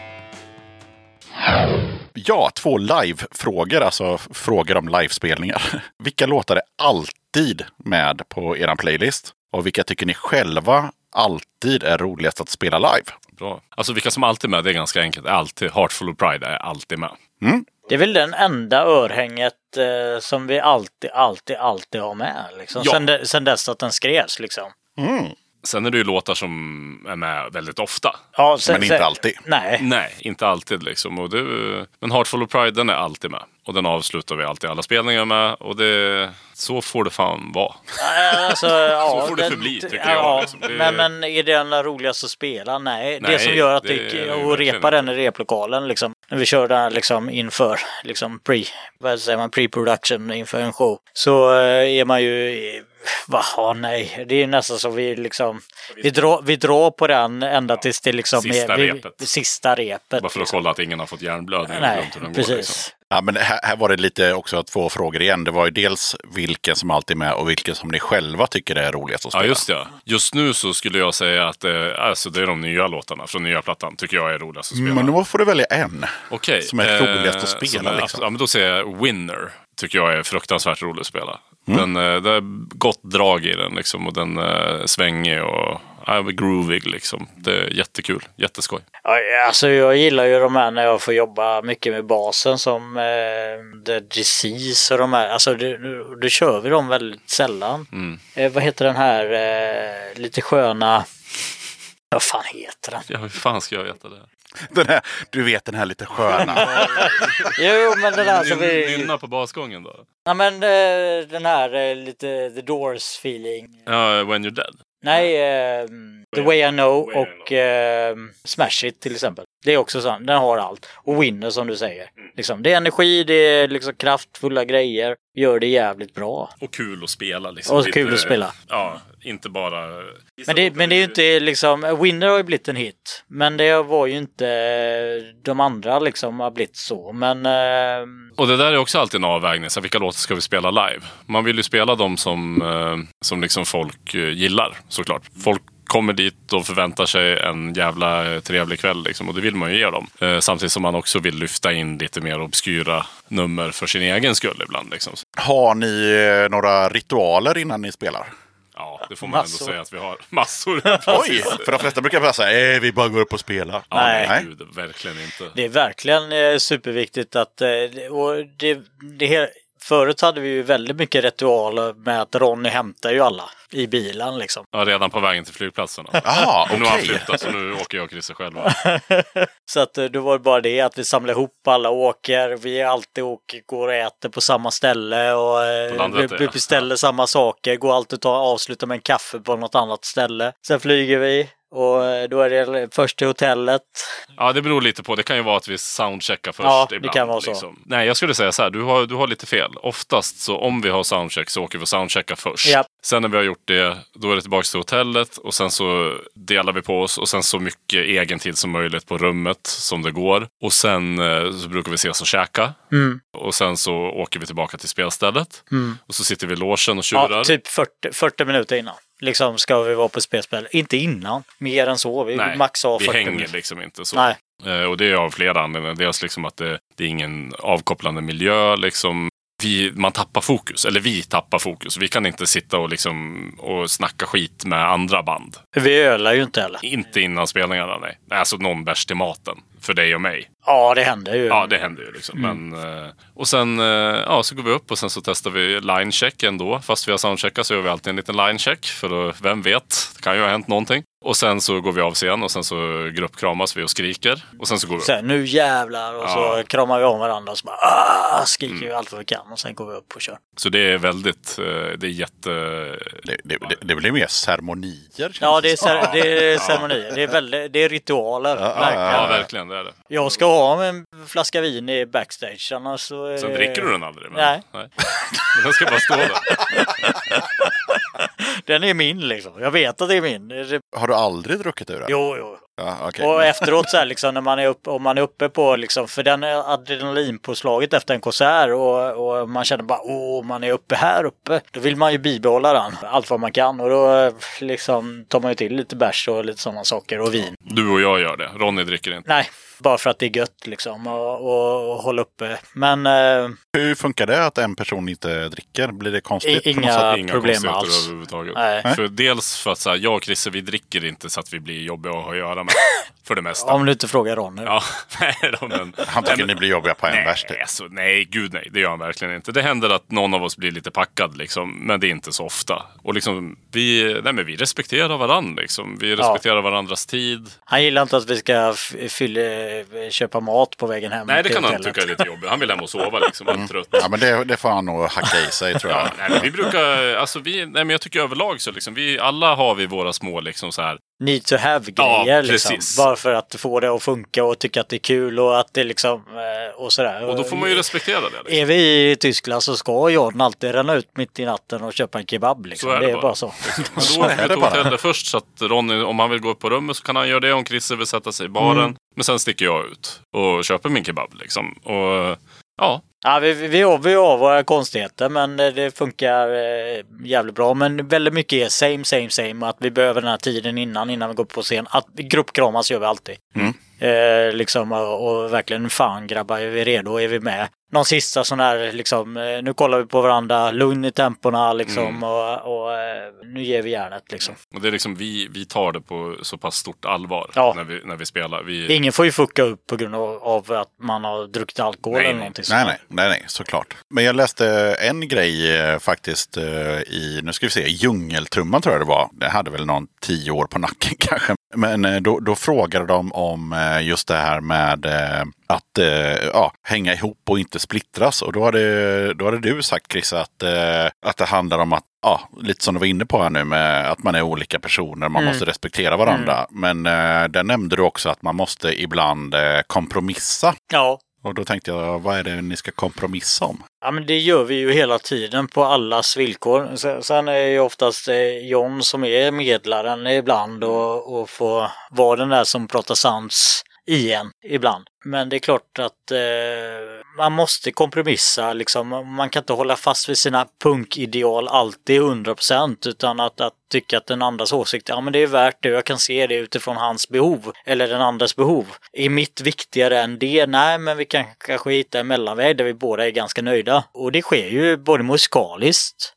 Speaker 2: Ja, 2 live-frågor, alltså frågor om livespelningar. Vilka låtar är alltid med på eran playlist? Och vilka tycker ni själva alltid är roligast att spela live?
Speaker 1: Bra. Alltså vilka som alltid är med, det är ganska enkelt. Alltid, Heartful of Pride är alltid med.
Speaker 5: Det är väl den enda örhänget som vi alltid har med. Liksom.
Speaker 1: Ja.
Speaker 5: Sen dess att den skrevs liksom.
Speaker 1: Sen är det ju låtar som är med väldigt ofta.
Speaker 5: Ja,
Speaker 2: Men inte alltid.
Speaker 5: Nej.
Speaker 1: Nej, inte alltid liksom. Och men Heartful of Pride, den är alltid med. Och den avslutar vi alltid alla spelningar med. Och så får det fan vara.
Speaker 5: Alltså,
Speaker 1: Så får det förbli, tycker jag. Liksom.
Speaker 5: Men är det den roligast att spela? Nej. Det
Speaker 1: Nej,
Speaker 5: som gör att
Speaker 1: det
Speaker 5: det
Speaker 1: är
Speaker 5: och repa
Speaker 1: verkligen
Speaker 5: den i replokalen liksom. När vi kör den liksom inför liksom pre-production inför en show. Så är man ju... nej. Det är nästan så vi liksom... Vi drar på den ända tills det liksom sista repet.
Speaker 1: Bara för att kolla att ingen har fått hjärnblödning.
Speaker 5: Nej, precis.
Speaker 1: Går, liksom.
Speaker 2: Ja, men här var det lite också 2 frågor igen. Det var ju dels vilken som alltid är med och vilken som ni själva tycker är roligast att spela.
Speaker 1: Ja, just det. Just nu så skulle jag säga att alltså, det är de nya låtarna från nya plattan tycker jag är roligast att spela.
Speaker 2: Men då får du välja en.
Speaker 1: Okej.
Speaker 2: Som är roligast att spela. Liksom.
Speaker 1: Ja, men då säger jag Winner. Tycker jag är fruktansvärt roligt att spela. Det är gott drag i den liksom, och den är svängig och groovig liksom. Det är jättekul, jätteskoj.
Speaker 5: Ja, alltså jag gillar ju de här när jag får jobba mycket med basen som The Disease och de här. Alltså då kör vi dem väldigt sällan. Vad heter den här lite sköna... Vad fan heter den?
Speaker 1: Ja, hur fan ska jag veta det?
Speaker 2: Den här, du vet den här lite sköna.
Speaker 5: Jo, men den här som vi...
Speaker 1: Nynna på basgången då?
Speaker 5: Ja, men den här lite The Doors feeling.
Speaker 1: Ja, When You're Dead.
Speaker 5: Nej, The Way I Know och Smash It till exempel. Det är också sånt, den har allt. Och Winner som du säger. Liksom, det är energi, det är liksom kraftfulla grejer. Gör det jävligt bra.
Speaker 1: Och kul att spela liksom.
Speaker 5: Och kul att spela.
Speaker 1: Ja, inte bara...
Speaker 5: Men det är ju inte liksom, Winner har ju blivit en hit. Men det var ju inte de andra liksom har blivit så. Men...
Speaker 1: Och det där är också alltid en avvägning. Så vilka låtar ska vi spela live? Man vill ju spela dem som liksom folk gillar, såklart. Folk kommer dit och förväntar sig en jävla trevlig kväll liksom, och det vill man ju ge dem. Samtidigt som man också vill lyfta in lite mer obskyra nummer för sin egen skull ibland. Liksom.
Speaker 2: Har ni några ritualer innan ni spelar?
Speaker 1: Ja, det får man ändå säga att vi har massor.
Speaker 2: Oj, för de flesta brukar bara säga vi bara går upp och spelar.
Speaker 1: Ja, nej, gud, verkligen inte.
Speaker 5: Det är verkligen superviktigt att... Och förut hade vi ju väldigt mycket ritualer med att Ronny hämtar ju alla i bilen liksom.
Speaker 1: Ja, redan på vägen till flygplatsen.
Speaker 2: Jaha, okej.
Speaker 1: Nu har han flyttat, så nu åker jag och Christer själva.
Speaker 5: Så att då var det bara det att vi samlar ihop alla och åker. Vi alltid går och äter på samma ställe och vi beställer samma saker. Går alltid avsluta med en kaffe på något annat ställe. Sen flyger vi. Och då är det först till hotellet.
Speaker 1: Ja, det beror lite på. Det kan ju vara att vi soundcheckar först ibland.
Speaker 5: Ja, det kan vara så.
Speaker 1: Liksom. Nej, jag skulle säga så här. Du har lite fel. Oftast så om vi har soundcheck så åker vi och soundcheckar först.
Speaker 5: Yep.
Speaker 1: Sen när vi har gjort det, då är det tillbaka till hotellet. Och sen så delar vi på oss. Och sen så mycket egen tid som möjligt på rummet som det går. Och sen så brukar vi ses och käka. Och sen så åker vi tillbaka till spelstället. Och så sitter vi i logen och tjurar.
Speaker 5: Ja, typ 40 minuter innan. Liksom ska vi vara på spelspel. Inte innan. Mer än så. Vi maxar 40
Speaker 1: hänger
Speaker 5: minuter.
Speaker 1: liksom inte så.
Speaker 5: Nej.
Speaker 1: Och det är av flera anledningar. Dels liksom att det är ingen avkopplande miljö. Liksom. Man tappar fokus. Eller vi tappar fokus. Vi kan inte sitta och snacka skit med andra band.
Speaker 5: Vi ölar ju inte heller.
Speaker 1: Inte innan spelningarna, nej. Alltså någon bärs till maten. För dig och mig.
Speaker 5: Ja, det händer ju.
Speaker 1: Ja, det händer ju liksom. Men, och sen så går vi upp och sen så testar vi line-check ändå. Fast vi har soundcheckat så gör vi alltid en liten line-check. För då, vem vet, det kan ju ha hänt någonting. Och sen så går vi av scen och sen så gruppkramas vi och skriker. Och sen så går vi upp.
Speaker 5: Sen, nu jävlar. Och så kramar vi om varandra och så bara skriker vi allt vad vi kan. Och sen går vi upp och kör.
Speaker 1: Så det är väldigt, det är jätte...
Speaker 2: Det blir mer ceremonier.
Speaker 5: Ja, det är ceremonier. Det är ritualer.
Speaker 1: Ja, verkligen. Det är det.
Speaker 5: Jag ska ha en flaska vin i backstage. Annars så...
Speaker 1: Sen dricker du den aldrig. Men,
Speaker 5: nej.
Speaker 1: Men den ska bara stå där.
Speaker 5: Den är min liksom. Jag vet att det är min.
Speaker 2: Har du aldrig druckit ur den?
Speaker 5: Jo.
Speaker 2: Ja, okay.
Speaker 5: Och efteråt så här liksom när man är om man är uppe på liksom, för den är adrenalinpåslaget efter en konsert och man känner bara man är uppe. Då vill man ju bibehålla den allt vad man kan och då liksom tar man ju till lite bärs och lite sådana saker och vin.
Speaker 1: Du och jag gör det. Ronny dricker inte.
Speaker 5: Nej, bara för att det är gött liksom och hålla uppe. Men
Speaker 2: hur funkar det att en person inte dricker? Blir det konstigt?
Speaker 5: Inga problem alls.
Speaker 1: Överhuvudtaget.
Speaker 5: Nej.
Speaker 1: För dels för att så här, jag och Christer, vi dricker inte så att vi blir jobbiga att ha att göra med. För det mesta.
Speaker 5: Om du inte frågar Ronny.
Speaker 1: Ja, nej då, men...
Speaker 2: Han tycker ni blir jobbiga på en bärs.
Speaker 1: Nej, gud nej. Det gör han verkligen inte. Det händer att någon av oss blir lite packad liksom. Men det är inte så ofta. Och liksom, vi respekterar varandra liksom. Vi respekterar varandras tid.
Speaker 5: Han gillar inte att vi ska köpa mat på vägen hem.
Speaker 1: Nej, det kan han tycka är lite jobbigt. Han vill hem och sova liksom. Han är trött.
Speaker 2: Ja, men det får han nog hacka i sig, tror jag.
Speaker 1: Ja, nej, men vi brukar, alltså men jag tycker överlag så liksom, alla har vi våra små liksom så här
Speaker 5: need to have-grejer liksom. Bara för att få det att funka och tycka att det är kul och att det liksom och sådär.
Speaker 1: Och då får man ju respektera det liksom.
Speaker 5: Är vi i Tyskland så ska Jordan alltid ränna ut mitt i natten och köpa en kebab liksom.
Speaker 1: Så är
Speaker 5: det är bara så.
Speaker 1: Men då åker vi till hotellet först så att Ronny, om han vill gå upp på rummet så kan han göra det, om Christer vill sätta sig i baren. Men sen sticker jag ut och köper min kebab liksom. Och ja.
Speaker 5: Ja, vi har våra konstigheter men det funkar jävligt bra. Men väldigt mycket är same. Att vi behöver den här tiden innan vi går på scen. Att gruppkramas gör vi alltid. Liksom, och verkligen fan grabbar, är vi redo, är vi med? någon sista sån här liksom, nu kollar vi på varandra, lugn i temporna liksom och nu ger vi järnet liksom.
Speaker 1: Och det är liksom, vi tar det på så pass stort allvar när vi spelar.
Speaker 5: Ingen får ju fucka upp på grund av att man har druckit alkohol eller någonting sånt.
Speaker 2: Nej, såklart. Men jag läste en grej faktiskt i, nu ska vi se, Djungeltrumman tror jag det var. Det hade väl någon 10 år på nacken kanske. Men då frågade de om just det här med att hänga ihop och inte splittras. Och då hade du sagt, Chris, att det handlar om att, lite som du var inne på här nu, med att man är olika personer, man måste respektera varandra. Men där nämnde du också att man måste ibland kompromissa.
Speaker 5: Ja.
Speaker 2: Och då tänkte jag, vad är det ni ska kompromissa om?
Speaker 5: Ja, men det gör vi ju hela tiden på allas villkor. Sen är ju oftast John som är medlaren ibland och får vara den där som pratar sans igen ibland. Men det är klart att man måste kompromissa liksom. Man kan inte hålla fast vid sina punkideal alltid 100% utan att tycka att den andras åsikt, ja men det är värt det, jag kan se det utifrån hans behov eller den andras behov. Är mitt viktigare än det? Nej, men vi kan kanske hitta en mellanväg där vi båda är ganska nöjda. Och det sker ju både musikaliskt,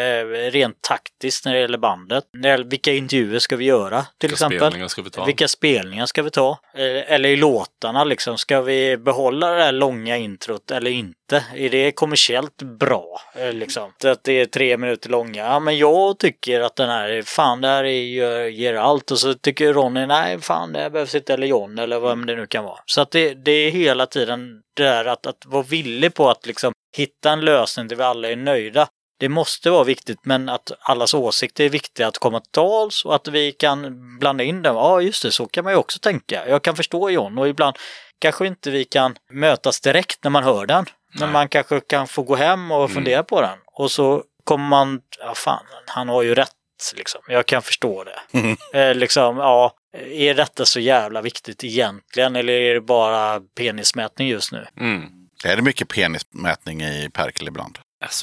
Speaker 5: rent taktiskt när det gäller bandet. Vilka intervjuer ska vi göra till exempel? Vilka spelningar ska vi ta? Eller i låtarna liksom, ska vi behålla det här långa introt eller inte? Är det kommersiellt bra? Liksom? Att det är 3 minuter långa. Ja, men jag tycker att den här, fan det här ger allt. Och så tycker Ronny, nej fan det här behövs inte, eller John eller vad det nu kan vara. Så att det är hela tiden det där att vara villig på att liksom hitta en lösning där vi alla är nöjda. Det måste vara viktigt, men att allas åsikter är viktiga att komma till tals och att vi kan blanda in dem. Ja, just det, så kan man ju också tänka. Jag kan förstå John, och ibland kanske inte vi kan mötas direkt när man hör den. Men man kanske kan få gå hem och fundera på den. Och så kommer man, ja fan, han har ju rätt liksom. Jag kan förstå det. Liksom, ja, är detta så jävla viktigt egentligen, eller är det bara penismätning just nu?
Speaker 2: Är det mycket penismätning i Perkel ibland?
Speaker 1: Alltså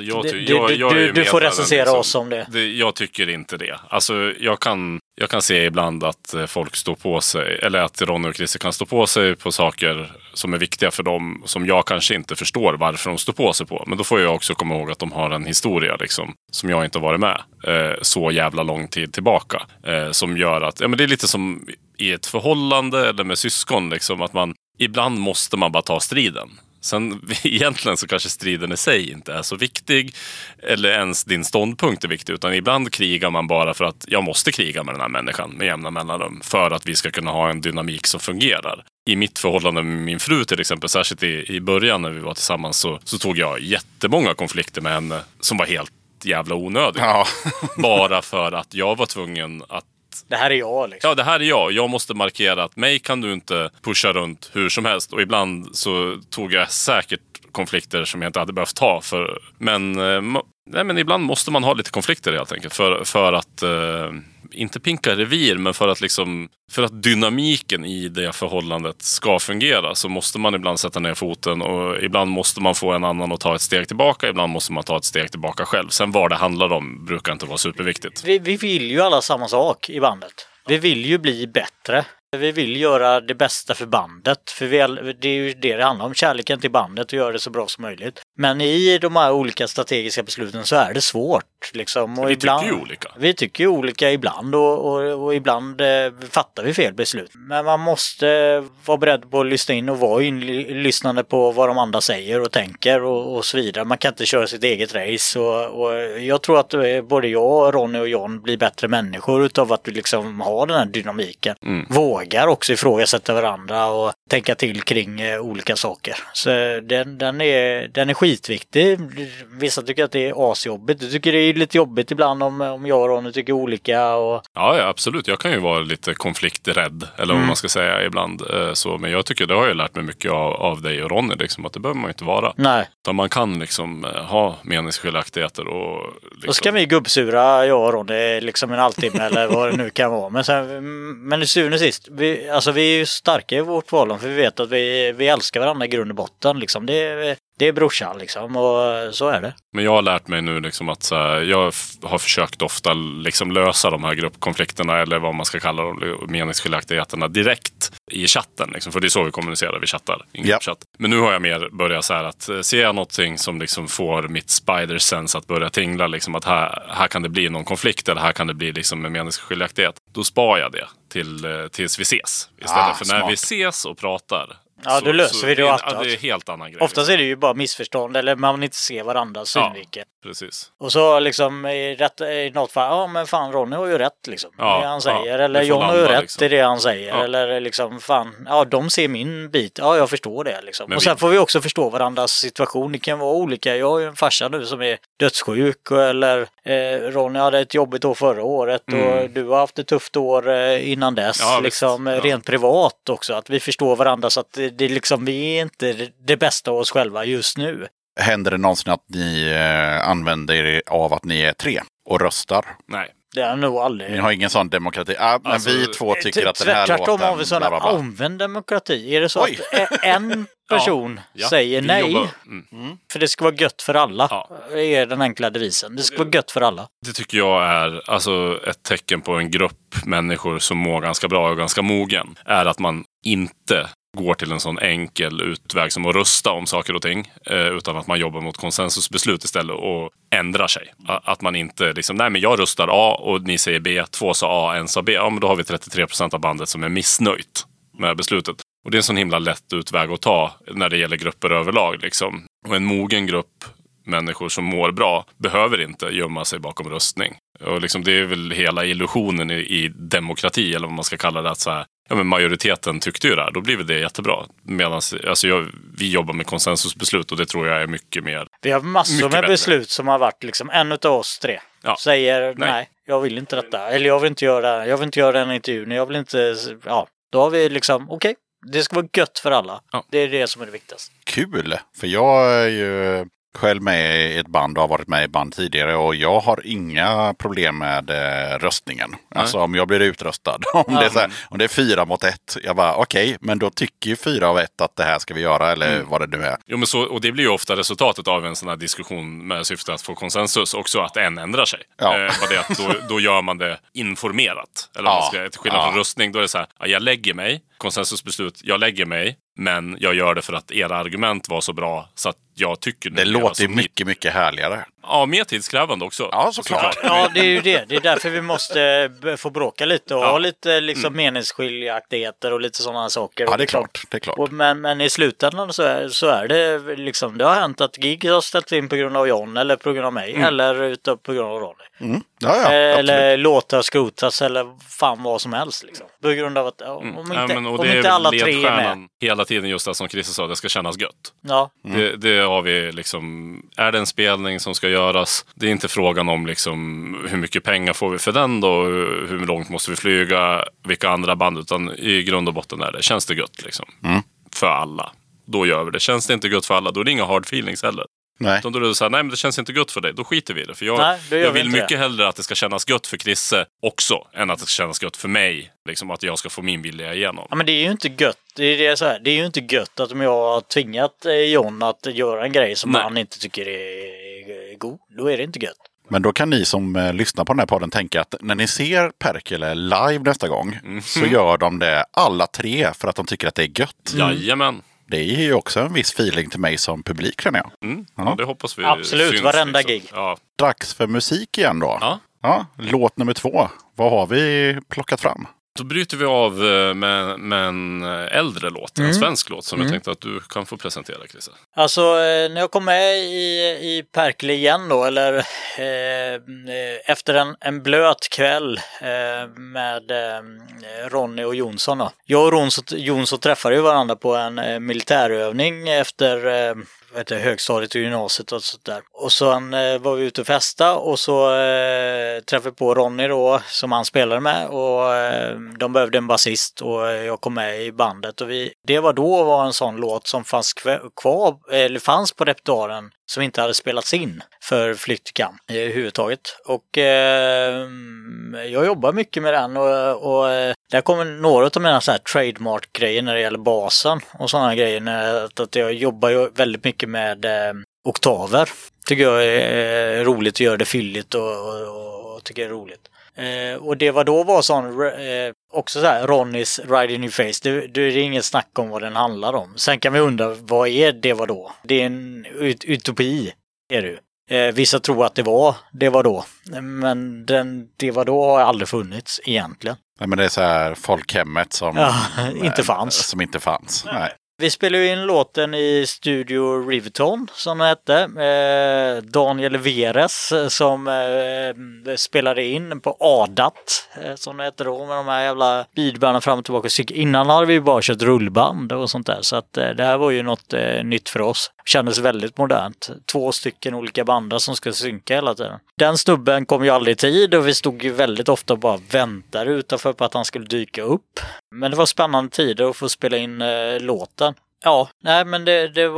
Speaker 5: du får recensera liksom, oss om det.
Speaker 1: Jag tycker inte det. Alltså jag kan se ibland att folk står på sig, eller att Ronny och Christer kan stå på sig på saker som är viktiga för dem, som jag kanske inte förstår varför de står på sig på. Men då får jag också komma ihåg att de har en historia liksom, som jag inte varit med så jävla lång tid tillbaka. Som gör att, ja men det är lite som i ett förhållande eller med syskon liksom, att ibland måste man bara ta striden. Sen egentligen så kanske striden i sig inte är så viktig, eller ens din ståndpunkt är viktig, utan ibland krigar man bara för att jag måste kriga med den här människan med jämna mellanrum för att vi ska kunna ha en dynamik som fungerar. I mitt förhållande med min fru till exempel, särskilt i början när vi var tillsammans, så tog jag jättemånga konflikter med henne som var helt jävla onödiga. Ja. Bara för att jag var tvungen att
Speaker 5: det här är jag liksom.
Speaker 1: Ja, det här är jag. Jag måste markera att mig kan du inte pusha runt hur som helst. Och ibland så tog jag säkert konflikter som jag inte hade behövt ta. Men ibland måste man ha lite konflikter helt enkelt. För att inte pinka revir, men för att dynamiken i det förhållandet ska fungera, så måste man ibland sätta ner foten, och ibland måste man få en annan att ta ett steg tillbaka, ibland måste man ta ett steg tillbaka själv. Sen vad det handlar om brukar inte vara superviktigt.
Speaker 5: Vi vill ju alla samma sak i bandet. Vi vill ju bli bättre. Vi vill göra det bästa för bandet. För det är ju det handlar om, kärleken till bandet, och göra det så bra som möjligt. Men i de här olika strategiska besluten så är det svårt. Liksom. Och
Speaker 1: tycker ju olika.
Speaker 5: Vi tycker ju olika ibland, och ibland fattar vi fel beslut. Men man måste vara beredd på att lyssna in och vara lyssnande på vad de andra säger och tänker och så vidare. Man kan inte köra sitt eget race. Och jag tror att både jag, Ronny och John blir bättre människor utav att vi liksom har den här dynamiken. Vågar också ifrågasätta varandra och tänka till kring olika saker. Så den är skitviktig. Vissa tycker att det är asjobbigt. Jag tycker det är lite jobbigt ibland om jag och Ronny tycker olika. Och...
Speaker 1: Ja, absolut. Jag kan ju vara lite konflikträdd, eller vad man ska säga ibland. Men jag tycker det har jag lärt mig mycket av dig och Ronny, liksom, att det behöver man ju inte vara. Nej. Utan man kan liksom ha meningsskiljaktigheter och... Liksom...
Speaker 5: Då ska vi gubbsura, jag och Ronny, liksom en halvtimme eller vad det nu kan vara. Men i syvende och sist, vi är ju starka i vårt förhållande, för vi vet att vi älskar varandra i grund och botten. Liksom. det är brorsan liksom, och så är det.
Speaker 1: Men jag har lärt mig nu liksom att jag har försökt ofta liksom lösa de här gruppkonflikterna eller vad man ska kalla dem, meningsskiljaktigheterna direkt i chatten. Liksom, för det är så vi kommunicerar, vi chattar. Chatt. Men nu har jag mer börjat så här att ser jag någonting som liksom får mitt spider sense att börja tingla, liksom, att här kan det bli någon konflikt eller här kan det bli liksom en meningsskiljaktighet. Då spar jag det tills vi ses. Istället för när vi ses och pratar.
Speaker 5: Ja, då löser vi det.
Speaker 1: Det är en helt annan grej.
Speaker 5: Oftast är det ju bara missförstånd eller man vill inte se varandras synvinkel.
Speaker 1: Precis.
Speaker 5: Och så liksom i något fall, men fan Ronny har ju rätt liksom. Det han säger. Eller John har ju rätt liksom. I det han säger. Eller liksom fan, de ser min bit. Ja, jag förstår det liksom. Men och sen får vi också förstå varandras situation. Det kan vara olika. Jag har ju en farsa nu som är dödssjuk. Eller Ronny hade ett jobbigt år förra året. Och du har haft ett tufft år innan dess. Ja, liksom rent privat också. Att vi förstår varandra så att det liksom, vi är inte det bästa av oss själva just nu.
Speaker 2: Händer det någonsin att ni använder er av att ni är 3 och röstar?
Speaker 1: Nej.
Speaker 5: Det är nog aldrig.
Speaker 2: Ni har ingen sån demokrati. Men alltså, vi 2 tycker att den här låten...
Speaker 5: Tvärtom har vi sån omvänd demokrati. Är det så att en person säger nej, för det ska vara gött för alla, är den enkla devisen. Det ska vara gött för alla.
Speaker 1: Det tycker jag är alltså ett tecken på en grupp människor som mår ganska bra och ganska mogen. Är att man inte går till en sån enkel utväg som att rösta om saker och ting, utan att man jobbar mot konsensusbeslut istället och ändrar sig. Att man inte liksom, nej men jag röstar A och ni säger B, 2 sa A, 1 sa B, ja men då har vi 33% av bandet som är missnöjt med beslutet. Och det är en sån himla lätt utväg att ta när det gäller grupper överlag liksom. Och en mogen grupp människor som mår bra behöver inte gömma sig bakom röstning. Och liksom det är väl hela illusionen i demokrati, eller vad man ska kalla det, att så här, men majoriteten tyckte ju det här, då blir det jättebra. Medan vi jobbar med konsensusbeslut och det tror jag är mycket mer.
Speaker 5: Vi har massor med beslut som har varit liksom, en av oss 3 säger nej, jag vill inte detta. Eller jag vill inte göra den intervjun. Jag vill inte, då har vi liksom, okej, det ska vara gött för alla. Ja. Det är det som är det viktigaste.
Speaker 2: Kul, för jag är ju själv med i ett band och har varit med i band tidigare och jag har inga problem med röstningen. Nej. Alltså om jag blir utröstad. Om det är 4 mot 1. Jag bara okej, men då tycker ju 4 av 1 att det här ska vi göra eller vad det nu är. Jo, men
Speaker 1: så, och det blir ju ofta resultatet av en sån här diskussion med syfte att få konsensus också, att en ändrar sig. Bara det att då gör man det informerat. Eller till skillnad från röstning, då är det så här, jag lägger mig, konsensusbeslut, jag lägger mig, men jag gör det för att era argument var så bra så att jag tycker
Speaker 2: det låter mycket, mycket härligare.
Speaker 1: Ja, mer tidskrävande också.
Speaker 2: Ja, såklart.
Speaker 5: Ja, det är ju det. Det är därför vi måste få bråka lite och ha lite liksom meningsskiljaktigheter och lite sådana saker.
Speaker 2: Ja, det är klart. Det är klart.
Speaker 5: Men i slutändan så är det liksom, det har hänt att gig har ställt in på grund av John eller på grund av mig eller på grund av Ronny. Eller låtar skrotas eller fan vad som helst liksom. På grund av att om inte alla 3 är med.
Speaker 1: Hela tiden just det som Chris sa, det ska kännas gött.
Speaker 5: Ja.
Speaker 1: Det har vi liksom, är det en spelning som ska göras, det är inte frågan om liksom hur mycket pengar får vi för den då, hur långt måste vi flyga, vilka andra band, utan i grund och botten är det, känns det gött liksom för alla, då gör vi det. Känns det inte gött för alla, då är det inga hard feelings heller. Nej. Då är det så här, nej men det känns inte gött för dig, då skiter vi i det. För jag vill mycket hellre att det ska kännas gött för Chrisse också, än att det ska kännas gött för mig. Liksom att jag ska få min vilja igenom.
Speaker 5: Ja, men det är ju inte gött. Det är ju inte gött att om jag har tvingat John att göra en grej som han inte tycker är god. Då är det inte gött.
Speaker 2: Men då kan ni som lyssnar på den här podden tänka att när ni ser Perkele live nästa gång så gör de det alla 3 för att de tycker att det är gött.
Speaker 1: Jajamän.
Speaker 2: Det är ju också en viss feeling till mig som publik, känner jag.
Speaker 1: Ja, det hoppas vi.
Speaker 5: Absolut,
Speaker 1: syns,
Speaker 5: varenda
Speaker 1: liksom.
Speaker 5: gig.
Speaker 1: Ja.
Speaker 2: Dags för musik igen då. Ja, låt nummer 2. Vad har vi plockat fram?
Speaker 1: Då bryter vi av med en äldre låt, en svensk låt som jag tänkte att du kan få presentera, Chris.
Speaker 5: Alltså när jag kom med i Perkele igen då, eller efter en blöt kväll med Ronny och Jonsson då. Jag och Jonsson träffade ju varandra på en militärövning efter högstadiet och gymnasiet och sånt där. Och så var vi ute och festa och så träffade vi på Ronny då som han spelade med och de behövde en basist och jag kom med i bandet och det var en sån låt som fanns på repertoaren som inte hade spelats in för Flykt till kamp överhuvudtaget. Och jag jobbar mycket med den och där kommer några av mina så här trademark-grejer när det gäller basen och sådana grejer. Att jag jobbar ju väldigt mycket med oktaver. Tycker jag är roligt att göra det fylligt och tycker jag är roligt. Och det var sån också så här Ronnys Ride in Your Face. Det är inget snack om vad den handlar om. Sen kan vi undra, vad är det var då? Det är en utopi, är det ju. Vissa tror att det var då. Men det var då har aldrig funnits egentligen.
Speaker 2: Nej, men det är så här folkhemmet som
Speaker 5: inte fanns.
Speaker 2: Som inte fanns. Nej.
Speaker 5: Vi spelade ju in låten i Studio Riveton som det hette. Daniel Veres som spelade in på Adat som det hette då med de här jävla beatbanden fram och tillbaka. Innan hade vi bara kört rullband och sånt där. Så att det här var ju något nytt för oss. Kändes väldigt modernt. 2 stycken olika bandar som ska synka hela tiden. Den snubben kom ju aldrig i tid och vi stod ju väldigt ofta och bara väntade utanför på att han skulle dyka upp. Men det var spännande tider att få spela in låten. Ja, nej men det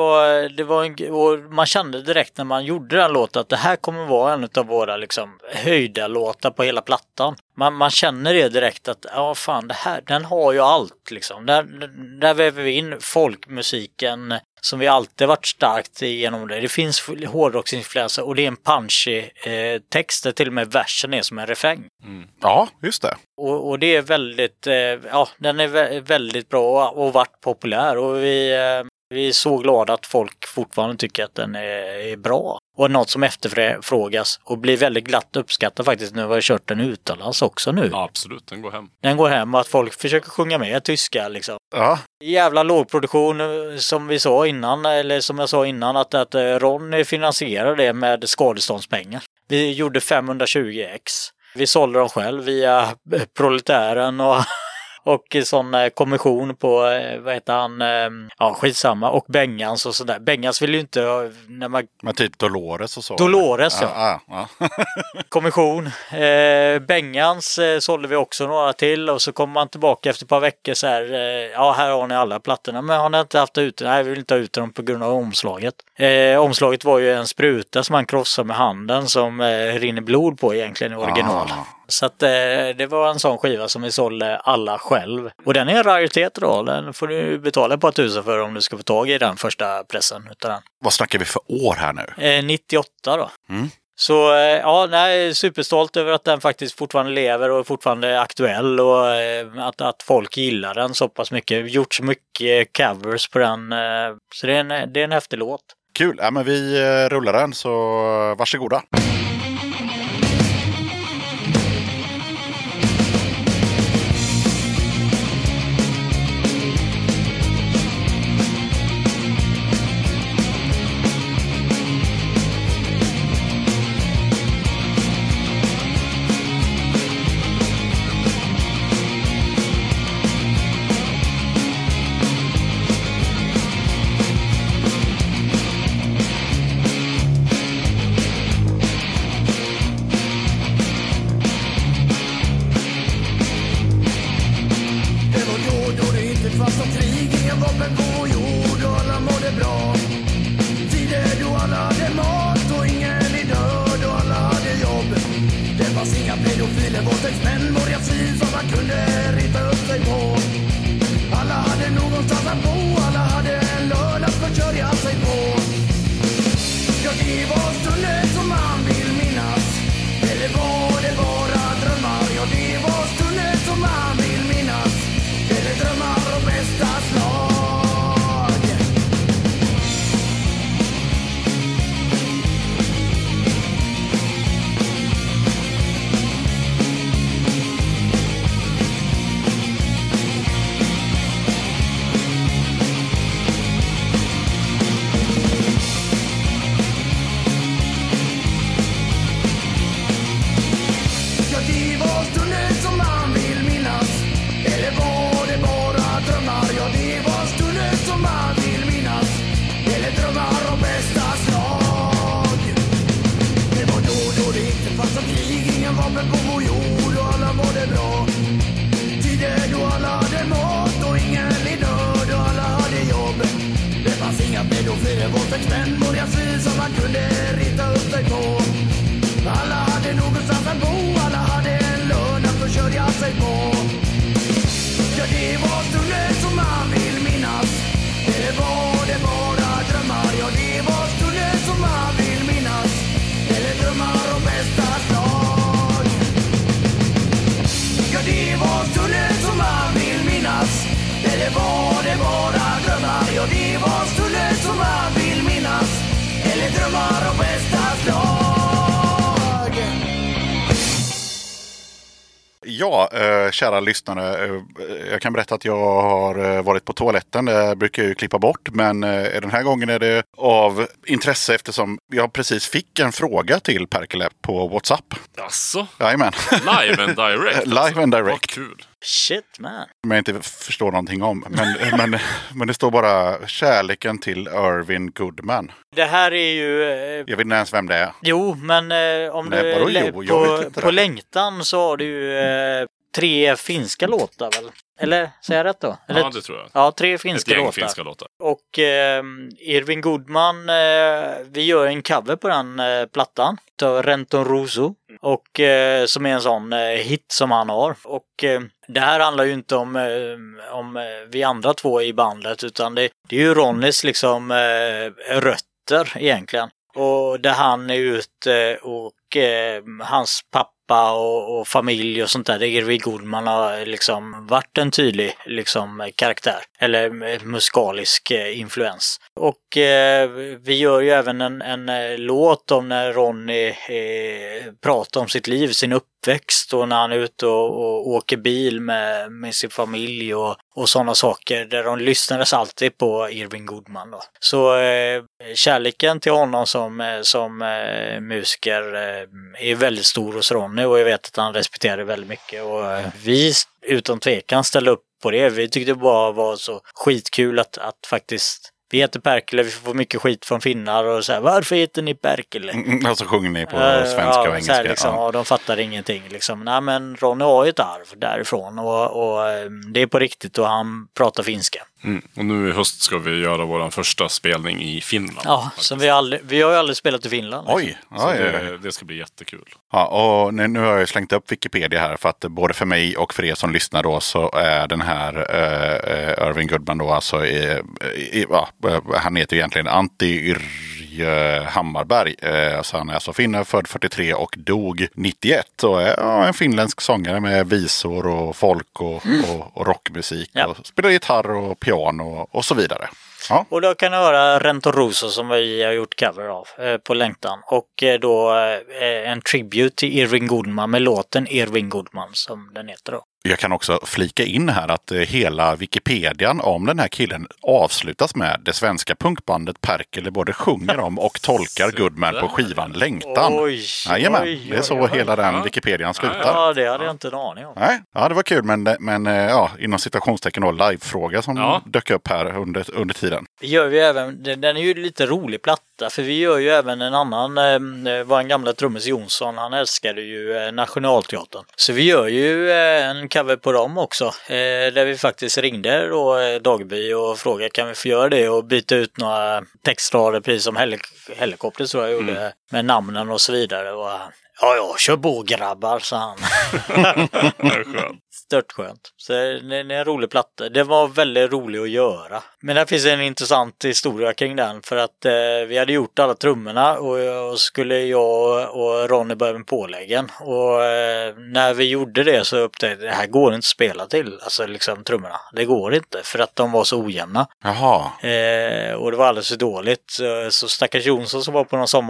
Speaker 5: var och man kände direkt när man gjorde den låten att det här kommer vara en av våra liksom höjda låtar på hela plattan. Man känner det direkt att ja fan den har ju allt liksom. Där väver vi in folkmusiken som vi alltid varit starkt igenom det. Det finns hårdrocksinfluenser och det är en punchy text där till och med versen är som en refräng.
Speaker 2: Mm. Ja, just det.
Speaker 5: Och det är väldigt, den är väldigt bra och varit populär och vi är så glada att folk fortfarande tycker att den är bra. Och något som efterfrågas och blir väldigt glatt uppskattat faktiskt nu har jag kört den utomlands också nu.
Speaker 1: Ja, absolut, den går hem.
Speaker 5: Den går hem och att folk försöker sjunga med tyska liksom.
Speaker 2: Ja.
Speaker 5: Jävla lågproduktion som vi sa innan, eller som jag sa innan att Ron finansierar det med skadeståndspengar. Vi gjorde 520x. Vi sålde dem själv via Proletären och sån kommission på, vad heter han, skitsamma, och Bengans och sådär. Bengans vill ju inte, när man...
Speaker 2: Men typ Dolores och så.
Speaker 5: Dolores,
Speaker 2: ja.
Speaker 5: Kommission. Bengans sålde vi också några till och så kommer man tillbaka efter ett par veckor så här, här har ni alla plattorna, men har ni inte haft ut? Nej, vi vill inte ha ut dem på grund av omslaget. Omslaget var ju en spruta som man krossar med handen som rinner blod på egentligen i original. Så att det var en sån skiva som vi sålde alla själv. Och den är en raritet då. Den får du betala ett par tusen för om du ska få tag i den första pressen utav den.
Speaker 2: Vad snackar vi för år här nu?
Speaker 5: 98 då.
Speaker 2: Mm.
Speaker 5: Så superstolt över att den faktiskt fortfarande lever och är fortfarande aktuell och att folk gillar den så pass mycket. Gjort så mycket covers på den. Så det är en häftig låt.
Speaker 2: Kul, ja men vi rullar den så varsågoda. Ja, kära lyssnare. Jag kan berätta att jag har varit på toaletten. Det brukar jag ju klippa bort. Men den här gången är det av intresse eftersom jag precis fick en fråga till Perkele på WhatsApp.
Speaker 1: Asså?
Speaker 2: Jajamän.
Speaker 1: Live and direct?
Speaker 2: Live and direct.
Speaker 1: Vad kul.
Speaker 5: Shit man.
Speaker 2: Som jag inte förstår någonting om. Men det står bara kärleken till Irving Goodman.
Speaker 5: Det här är ju...
Speaker 2: Jag vet inte ens vem det är.
Speaker 5: Jo, men om
Speaker 2: Nej,
Speaker 5: du
Speaker 2: vadå, jo, jag vet inte
Speaker 5: på
Speaker 2: det.
Speaker 5: längtan så har du ju 3 finska låtar väl? Eller säger jag rätt då? Eller,
Speaker 1: Ja, det tror jag.
Speaker 5: Ja, 3 finska
Speaker 1: Ett gäng
Speaker 5: låtar.
Speaker 1: finska låtar.
Speaker 5: Och Irving Goodman, vi gör en cover på den plattan. Renton Rosso. Och som är en sån hit som han har. Och det här handlar ju inte om vi andra 2 i bandet, utan det är ju Ronnys liksom rötter egentligen. Och där han är ute och hans pappa och familj och sånt där. Irving Goodman har liksom varit en tydlig liksom karaktär. Eller musikalisk influens. Och vi gör ju även en låt om när Ronny pratar om sitt liv, sin uppväxt och när han är ute och åker bil med sin familj och sådana saker. Där de lyssnades alltid på Irving Goodman då. Så kärleken till honom som musiker är väldigt stor hos Ronny och jag vet att han respekterar det väldigt mycket. Och vi utan tvekan ställde upp på det. Vi tyckte det bara var så skitkul att faktiskt... Vi heter Perkele, vi får mycket skit från finnar och så här, varför heter ni Perkele?
Speaker 2: Alltså sjunger ni på svenska och engelska.
Speaker 5: Så här liksom, ja, de fattar ingenting liksom. Nej men Ronny har ju ett arv därifrån och det är på riktigt och han pratar finska.
Speaker 1: Och nu i höst ska vi göra vår första spelning i Finland.
Speaker 5: Ja,
Speaker 1: faktiskt.
Speaker 5: så vi har ju aldrig spelat i Finland.
Speaker 2: Oj,
Speaker 1: Så det ska bli jättekul.
Speaker 2: Ja, och nu har jag slängt upp Wikipedia här för att både för mig och för er som lyssnar då så är den här Irving Goodman då alltså han heter egentligen Antti Yrjö Hammarberg. Så han är alltså finne, född 43 och dog 91 och är en finländsk sångare med visor och folk och rockmusik och spelar gitarr och piano och så vidare. Ja.
Speaker 5: Och då kan du höra Renton Rosso som vi har gjort cover av på längtan. Och då en tribute till Irving Goodman med låten Irving Goodman som den heter då.
Speaker 2: Jag kan också flika in här att hela Wikipedian om den här killen avslutas med det svenska punkbandet Perkele både sjunger om och tolkar Goodman på skivan Längtan. Jajamän, det är så hela den Wikipedian slutar.
Speaker 5: Ja, det hade jag inte en aning om.
Speaker 2: Nej, ja, det var kul, men ja, inom citationstecken då, live-fråga som dök upp här under tiden.
Speaker 5: Vi gör ju även, den är ju lite rolig platta, för vi gör ju även en annan, vår gamla trummis Jonsson, han älskade ju Nationalteatern. Så vi gör ju en cover på dem också, där vi faktiskt ringde då Dagby och frågade kan vi få göra det och byta ut några textrader precis som Helikopter tror jag gjorde, med namnen och så vidare. Och ja, kör på grabbar, sa han. Störtskönt. Så det är en rolig platta. Det var väldigt roligt att göra. Men det finns en intressant historia kring den. För att vi hade gjort alla trummorna och skulle jag och Ronny börja med påläggen. Och när vi gjorde det så upptäckte det här går inte att spela till. Alltså liksom trummorna. Det går inte för att de var så ojämna.
Speaker 2: Jaha.
Speaker 5: Och det var alldeles för dåligt. Så stackars Jonsson som var på någon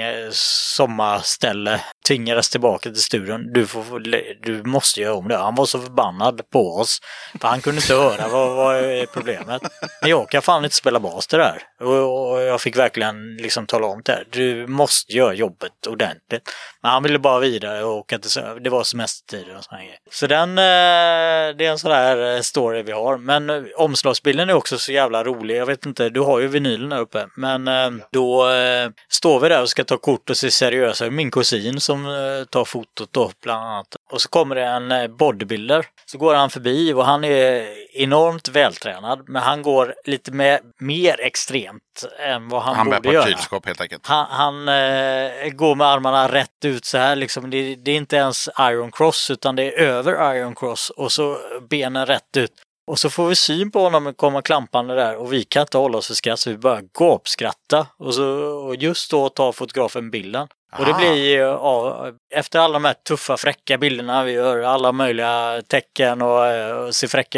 Speaker 5: sommarställe tvingades tillbaka till studion. Du måste göra om det. Han var så förbannad på oss. För han kunde inte höra vad är problemet. Men jag kan fan inte spela bas det där. Och jag fick verkligen liksom tala om det här. Du måste göra jobbet ordentligt. Men han ville bara vidare och åka till det var semestertider och sådana grejer. Så det är en sån här story vi har. Men omslagsbilden är också så jävla rolig. Jag vet inte, du har ju vinylen där uppe. Men då står vi där och ska ta kort och se seriösa. Min kusin som tar fotot då bland annat. Och så kommer det en bodybuilder. Så går han förbi och han är enormt vältränad. Men han går lite mer extremt än vad han borde göra.
Speaker 2: Han bär på kylskåp helt enkelt.
Speaker 5: Han går med armarna rätt ut så här. Liksom. Det är inte ens Iron Cross utan det är över Iron Cross. Och så benen rätt ut. Och så får vi syn på honom komma klampande där och vi kan inte hålla oss för skratt så vi börjar gapskratta och just då tar fotografen bilden. Och det blir efter alla de här tuffa fräcka bilderna vi gör alla möjliga tecken och ser fräcka ut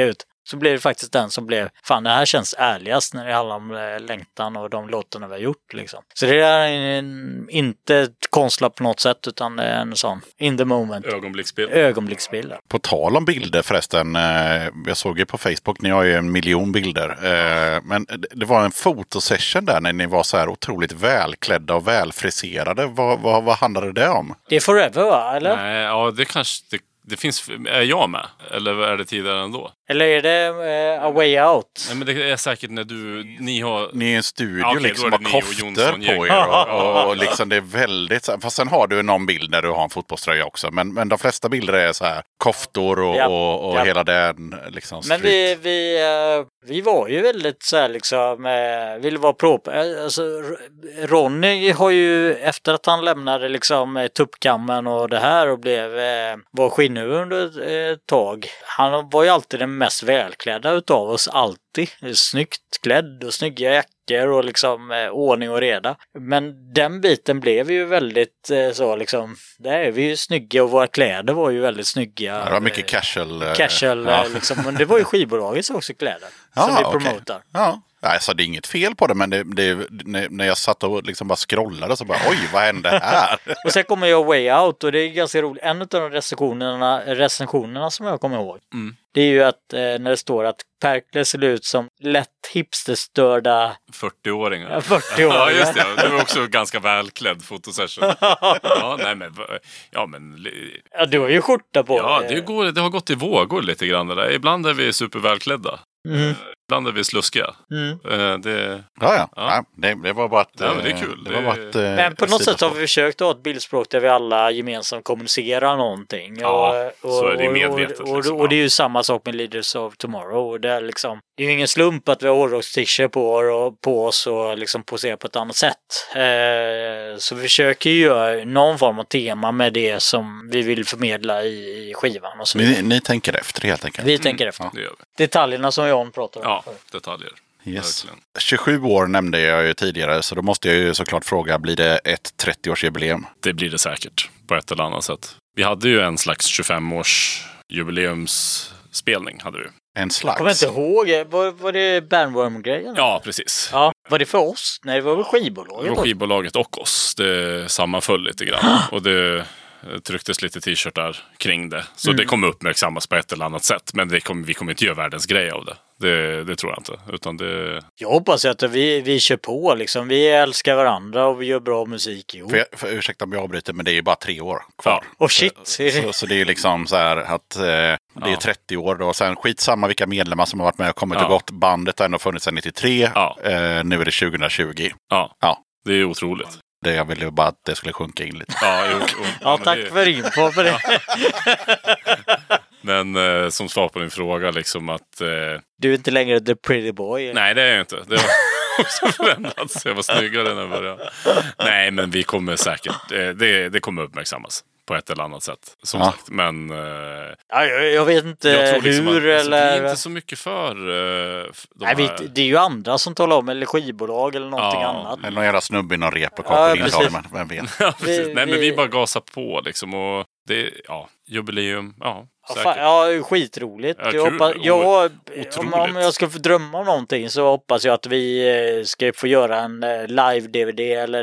Speaker 5: så blev det faktiskt den som blev, fan det här känns ärligast när det handlar om längtan och de låtarna vi har gjort liksom. Så det är inte konstlat på något sätt, utan det är en sån in the moment. Ögonblicksbild.
Speaker 2: På tal om bilder förresten, jag såg ju på Facebook, ni har ju 1 miljon bilder. Men det var en fotosession där när ni var så här otroligt välklädda och välfriserade. Vad handlade det om?
Speaker 5: Det är Forever, va? Eller?
Speaker 1: Nej, ja, det kanske... Det finns... Är jag med? Eller är det tidigare ändå?
Speaker 5: Eller är det A Way Out?
Speaker 1: Nej, men det är säkert när ni har...
Speaker 2: Ni är en studio
Speaker 1: okej,
Speaker 2: liksom,
Speaker 1: då är
Speaker 2: har
Speaker 1: det Neo
Speaker 2: koftor
Speaker 1: Jonsson
Speaker 2: på er. Och liksom det är väldigt... Fast sen har du någon bild där du har en fotbollströja också. Men de flesta bilder är så här koftor och hela den liksom.
Speaker 5: Men vi var ju väldigt så här liksom... ville vara alltså Ronny har ju, efter att han lämnade liksom tuppkammen och det här och var skinnhuvud under ett tag. Han var ju alltid den mest välklädda utav oss, alltid. Snyggt klädd och snygga jackor och liksom ordning och reda. Men den biten blev ju väldigt så liksom, där är vi ju snygga och våra kläder var ju väldigt snygga.
Speaker 2: Ja, det var mycket casual.
Speaker 5: Liksom, men det var ju skivbolaget som också kläder som vi promotar.
Speaker 2: Okay. Ja. Alltså det är inget fel på det, men när jag satt och liksom bara scrollade så bara, oj, vad hände här?
Speaker 5: Och sen kommer jag Way Out och det är ganska roligt. En av de recensionerna som jag kommer ihåg, det är ju att när det står att Perkele ser ut som lätt hipsterstörda
Speaker 1: 40-åringar.
Speaker 5: 40-åringar.
Speaker 1: Ja, just det. Det var också ganska välklädd fotosession. Ja,
Speaker 5: du har ju skjorta på.
Speaker 1: Ja, det har gått i vågor lite grann där. Ibland är vi supervälklädda. Ibland är vi sluskiga.
Speaker 2: Det var bara att...
Speaker 1: Ja, men det är kul.
Speaker 5: Men på något sätt har vi försökt ha ett bildspråk där vi alla gemensamt kommunicerar någonting.
Speaker 1: Ja, så är det medvetet.
Speaker 5: Och det är ju samma sak med Leaders of Tomorrow. Det är ju ingen slump att vi har hårdrocks-t-shirt på oss och liksom poserar på ett annat sätt. Så vi försöker ju göra någon form av tema med det som vi vill förmedla i skivan. Och så.
Speaker 2: Ni tänker efter helt enkelt.
Speaker 5: Vi tänker efter.
Speaker 1: Ja, det gör vi.
Speaker 5: Detaljerna som Jan pratar om.
Speaker 1: Ja, detaljer.
Speaker 2: Yes. 27 år nämnde jag ju tidigare, så då måste jag ju såklart fråga, blir det ett 30-årsjubileum?
Speaker 1: Det blir det säkert, på ett eller annat sätt. Vi hade ju en slags 25-års jubileumsspelning, hade vi.
Speaker 2: En slags?
Speaker 5: Jag kommer inte ihåg, var det Bandworm-grejen?
Speaker 1: Ja, precis.
Speaker 5: Ja, var det för oss? Nej, det var väl skivbolaget?
Speaker 1: Det var skivbolaget och oss. Det sammanföll lite grann. Och det trycktes lite t-shirtar kring det. Så det kommer uppmärksammas på ett eller annat sätt. Men vi kommer inte göra världens grej av det. Det tror jag inte. Utan det... Jag
Speaker 5: hoppas att vi kör på liksom. Vi älskar varandra och vi gör bra musik ihop.
Speaker 2: För ursäkta om jag avbryter, men det är ju bara 3 år kvar.
Speaker 5: Ja. Och shit!
Speaker 2: Så det är ju liksom så här att det är 30 år då. Sen skitsamma vilka medlemmar som har varit med och kommit och gått. Bandet har ändå funnits sedan 93. Nu är det 2020.
Speaker 1: Ja. Det är otroligt.
Speaker 2: Jag ville ju bara att det skulle sjunka in lite.
Speaker 5: Tack för info på det.
Speaker 1: Men som svar på din fråga liksom att...
Speaker 5: Du är inte längre the pretty boy.
Speaker 1: Nej, det är jag inte. Det har också förändrats. Jag var snyggare när jag började. Nej, men vi kommer säkert... Det kommer uppmärksammas på ett eller annat sätt. Som sagt. Men...
Speaker 5: jag vet inte
Speaker 1: jag liksom
Speaker 5: hur eller...
Speaker 1: Vi är inte så mycket för
Speaker 5: det är ju andra som talar om, eller skivbolag eller någonting annat.
Speaker 2: Eller någon jävla snubbe i någon replokal på Lindholm, vem vet.
Speaker 1: Nej, men vi bara gasar på liksom. Och det, jubileum,
Speaker 5: skitroligt.
Speaker 1: Om
Speaker 5: jag ska få drömma om någonting så hoppas jag att vi ska få göra en live-DVD eller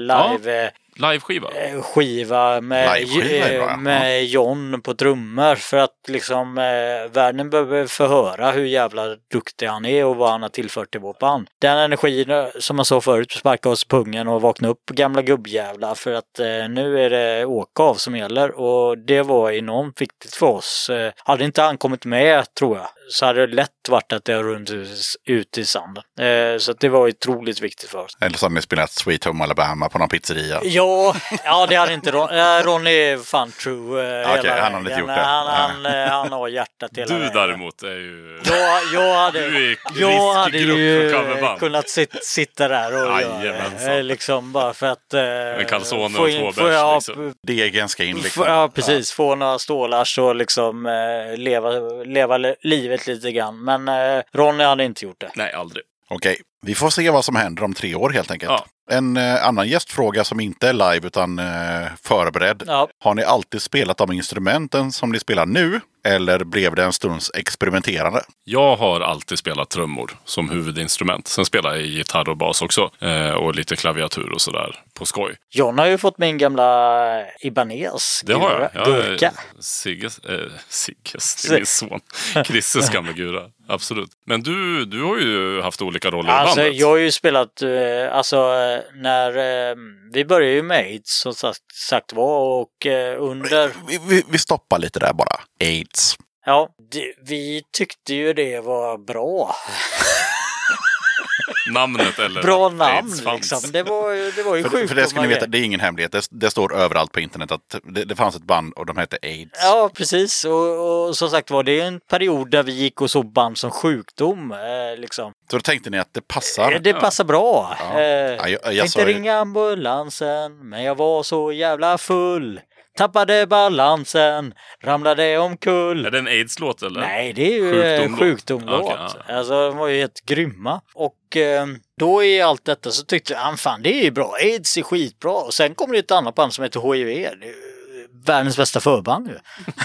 Speaker 1: live-skiva
Speaker 5: med John på trummor, för att liksom världen behöver förhöra hur jävla duktig han är och vad han har tillfört till vårt band. Den energin som jag sa förut, sparka oss på pungen och vakna upp gamla gubbjävlar, för att nu är det åka av som gäller, och det var enormt viktigt för oss. Hade inte han kommit med, tror jag, så hade det lätt varit att det har runt ut i sanden. Så det var otroligt viktigt för oss.
Speaker 2: Eller så hade ni spelat Sweet Home Alabama på någon pizzeria.
Speaker 5: Ja, det hade inte Ronny är fan true.
Speaker 2: Okej, han har inte gjort det.
Speaker 5: Han har hjärtat hela
Speaker 1: vägen.
Speaker 5: Du
Speaker 1: däremot är ju...
Speaker 5: Jag hade ju kunnat sitta där och göra liksom bara för att...
Speaker 1: en calzone och 2 bärs liksom.
Speaker 2: Degen ska in liksom.
Speaker 5: Ja, precis. Få några stålar så liksom leva livet lite grann. Men Ronny hade inte gjort det.
Speaker 1: Nej, aldrig.
Speaker 2: Okej, vi får se vad som händer om 3 år helt enkelt.
Speaker 1: Ja.
Speaker 2: En annan gästfråga som inte är live utan förberedd.
Speaker 5: Ja.
Speaker 2: Har ni alltid spelat de instrumenten som ni spelar nu? Eller blev det en stunds experimenterande?
Speaker 1: Jag har alltid spelat trummor som huvudinstrument. Sen spelar jag gitarr och bas också. Och lite klaviatur och sådär på skoj.
Speaker 5: John har ju fått min gamla Ibanez.
Speaker 1: Det har jag.
Speaker 5: Gurka.
Speaker 1: Sigges, det är min son. Chrisses gamla gura. Absolut. Men du har ju haft olika roller i bandet.
Speaker 5: Jag har ju spelat, när vi började ju med AIDS som sagt var och under...
Speaker 2: Vi stoppar lite där bara. AIDS.
Speaker 5: Ja, vi tyckte ju det var bra.
Speaker 1: Namnet eller?
Speaker 5: Bra namn liksom. Det var ju sjukt.
Speaker 2: För det ska ni veta, det är ingen hemlighet. Det står överallt på internet att det fanns ett band och de hette AIDS.
Speaker 5: Ja, precis. Och som sagt var det en period där vi gick och såg band som sjukdom. Liksom.
Speaker 2: Så då tänkte ni att det passar?
Speaker 5: Det passar bra.
Speaker 2: Ja. Jag
Speaker 5: tänkte ringa ambulansen, men jag var så jävla full. Tappade balansen, ramlade omkull.
Speaker 1: Är det en AIDS-låt eller?
Speaker 5: Nej, det är ju sjukdomlåt. Okay, ja. Alltså, de var ju helt grymma. Och då i allt detta så tyckte jag, fan det är ju bra. AIDS är skitbra. Och sen kommer det ett annat band som heter HIV. Det är världens bästa förband nu.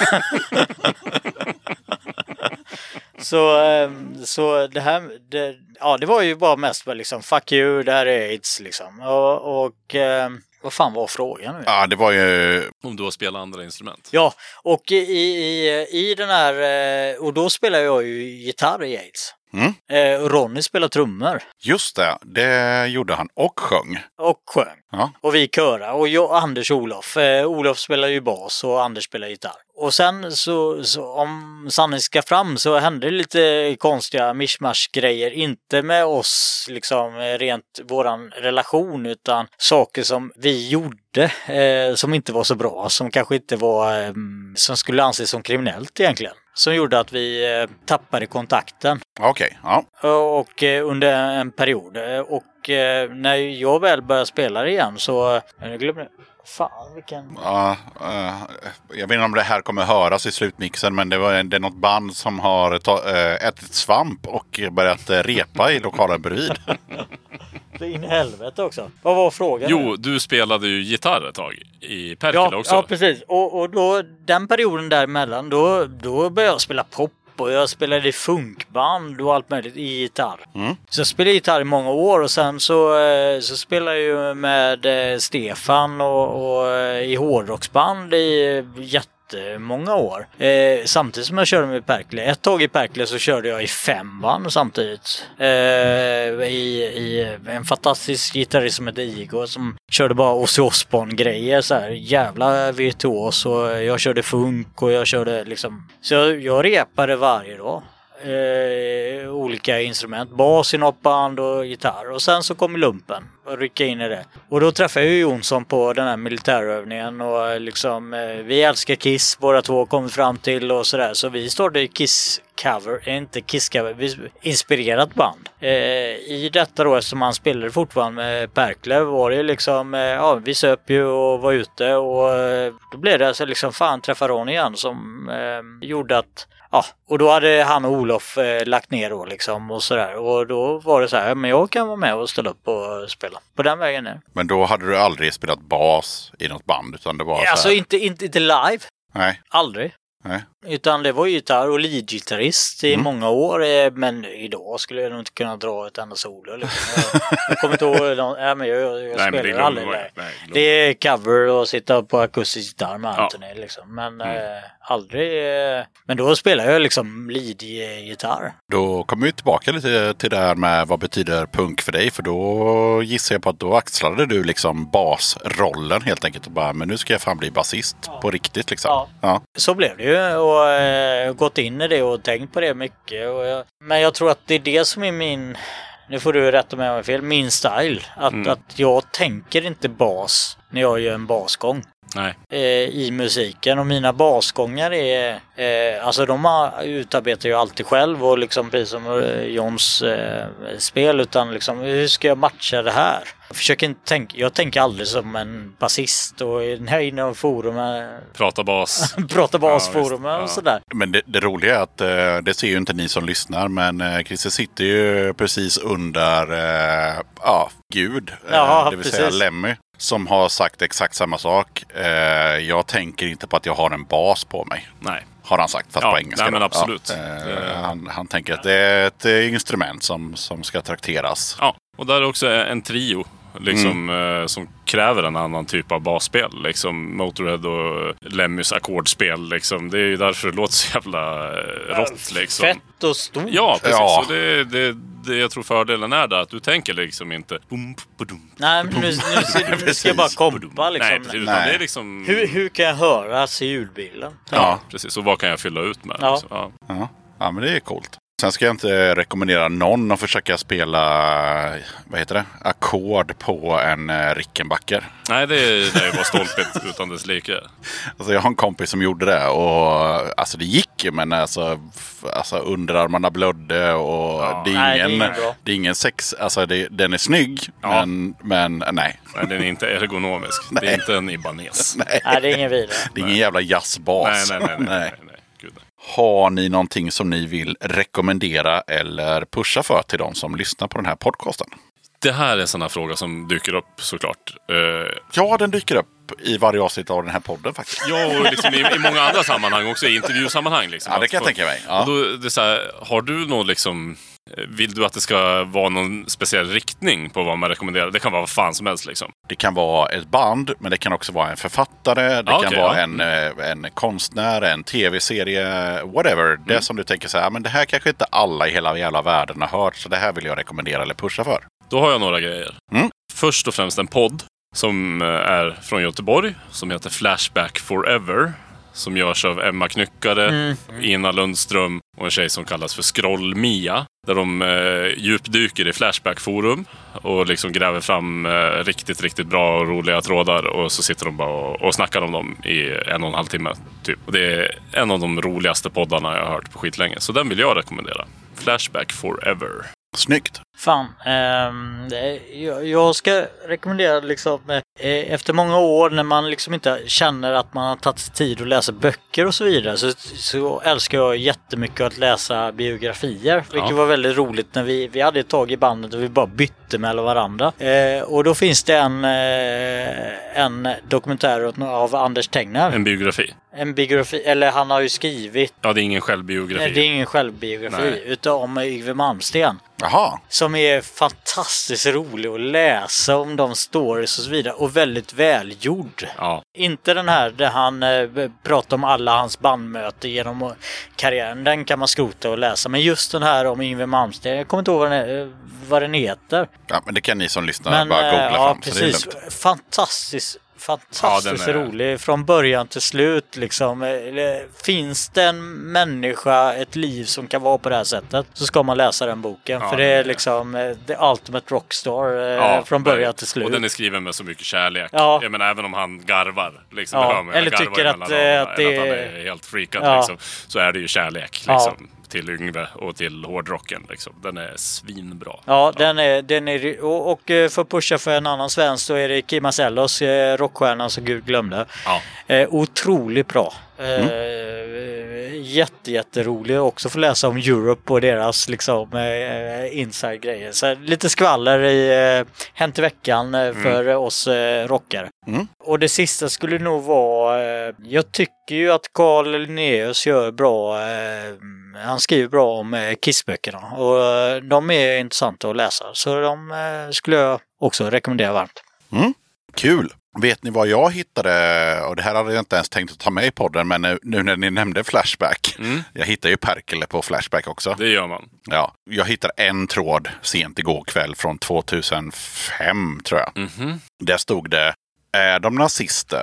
Speaker 5: Så det här, det var ju bara mest liksom, fuck you, det här är AIDS liksom. Och vad fan var frågan nu?
Speaker 2: Ja, det var ju...
Speaker 1: Om du har spelat andra instrument.
Speaker 5: Ja, och i den här... Och då spelar jag ju gitarr i AIDS. Ronny spelar trummor.
Speaker 2: Just det gjorde han och sjöng.
Speaker 5: Ja. Och vi köra. Och jag, Anders och Olof. Olof spelar ju bas och Anders spelar gitarr. Och sen så om sanningen ska fram så hände det lite konstiga mishmash-grejer. Inte med oss, liksom rent våran relation, utan saker som vi gjorde som inte var så bra. Som kanske inte var, som skulle anses som kriminellt egentligen. Som gjorde att vi tappade kontakten.
Speaker 2: Okej, ja.
Speaker 5: Och under en period. Och när jag väl började spela igen så... Jag glömde... Fan, vilken...
Speaker 2: Jag vet inte om det här kommer höras i slutmixen, men det är något band som har ätit svamp och börjat repa i lokalen bredvid.
Speaker 5: Det är in i helvete också. Vad var frågan?
Speaker 1: Jo, du spelade ju gitarr ett tag i Perkele också.
Speaker 5: Ja, precis. Och då, den perioden däremellan, då började jag spela pop. Och jag spelade i funkband och allt möjligt i gitarr. Så jag spelade gitarr i många år och sen så spelade jag ju med Stefan och i hårdrocksband i jättemånga år. Samtidigt som jag körde med Perkele. Ett tag i Perkele så körde jag i 5 band samtidigt. I en fantastisk gitarrist som heter Igor som körde bara Ozzy Osbourne-grejer så här. Jävla virtuos och jag körde funk och jag körde liksom... Så jag repade varje dag. Olika instrument, bas i något band och gitarr. Och sen så kom lumpen och ryckte in i det. Och då träffade jag Jonsson på den här militärövningen och liksom vi älskar Kiss, båda två kom fram till och sådär. Så vi startade Kiss cover, inte Kiss cover, vi inspirerat band. I detta då, eftersom han spelade fortfarande med Perkele, var det liksom, vi söp ju och var ute och då blev det alltså liksom fan träffa Ron igen som gjorde att och då hade han och Olof lagt ner då liksom och sådär. Och då var det så här, men jag kan vara med och ställa upp och spela. På den vägen är.
Speaker 2: Men då hade du aldrig spelat bas i något band utan det var så här...
Speaker 5: Alltså inte live.
Speaker 2: Nej.
Speaker 5: Aldrig.
Speaker 2: Nej.
Speaker 5: Utan det var gitarr och leadgitarrist i många år. Men idag skulle jag nog inte kunna dra ett enda solo. Liksom. Jag kommer inte ihåg. Men jag spelar aldrig. Det är cover och sitta på akustisk gitarr med Anthony. Liksom. Men aldrig. Men då spelar jag liksom lead-gitarr. Då
Speaker 2: kommer vi tillbaka lite till det här med vad betyder punk för dig. För då gissar jag på att då axlade du liksom basrollen helt enkelt. Och bara, men nu ska jag fan bli basist på riktigt liksom. Ja.
Speaker 5: Så blev det ju. Och gått in i det och tänkt på det mycket. Men jag tror att det är det som är min... Nu får du rätta mig om jag är fel. Min style. Att jag tänker inte bas när jag gör en basgång.
Speaker 1: Nej.
Speaker 5: I musiken. Och mina basgångar är alltså de utarbetar ju alltid själv och liksom precis som Johns spel, utan liksom hur ska jag matcha det här? Jag tänker aldrig som en basist och inom forumen
Speaker 1: Prata
Speaker 5: basforumen och sådär.
Speaker 2: Men det roliga är att det ser ju inte ni som lyssnar, men Christer sitter ju precis under Gud, det vill säga Lemmy, som har sagt exakt samma sak. Jag tänker inte på att jag har en bas på mig.
Speaker 1: Nej.
Speaker 2: Har han sagt, fast på engelska.
Speaker 1: Nej, men absolut.
Speaker 2: Han tänker att det är ett instrument som ska trakteras.
Speaker 1: Ja, och där är också en trio liksom, som kräver en annan typ av basspel. Liksom Motorhead och Lemmys ackordspel. Liksom. Det är ju därför det låter så jävla rått. Liksom.
Speaker 5: Fett och stort.
Speaker 1: Ja, precis.
Speaker 2: Ja.
Speaker 1: Så det jag tror fördelen är där, att du tänker liksom inte...
Speaker 5: Nej, men nu ska jag bara kompa. Liksom.
Speaker 1: Nej, precis. Utan det är liksom...
Speaker 5: Hur kan jag höras i ljudbilen?
Speaker 1: Ja, precis. Och vad kan jag fylla ut med?
Speaker 5: Ja.
Speaker 1: Liksom.
Speaker 2: Ja, men det är coolt. Sen ska jag inte rekommendera någon att försöka spela, ackord på en Rickenbacker.
Speaker 1: Nej, det var stolpigt utan dess like.
Speaker 2: Alltså jag har en kompis som gjorde det och alltså det gick ju, men alltså underarmarna blödde och det är ingen sex, alltså den är snygg, men nej.
Speaker 1: Men den är inte ergonomisk.
Speaker 2: Nej.
Speaker 1: Det är inte en Ibanez.
Speaker 2: Nej,
Speaker 5: det är ingen vidare.
Speaker 2: Det är ingen jävla jazzbas.
Speaker 1: Nej. Gud.
Speaker 2: Har ni någonting som ni vill rekommendera eller pusha för till de som lyssnar på den här podcasten?
Speaker 1: Det här är en sån här fråga som dyker upp såklart.
Speaker 2: Ja, den dyker upp i varje avsnitt av den här podden faktiskt.
Speaker 1: Ja, och liksom i många andra sammanhang också, i intervjusammanhang. Liksom.
Speaker 2: Ja, det kan jag tänka mig. Ja.
Speaker 1: Och då, det är så här, har du någon liksom... Vill du att det ska vara någon speciell riktning på vad man rekommenderar? Det kan vara vad fan som helst liksom.
Speaker 2: Det kan vara ett band, men det kan också vara en författare. Det kan vara en konstnär, en tv-serie, whatever. Det som du tänker så här, men det här kanske inte alla i hela jävla världen har hört, så det här vill jag rekommendera eller pusha för.
Speaker 1: Då har jag några grejer. Först och främst en podd som är från Göteborg, som heter Flashback Forever. Som görs av Emma Knyckare, Ina Lundström och en tjej som kallas för Scroll-Mia. Där de djupdyker i Flashback-forum och liksom gräver fram riktigt bra och roliga trådar. Och så sitter de bara och snackar om dem i 1,5 timme typ. Och det är en av de roligaste poddarna jag har hört på skitlänge. Så den vill jag rekommendera. Flashback Forever.
Speaker 2: Snyggt.
Speaker 5: Fan, jag ska rekommendera liksom, efter många år när man liksom inte känner att man har tagit tid att läsa böcker och så vidare, så älskar jag jättemycket att läsa biografier, vilket var väldigt roligt när vi hade ett tag i bandet och vi bara bytte mellan varandra. Och då finns det en dokumentär av Anders Tegner. En biografi, eller han har ju skrivit...
Speaker 1: Ja, det är ingen självbiografi.
Speaker 5: Nej, det är ingen självbiografi, utan om Yngwie Malmsteen.
Speaker 2: Jaha.
Speaker 5: Som är fantastiskt rolig att läsa om de stories och så vidare. Och väldigt välgjord.
Speaker 1: Ja.
Speaker 5: Inte den här där han pratar om alla hans bandmöten genom karriären. Den kan man skrota och läsa. Men just den här om Yngwie Malmsteen, jag kommer inte ihåg vad den heter.
Speaker 2: Ja, men det kan ni som lyssnar bara googla fram.
Speaker 5: Precis. Fantastiskt rolig från början till slut liksom. Finns det en människa, ett liv som kan vara på det här sättet, så ska man läsa den boken, för det är liksom the ultimate rockstar från början till slut.
Speaker 1: Och den är skriven med så mycket kärlek.
Speaker 5: Jag
Speaker 1: menar, även om han garvar liksom,
Speaker 5: eller tycker att han
Speaker 1: är helt freakad liksom, så är det ju kärlek liksom. Till Yngwie och till hårdrocken liksom. Den är svinbra.
Speaker 5: Ja, den är och för att pusha för en annan svensk, så är det Kim Marcellos, rockstjärnan som Gud glömde. Otroligt bra. Jätterolig också för att läsa om Europe och deras liksom inside-grejer. Så lite skvaller i Hänt i veckan för oss rockare. Och det sista skulle nog vara, jag tycker ju att Carl Linnaeus gör bra, han skriver bra om Kiss-böckerna och de är intressanta att läsa, så de skulle jag också rekommendera varmt.
Speaker 2: Kul! Vet ni vad jag hittade? Och det här hade jag inte ens tänkt att ta med i podden, men nu när ni nämnde Flashback. Jag hittade ju Perkele på Flashback också.
Speaker 1: Det gör man.
Speaker 2: Ja, jag hittade en tråd sent igår kväll från 2005 tror jag. Där stod det: är de nazister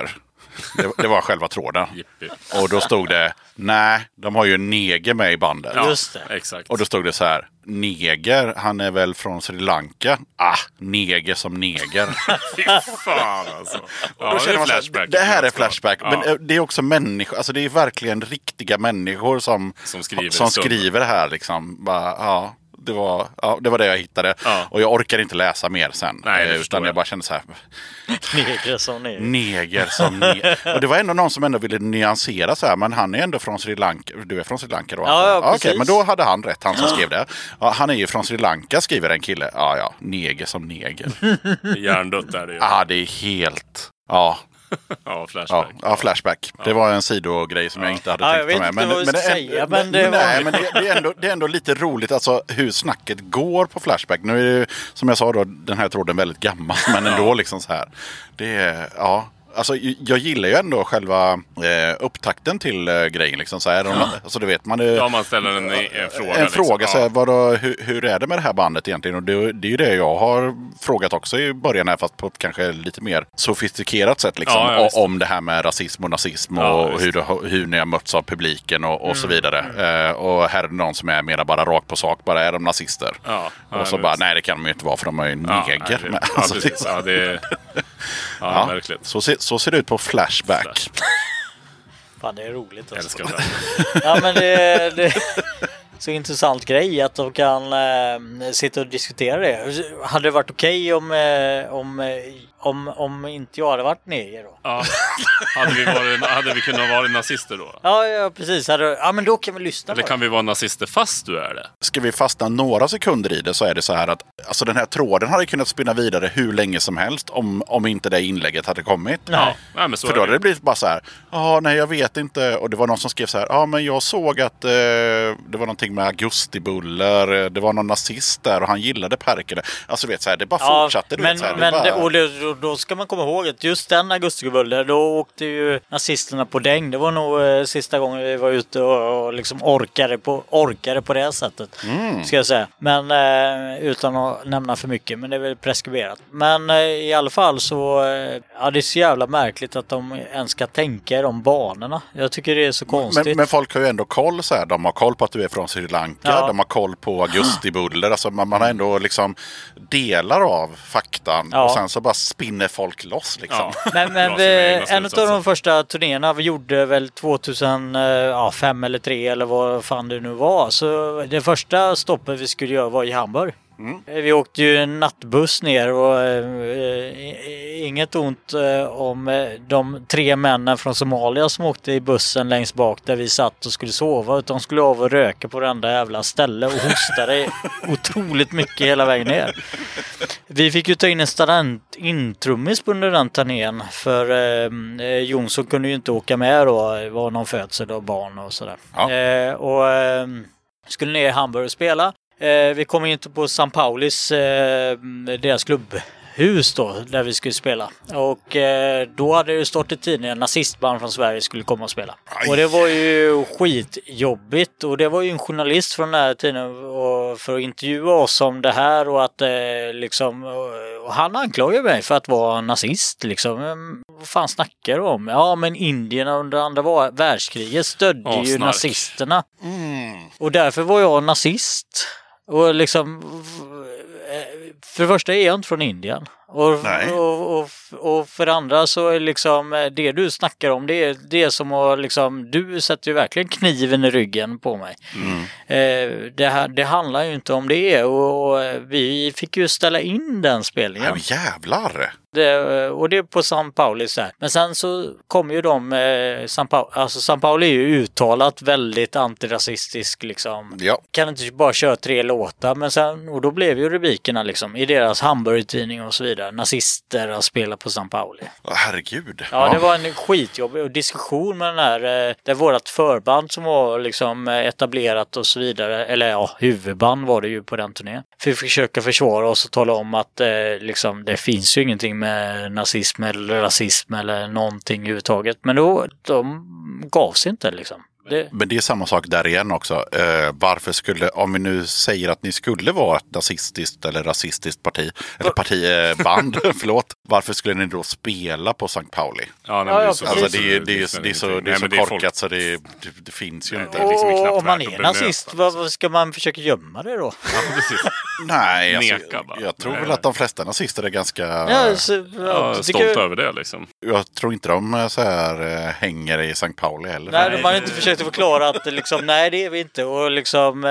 Speaker 2: Det var själva tråden.
Speaker 1: Jippi.
Speaker 2: Och då stod det, nej, de har ju en neger med i bandet.
Speaker 1: Ja,
Speaker 5: Just det.
Speaker 1: exakt.
Speaker 2: Och då stod det så här, neger, han är väl från Sri Lanka? Neger som neger.
Speaker 1: Fy fan alltså. Ja,
Speaker 2: Då
Speaker 1: det
Speaker 2: känner
Speaker 1: är
Speaker 2: man så här,
Speaker 1: flashback.
Speaker 2: det här är flashback.
Speaker 1: Ja.
Speaker 2: Men det är också människor, alltså det är verkligen riktiga människor som skriver det här liksom. Bara, det var det jag hittade.
Speaker 1: Ja.
Speaker 2: Och jag orkar inte läsa mer sen.
Speaker 1: Nej,
Speaker 2: utan jag bara kände så här.
Speaker 5: Neger som neger.
Speaker 2: Neger som neger. Och det var ändå någon som ändå ville nyansera så här. Men han är ändå från Sri Lanka. Du är från Sri Lanka då?
Speaker 5: Ja,
Speaker 2: Okej,
Speaker 5: precis.
Speaker 2: men då hade han rätt, han som skrev det. Ja, han är ju från Sri Lanka, skriver en kille. Ja, neger som neger.
Speaker 1: Hjärndött är det ju.
Speaker 2: Ja, det är helt... Ja.
Speaker 1: Ja, flashback.
Speaker 2: Ja, flashback. Det var en sidogrej som jag inte hade
Speaker 5: jag
Speaker 2: tänkt
Speaker 5: vet
Speaker 2: med.
Speaker 5: inte vad jag ska säga, men det var...
Speaker 2: det är ändå lite roligt alltså, hur snacket går på Flashback. Nu är det, som jag sa då, den här tråden väldigt gammal, men ändå liksom så här. Det är, alltså, jag gillar ju ändå själva upptakten till grejen. Liksom, så här. Alltså, det vet man.
Speaker 1: Man ställer en fråga.
Speaker 2: En fråga,
Speaker 1: liksom.
Speaker 2: så här, hur är det med det här bandet egentligen? Och det är ju det jag har frågat också i början här, fast på kanske lite mer sofistikerat sätt. Liksom, om det här med rasism och nazism och hur ni har mötts av publiken och så vidare. Och här är det någon som är mer bara rakt på sak. Bara är de nazister? Och så bara, nej det kan de ju inte vara för de är ju neger.
Speaker 1: Precis. Ja, det är verkligen.
Speaker 2: Så ser det ut på Flashback.
Speaker 5: Fan, det är roligt. Alltså.
Speaker 1: Älskar det.
Speaker 5: Ja, men det är så intressant grej att de kan sitta och diskutera det. Hade det varit okej om inte jag hade varit neger då?
Speaker 1: Ja. Hade vi kunnat vara nazister då?
Speaker 5: Ja, precis. Men då kan vi lyssna.
Speaker 1: Eller kan vi vara nazister fast du är det?
Speaker 2: Ska vi fastna några sekunder i det, så är det så här att alltså, den här tråden hade kunnat spinna vidare hur länge som helst om inte det inlägget hade kommit.
Speaker 1: Ja, men så
Speaker 2: för då hade det blivit bara så här, nej jag vet inte. Och det var någon som skrev så här, men jag såg att det var någonting med augustibuller, det var någon nazist där och han gillade Perkele. Alltså vet så här, det bara fortsatte.
Speaker 5: Då ska man komma ihåg att just den augustibuller, då åkte ju nazisterna på däng. Det var nog sista gången vi var ute och liksom orkade på det sättet. Ska jag säga. Men utan att nämna för mycket, men det är väl preskriberat. Men i alla fall så det är så jävla märkligt att de ens ska tänka i de banorna. Jag tycker det är så konstigt.
Speaker 2: Men folk har ju ändå koll så här. De har koll på att du är från Sri Lanka. De har koll på augustibuller. Alltså man har ändå liksom delar av faktan. Och sen så bara spinner folk loss liksom.
Speaker 5: Men en av de första turnéerna vi gjorde väl 2005 eller 2003 eller vad fan det nu var. Så det första stoppet vi skulle göra var i Hamburg. Vi åkte ju en nattbuss ner och inget ont om de 3 männen från Somalia som åkte i bussen längst bak där vi satt och skulle sova, utan de skulle av och röka på den där jävla ställe och hostade otroligt mycket hela vägen ner. Vi fick ju ta in en student-intrummis under den turnén för Jonsson kunde ju inte åka med då, det var någon födsel och barn och sådär. Skulle ner i Hamburg och spela. Vi kom in på San Paulis, deras klubbhus då, där vi skulle spela. Och då hade det stått i tidningen nazistband från Sverige skulle komma och spela. Och det var ju skitjobbigt. Och det var ju en journalist från den här tidningen för att intervjua oss om det här. Och att liksom, och han anklagade mig för att vara nazist liksom. Vad fan snackar du om? Ja, men indierna under andra världskriget stödde ju nazisterna. Och därför var jag nazist. Och liksom, för det första är jag inte från Indien. Och för det andra så är liksom det du snackar om, det är som att liksom, du sätter ju verkligen kniven i ryggen på mig. Det handlar ju inte om det, och vi fick ju ställa in den spelningen.
Speaker 2: Ja, jävlar!
Speaker 5: Och det är på San Pauli så här. Men sen så kommer ju San Pauli är ju uttalat väldigt antirasistisk liksom.
Speaker 2: Ja.
Speaker 5: Kan inte bara köra 3 låtar, men sen, och då blev ju rubrikerna liksom i deras Hamburg-tidning och så vidare. Nazister har spelat på San Pauli.
Speaker 2: Herregud.
Speaker 5: Ja, det var en skitjobbig diskussion med den här, där vårat förband som var liksom etablerat och så vidare, eller huvudband var det ju på den turnén. För vi försöka försvara oss och tala om att liksom, det finns ju ingenting med nazism eller rasism eller någonting överhuvudtaget. Men då, de gav sig inte liksom.
Speaker 2: Men det är samma sak där igen också. Varför skulle, om vi nu säger att ni skulle vara ett nazistiskt eller rasistiskt parti, eller partiband, förlåt. varför skulle ni då spela på St. Pauli?
Speaker 1: Ja,
Speaker 5: Ja,
Speaker 1: det är så,
Speaker 2: Alltså
Speaker 5: precis.
Speaker 2: det är så korkat så det finns ju
Speaker 1: Nej,
Speaker 2: inte.
Speaker 1: det är liksom knappt
Speaker 5: Och om man
Speaker 1: värt att
Speaker 5: är
Speaker 1: bemöta.
Speaker 5: nazist, vad ska man försöka gömma det då?
Speaker 1: Ja, precis.
Speaker 2: Nej, alltså,
Speaker 1: Neka bara.
Speaker 2: jag tror
Speaker 1: Nej,
Speaker 2: väl
Speaker 1: nej.
Speaker 2: att de flesta nazister är ganska...
Speaker 5: Ja,
Speaker 1: Ja,
Speaker 5: tycker
Speaker 1: stolt över det liksom.
Speaker 2: Jag tror inte de så här hänger i St. Pauli heller.
Speaker 5: Nej, de har inte försökt att förklara att liksom, nej det är vi inte och liksom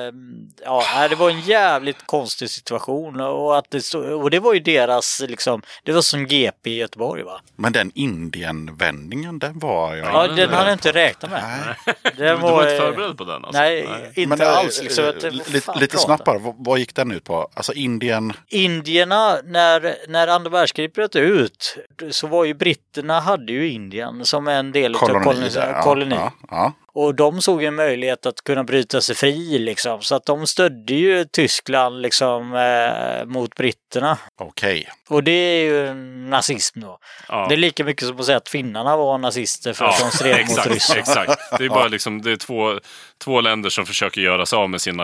Speaker 5: det var en jävligt konstig situation och det var ju deras liksom, det var som GP i Göteborg va?
Speaker 2: Men den Indien-vändningen, den var jag...
Speaker 5: Ja, den hade jag inte räknat med.
Speaker 2: Nej.
Speaker 5: Den
Speaker 1: Du var inte förberedd på den alltså?
Speaker 5: Nej, inte alls liksom.
Speaker 2: Lite snabbt bara, vad gick den ut på? Alltså Indien...
Speaker 5: Indierna, när andra världskriget bröt ut så var ju britterna hade ju Indien som en del av koloni.
Speaker 2: Ja.
Speaker 5: Och de såg en möjlighet att kunna bryta sig fri liksom. Så att de stödde ju Tyskland liksom mot britterna.
Speaker 2: Okej.
Speaker 5: Och det är ju nazism då.
Speaker 1: Ja.
Speaker 5: Det är lika mycket som att säga att finnarna var nazister för att de stred mot Ryssland.
Speaker 1: Exakt. Det är bara liksom, det är två länder som försöker göra sig av med sina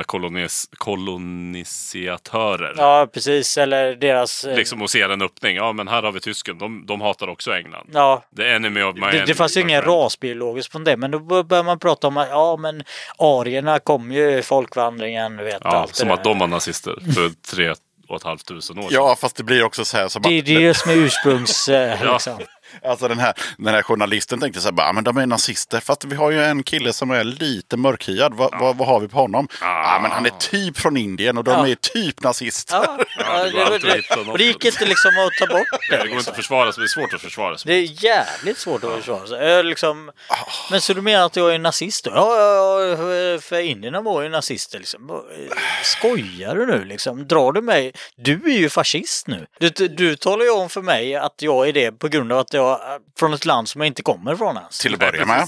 Speaker 1: kolonisatörer.
Speaker 5: Ja, precis. Eller deras...
Speaker 1: Liksom och ser en öppning. Ja, men här har vi tysken. De hatar också England.
Speaker 5: Ja.
Speaker 1: The enemy of my enemy.
Speaker 5: Det fanns ju ingen rasbiologiskt på det, men då börjar man prata om att men arierna kom ju folkvandringen, vet
Speaker 1: Ja,
Speaker 5: allt
Speaker 1: som
Speaker 5: det
Speaker 1: att de var nazister för 3 500 år sedan.
Speaker 2: Ja, fast det blir också så här som
Speaker 5: det är det som är ursprungs... liksom.
Speaker 2: Alltså den här journalisten tänkte så här, bara, men de är nazister. Fast vi har ju en kille som är lite mörkhyad. Vad har vi på honom? Men han är typ från Indien och de är typ nazister.
Speaker 5: Ja,
Speaker 1: det går alltid att hitta något.
Speaker 5: och det gick inte liksom att ta bort det.
Speaker 1: Det går inte att försvara sig. Det är svårt att försvara sig.
Speaker 5: Det är jävligt svårt att försvara sig. Liksom, men så du menar att jag är nazist då? Ja, för indierna var ju nazister liksom. Skojar du nu liksom? Drar du mig? Du är ju fascist nu. Du talar ju om för mig att jag är det på grund av att jag från ett land som jag inte kommer ifrån ens.
Speaker 2: Till att börja med.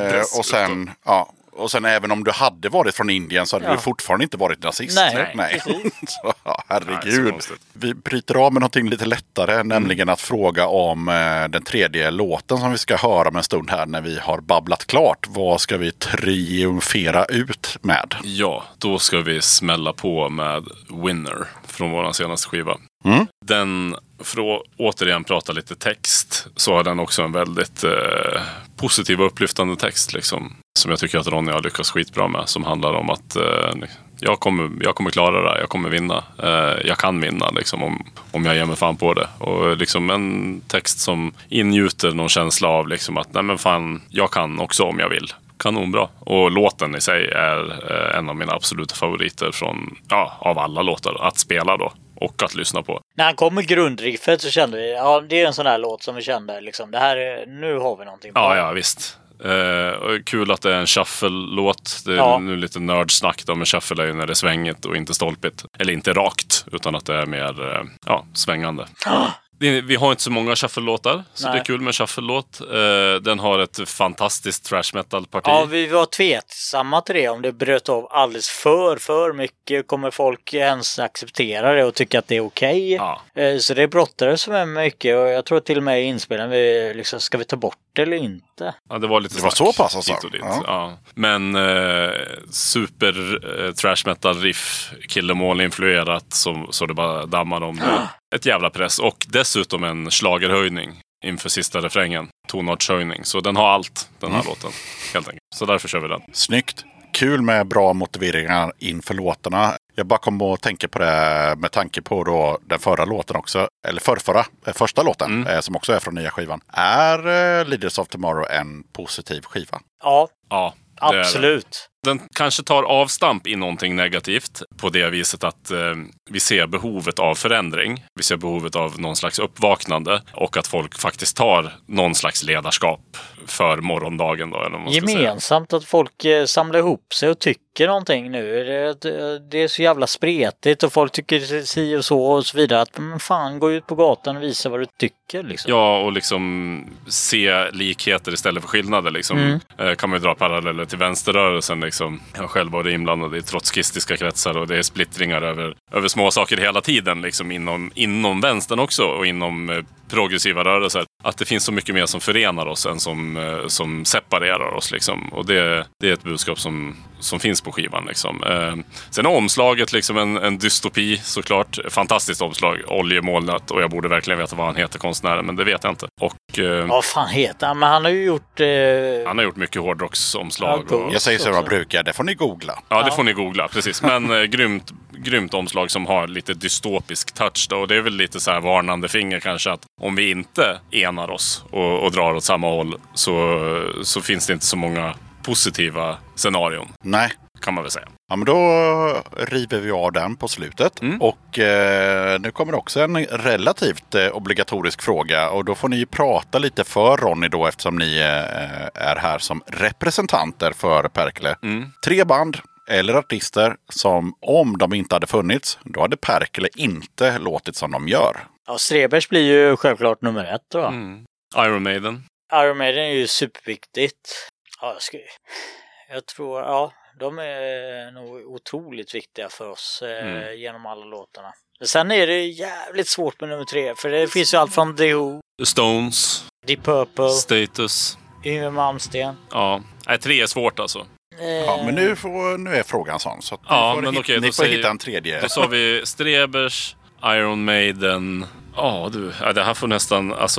Speaker 2: Och sen även om du hade varit från Indien så hade du fortfarande inte varit nazist.
Speaker 5: Nej.
Speaker 2: Så, herregud.
Speaker 1: Nej, så
Speaker 2: vi bryter av med någonting lite lättare, nämligen att fråga om den tredje låten som vi ska höra om en stund här när vi har babblat klart. Vad ska vi triumfera ut med?
Speaker 1: Ja, då ska vi smälla på med Winner från vår senaste skiva. Den, för att återigen prata lite text, så har den också en väldigt positiv och upplyftande text liksom, som jag tycker att Ronny har lyckats skitbra med, som handlar om att jag kommer klara det, jag kommer vinna, jag kan vinna liksom, om jag ger mig fan på det. Och liksom en text som ingjuter någon känsla av liksom, att nej men fan, jag kan också om jag vill. Kanonbra. Och låten i sig är en av mina absoluta favoriter från, av alla låtar att spela då. Och att lyssna på.
Speaker 5: När han kom med grundriffet så kände vi, det är en sån här låt som vi kände liksom, det här är, nu har vi någonting.
Speaker 1: Ja, visst. Kul att det är en shuffle-låt. Det är nu lite nördsnack då, men shuffle är ju när det är svängigt och inte stolpigt. Eller inte rakt, utan att det är mer svängande. Vi har inte så många shuffle-låtar, så det är kul med en shuffle-låt. Den har ett fantastiskt thrash metal-parti.
Speaker 5: Ja, vi var tveksamma till det. Om det bröt av alldeles för mycket, kommer folk ens acceptera det och tycka att det är okej? Så det brottades med mycket, och jag tror till och med i inspelningen vi liksom, ska vi ta bort det eller inte?
Speaker 1: Ja, det var lite
Speaker 2: det var så pass alltså.
Speaker 1: Ja. Men super thrash metal riff, Kill Em All influerat, så det bara dammar om det. Ett jävla press, och dessutom en schlagerhöjning inför sista refrängen, tonartshöjning. Så den har allt, den här låten, helt enkelt. Så därför kör vi den.
Speaker 2: Snyggt. Kul med bra motiveringar inför låtarna. Jag bara kom att tänka på det med tanke på då den förra låten också. Eller första låten som också är från nya skivan. Är Leaders of Tomorrow en positiv skiva?
Speaker 5: Ja, absolut.
Speaker 1: Den kanske tar avstamp i någonting negativt på det viset att vi ser behovet av förändring. Vi ser behovet av någon slags uppvaknande och att folk faktiskt tar någon slags ledarskap för morgondagen då, eller vad man ska
Speaker 5: gemensamt
Speaker 1: säga.
Speaker 5: Att folk samlar ihop sig och tycker någonting nu. Det är så jävla spretigt och folk tycker si och så vidare. Att men fan, gå ut på gatan och visa vad du tycker liksom.
Speaker 1: Ja, och liksom se likheter istället för skillnader liksom. Kan man ju dra paralleller till vänsterrörelsen liksom. Jag har själv varit inblandad i trotskistiska kretsar och det är splittringar över små saker hela tiden liksom, inom vänstern också och inom progressiva rörelser. att det finns så mycket mer som förenar oss än som separerar oss. Liksom. Och det är ett budskap som finns på skivan. Liksom. Sen är omslaget liksom en dystopi såklart. Fantastiskt omslag. Oljemålnat. Och jag borde verkligen veta vad han heter, konstnären, men det vet jag inte. Och,
Speaker 5: vad fan heter han? Men han har ju gjort...
Speaker 1: Han har gjort mycket hårdrocksomslag.
Speaker 5: Ja,
Speaker 2: jag säger som jag brukar, det får ni googla.
Speaker 1: Ja, det får ni googla, precis. Men grymt omslag som har lite dystopisk touch då. Och det är väl lite så här varnande finger kanske att om vi inte enar oss och drar åt samma håll så finns det inte så många positiva scenarion.
Speaker 2: Nej.
Speaker 1: Kan man väl säga.
Speaker 2: Ja, men då river vi av den på slutet. Och nu kommer också en relativt obligatorisk fråga. Och då får ni prata lite för Ronny då, eftersom ni är här som representanter för Perkele. 3 band eller artister som, om de inte hade funnits, då hade Perkele inte låtit som de gör.
Speaker 5: Ja, Strebers blir ju självklart nummer 1 då.
Speaker 1: Iron Maiden.
Speaker 5: Iron Maiden är ju superviktigt. Ja, jag tror, de är nog otroligt viktiga för oss genom alla låtarna. Sen är det jävligt svårt med nummer 3, för det finns ju allt från The Who,
Speaker 1: Stones,
Speaker 5: Deep Purple,
Speaker 1: Status,
Speaker 5: Yngwie Malmsteen.
Speaker 1: Ja, 3 är svårt alltså.
Speaker 2: Ja, men nu är frågan sån. Så att ni får hitta en tredje.
Speaker 1: Då sa vi Strebers, Iron Maiden. Det här får nästan, alltså,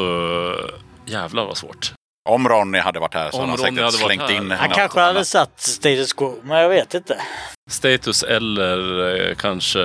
Speaker 1: jävlar vad svårt.
Speaker 2: Om Ronny hade varit här så hade han säkert slängt in.
Speaker 5: Han kanske hade satt Status Quo, men jag vet inte.
Speaker 1: Status eller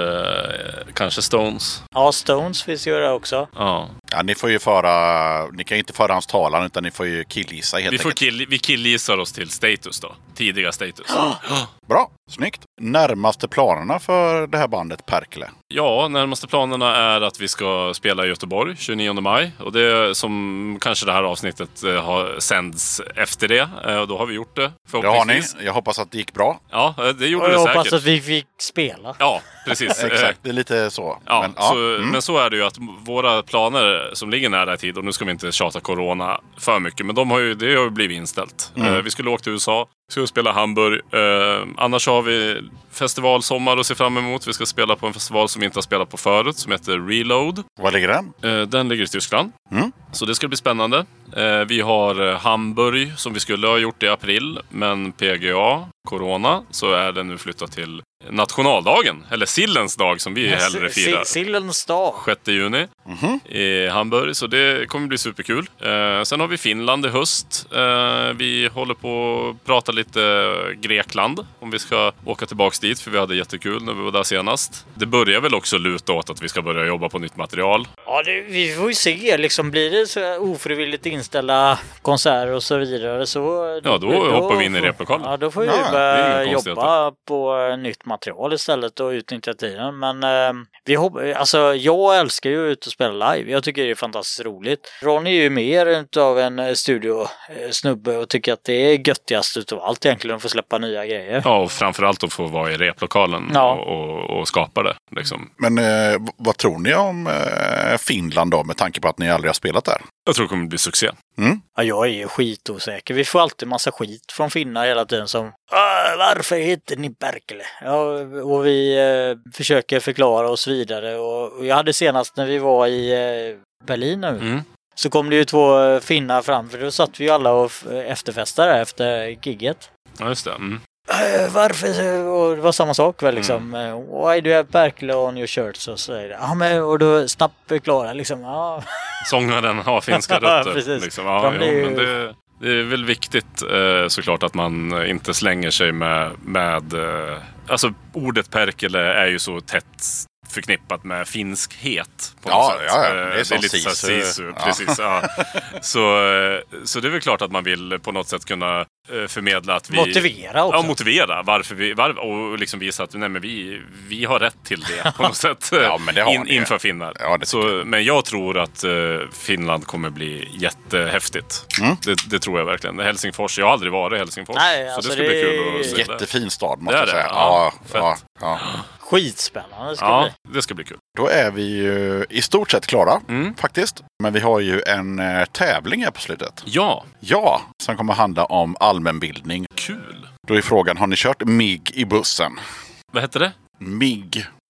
Speaker 1: kanske Stones.
Speaker 5: Ja, Stones finns ju där också.
Speaker 1: Ja,
Speaker 2: ni får ju ni kan ju inte föra hans talan, utan ni får ju killgissa helt enkelt.
Speaker 1: Vi killgissar oss till Status då. Tidiga Status.
Speaker 2: Bra, snyggt. Närmaste planerna för det här bandet Perkele?
Speaker 1: Ja, närmaste planerna är att vi ska spela i Göteborg 29 maj. Och det är som kanske det här avsnittet sänds efter det. Och då har vi gjort det.
Speaker 2: Det har ni. Jag hoppas att det gick bra.
Speaker 1: Ja, det gjorde
Speaker 5: och
Speaker 1: det
Speaker 5: jag
Speaker 1: säkert.
Speaker 5: hoppas att vi fick spela.
Speaker 1: Ja, precis.
Speaker 2: Exakt, det är lite så.
Speaker 1: Ja, men så är det ju att våra planer som ligger nära i tid, och nu ska vi inte tjata corona för mycket, men det har ju blivit inställt. Vi skulle åka till USA, vi skulle spela Hamburg. Annars har vi festivalsommar att se fram emot. Vi ska spela på en festival som vi inte har spelat på förut, som heter Reload.
Speaker 2: Var ligger den?
Speaker 1: Den ligger i Tyskland. Så det ska bli spännande. Vi har Hamburg som vi skulle ha gjort i april, men PGA, corona, så är den nu flyttat till nationaldagen, eller Sillens dag som vi hellre firar.
Speaker 5: Sillens dag.
Speaker 1: 6 juni i Hamburg, så det kommer bli superkul. Sen har vi Finland i höst. Vi håller på att prata lite Grekland, om vi ska åka tillbaks dit, för vi hade jättekul när vi var där senast. Det börjar väl också luta åt att vi ska börja jobba på nytt material.
Speaker 5: Ja, vi får ju se. Liksom, blir det så ofrivilligt inställa konserter och så vidare, så...
Speaker 1: Ja, då hoppar vi in i replokalen.
Speaker 5: Ja, då får vi börja jobba på nytt material istället och utnyttja tiden. Men jag älskar ju ut och spela live. Jag tycker det är fantastiskt roligt. Ronny är ju mer av en studiosnubbe och tycker att det är göttigast utav allt egentligen att få släppa nya grejer.
Speaker 1: Ja, och framförallt att få vara i replokalen och skapa det. Liksom.
Speaker 2: Men vad tror ni om Finland då, med tanke på att ni aldrig har spelat där?
Speaker 1: Jag tror det kommer bli succé.
Speaker 5: Ja, jag är skitosäker. Vi får alltid massa skit från finnar hela tiden som varför heter ni Perkele? Ja, och vi försöker förklara oss vidare. Och jag hade senast när vi var i Berlin nu. Så kom det ju 2 finnar fram, för då satt vi ju alla och efterfestade där efter gigget.
Speaker 1: Ja, just det.
Speaker 5: Varför? Och det var samma sak väl liksom. Why do you have Perkele on your shirts? Och så är det. Ja, men och då snabbt förklara liksom. Ja.
Speaker 1: Sångaren har finska rötter.
Speaker 5: Precis.
Speaker 1: Liksom. Ja, men det är väl viktigt såklart att man inte slänger sig med alltså ordet Perkele är ju så tätt förknippat med finskhet på något sätt.
Speaker 2: Ja, det är
Speaker 1: lite sisu. Precis. Ja. Så det är väl klart att man vill på något sätt kunna förmedla att vi...
Speaker 5: Motivera också.
Speaker 1: Ja, motivera varför och liksom visa att nej, men vi har rätt till det på något sätt.
Speaker 2: Men det har
Speaker 1: inför finnar.
Speaker 2: Ja,
Speaker 1: men jag tror att Finland kommer bli jättehäftigt. Det tror jag verkligen. Helsingfors, jag har aldrig varit i Helsingfors.
Speaker 5: Nej,
Speaker 1: så
Speaker 5: alltså
Speaker 1: det ska bli kul att se.
Speaker 2: Jättefin stad måste jag säga.
Speaker 1: Ja,
Speaker 5: skitspännande ska bli.
Speaker 1: Det ska bli kul.
Speaker 2: Då är vi ju i stort sett klara faktiskt. Men vi har ju en tävling här på slutet.
Speaker 1: Ja,
Speaker 2: som kommer handla om allmänbildning.
Speaker 1: Kul.
Speaker 2: Då är frågan, har ni kört MIG i bussen?
Speaker 1: Vad heter det?
Speaker 2: MIG.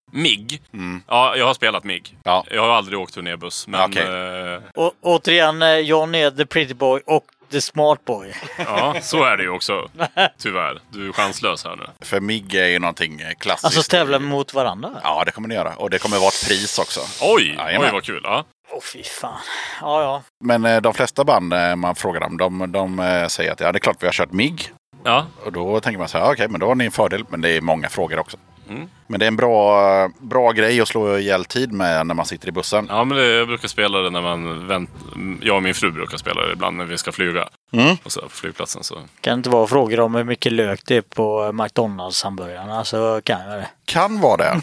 Speaker 1: MIG? Ja, jag har spelat MIG.
Speaker 2: Ja.
Speaker 1: Jag har aldrig åkt turnébuss. Men,
Speaker 5: Och återigen, John är the pretty boy och the smart boy.
Speaker 1: ja, så är det ju också. Tyvärr. Du är chanslös här nu.
Speaker 2: För MIG är ju någonting klassiskt.
Speaker 5: Alltså tävla mot varandra?
Speaker 2: Ja, det kommer ni göra. Och det kommer vara ett pris också.
Speaker 1: Oj,
Speaker 2: Jajamän.
Speaker 1: oj vad kul. Ja.
Speaker 5: Fy fan. Ja.
Speaker 2: Men de flesta band man frågar dem, de säger att det är klart vi har kört MIG.
Speaker 1: Ja.
Speaker 2: Och då tänker man så här, okej, men då har ni en fördel. Men det är många frågor också.
Speaker 1: Mm.
Speaker 2: Men det är en bra grej att slå ihjäl tid med när man sitter i bussen.
Speaker 1: Ja, men jag brukar spela det när man jag och min fru brukar spela det ibland när vi ska flyga. Och så på flygplatsen så.
Speaker 5: Kan det inte vara frågor om hur mycket lök det är på McDonalds hamburgarna, så kan jag det.
Speaker 2: Kan vara det.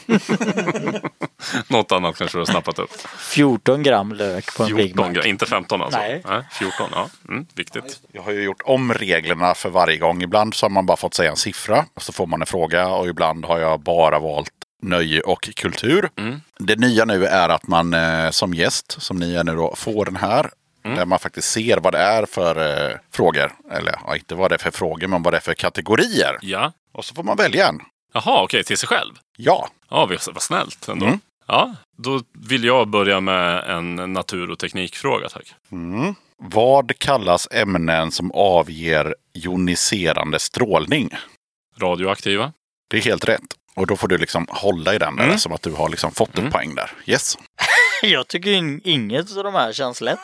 Speaker 1: Något annat kanske du har snappat upp.
Speaker 5: 14 gram lök på en Big Mac.
Speaker 1: 14 gram, inte 15 alltså.
Speaker 5: Nej.
Speaker 1: 14, ja. Viktigt.
Speaker 2: Jag har ju gjort om reglerna för varje gång. Ibland så har man bara fått säga en siffra och så får man en fråga. Och ibland har jag bara valt nöje och kultur. Det nya nu är att man som gäst, som ni är nu då, får den här. Där man faktiskt ser vad det är för frågor. Eller ja, inte vad det är för frågor, men vad det är för kategorier.
Speaker 1: Ja.
Speaker 2: Och så får man välja en.
Speaker 1: Jaha, okej, till sig själv.
Speaker 2: Ja.
Speaker 1: Ja, vad snällt ändå. Ja, då vill jag börja med en natur- och teknikfråga, tack.
Speaker 2: Vad kallas ämnen som avger joniserande strålning?
Speaker 1: Radioaktiva.
Speaker 2: Det är helt rätt. Och då får du liksom hålla i den där, som att du har liksom fått ett poäng där. Yes.
Speaker 5: Jag tycker inget av de här känns lätt.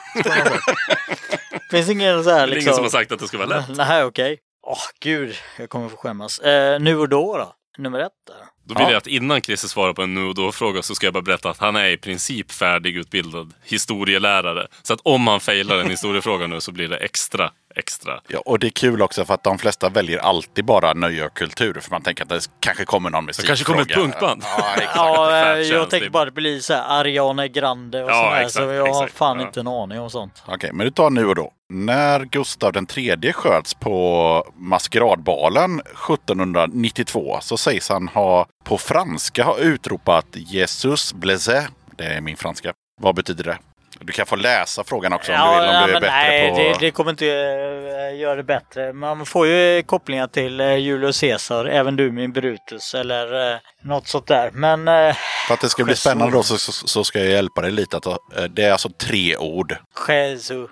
Speaker 5: Finns ingen så här
Speaker 1: Det är
Speaker 5: liksom...
Speaker 1: ingen som har sagt att det ska vara lätt.
Speaker 5: Nej, okej. Gud, jag kommer få skämmas. Nu och då? Nummer 1 där.
Speaker 1: Då vill jag att innan Christer svarar på en nu och då-fråga så ska jag bara berätta att han är i princip färdigutbildad historielärare. Så att om han failar en historiefråga nu så blir det extra.
Speaker 2: Ja, och det är kul också för att de flesta väljer alltid bara nöje och kultur. För man tänker att det kanske kommer någon musikfråga.
Speaker 1: Det kanske kommer ett punkband.
Speaker 2: Ja, exakt.
Speaker 5: Jag tänker bara att det blir så här Ariana Grande och sådär.
Speaker 1: exakt,
Speaker 5: Så jag har
Speaker 1: exakt.
Speaker 5: fan inte en aning om sånt.
Speaker 2: Okej, men du tar nu och då. När Gustav III sköts på maskeradbalen 1792 så sägs han på franska ha utropat Jesus blessé. Det är min franska. Vad betyder det? Du kan få läsa frågan också om du vill, om du är bättre på...
Speaker 5: det kommer inte göra det bättre. Man får ju kopplingar till Julius Caesar, även du min Brutus eller något sånt där. Men
Speaker 2: för att det ska bli spännande då så ska jag hjälpa dig lite. Att, det är alltså 3 ord.
Speaker 5: Jesus.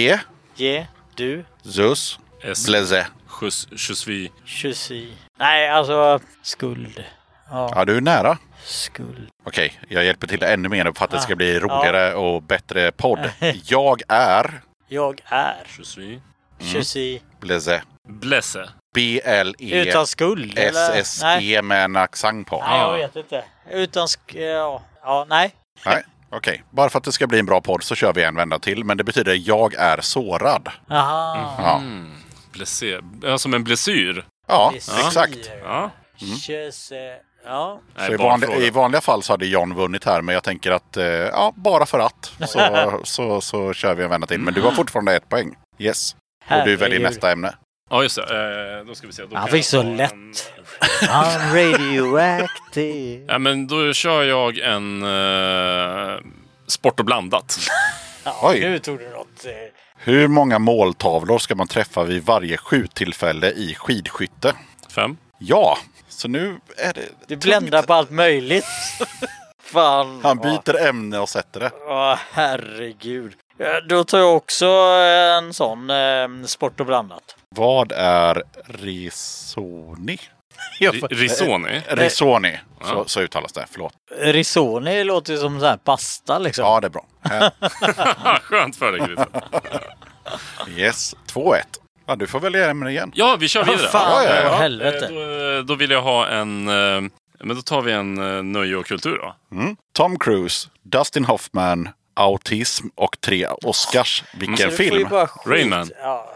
Speaker 5: Du.
Speaker 2: Zus. Blessé.
Speaker 1: Je
Speaker 5: Nej, alltså skuld.
Speaker 2: Ja, du är nära.
Speaker 5: Skuld.
Speaker 2: Okej, jag hjälper till ännu mer för att det ska bli roligare och bättre podd. Jag är... Blessé.
Speaker 1: Blesse.
Speaker 2: B-L-E.
Speaker 5: Utan skuld?
Speaker 2: S-S-E med en accent på.
Speaker 5: Nej, jag vet inte. Utan nej.
Speaker 2: Nej, okej. Bara för att det ska bli en bra podd så kör vi en vända till. Men det betyder jag är sårad.
Speaker 5: Aha.
Speaker 2: Ja.
Speaker 1: Blessé. Ja, som en blessyr.
Speaker 2: Ja, exakt.
Speaker 1: Ja.
Speaker 5: Ja.
Speaker 2: Så i vanliga fall så hade John vunnit här. Men jag tänker att bara för att så kör vi en vända till. Men du har fortfarande 1 poäng. Yes. Och du väljer nästa ämne.
Speaker 1: Ja, just det. Då ska vi se.
Speaker 5: Han fick så lätt. I'm radioactive.
Speaker 1: Ja, men då kör jag en sport och blandat.
Speaker 2: Oj.
Speaker 5: Nu tog du något.
Speaker 2: Hur många måltavlor ska man träffa vid varje skjuttillfälle i skidskytte?
Speaker 1: 5.
Speaker 2: Ja, så nu är det...
Speaker 5: Du bländar på allt möjligt. Fan.
Speaker 2: Han byter ämne och sätter det.
Speaker 5: Herregud. Då tar jag också en sån sport och blandat.
Speaker 2: Vad är risoni?
Speaker 1: Risoni?
Speaker 2: Risoni, så uttalas det. Förlåt.
Speaker 5: Risoni låter ju som så här pasta liksom.
Speaker 2: Ja, det är bra.
Speaker 1: Skönt för dig, Christer.
Speaker 2: Yes, 2-1. Ja, du får välja ämne igen.
Speaker 1: Ja, vi kör vidare.
Speaker 5: Fan,
Speaker 2: ja.
Speaker 5: helvete.
Speaker 1: Då vill jag ha en... Men då tar vi en nöje och kultur då.
Speaker 2: Tom Cruise, Dustin Hoffman, autism och 3 Oscars. Vilken film?
Speaker 1: Rain Man.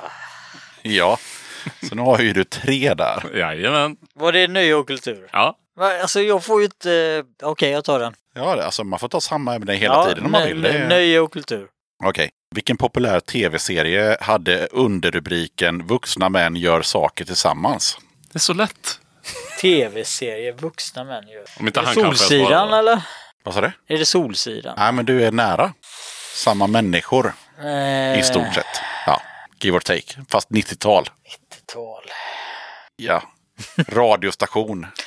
Speaker 2: Ja, så nu har ju du 3 där.
Speaker 1: Jajamän.
Speaker 5: Var det nöje och kultur?
Speaker 1: Ja.
Speaker 5: Alltså jag får ju inte... Okej, jag tar den.
Speaker 2: Ja, alltså man får ta samma ämne hela tiden om man vill.
Speaker 5: Nöje och kultur.
Speaker 2: Okej. Vilken populär tv-serie hade underrubriken Vuxna män gör saker tillsammans?
Speaker 1: Det är så lätt.
Speaker 5: Tv-serie vuxna män gör.
Speaker 1: Om inte
Speaker 5: är det
Speaker 1: han kan
Speaker 5: Solsidan eller?
Speaker 2: Vad sa du?
Speaker 5: Är det Solsidan?
Speaker 2: Nej, men du är nära. Samma människor i stort sett. Ja, give or take. Fast 90-tal.
Speaker 5: 90-tal.
Speaker 2: Ja, radiostation.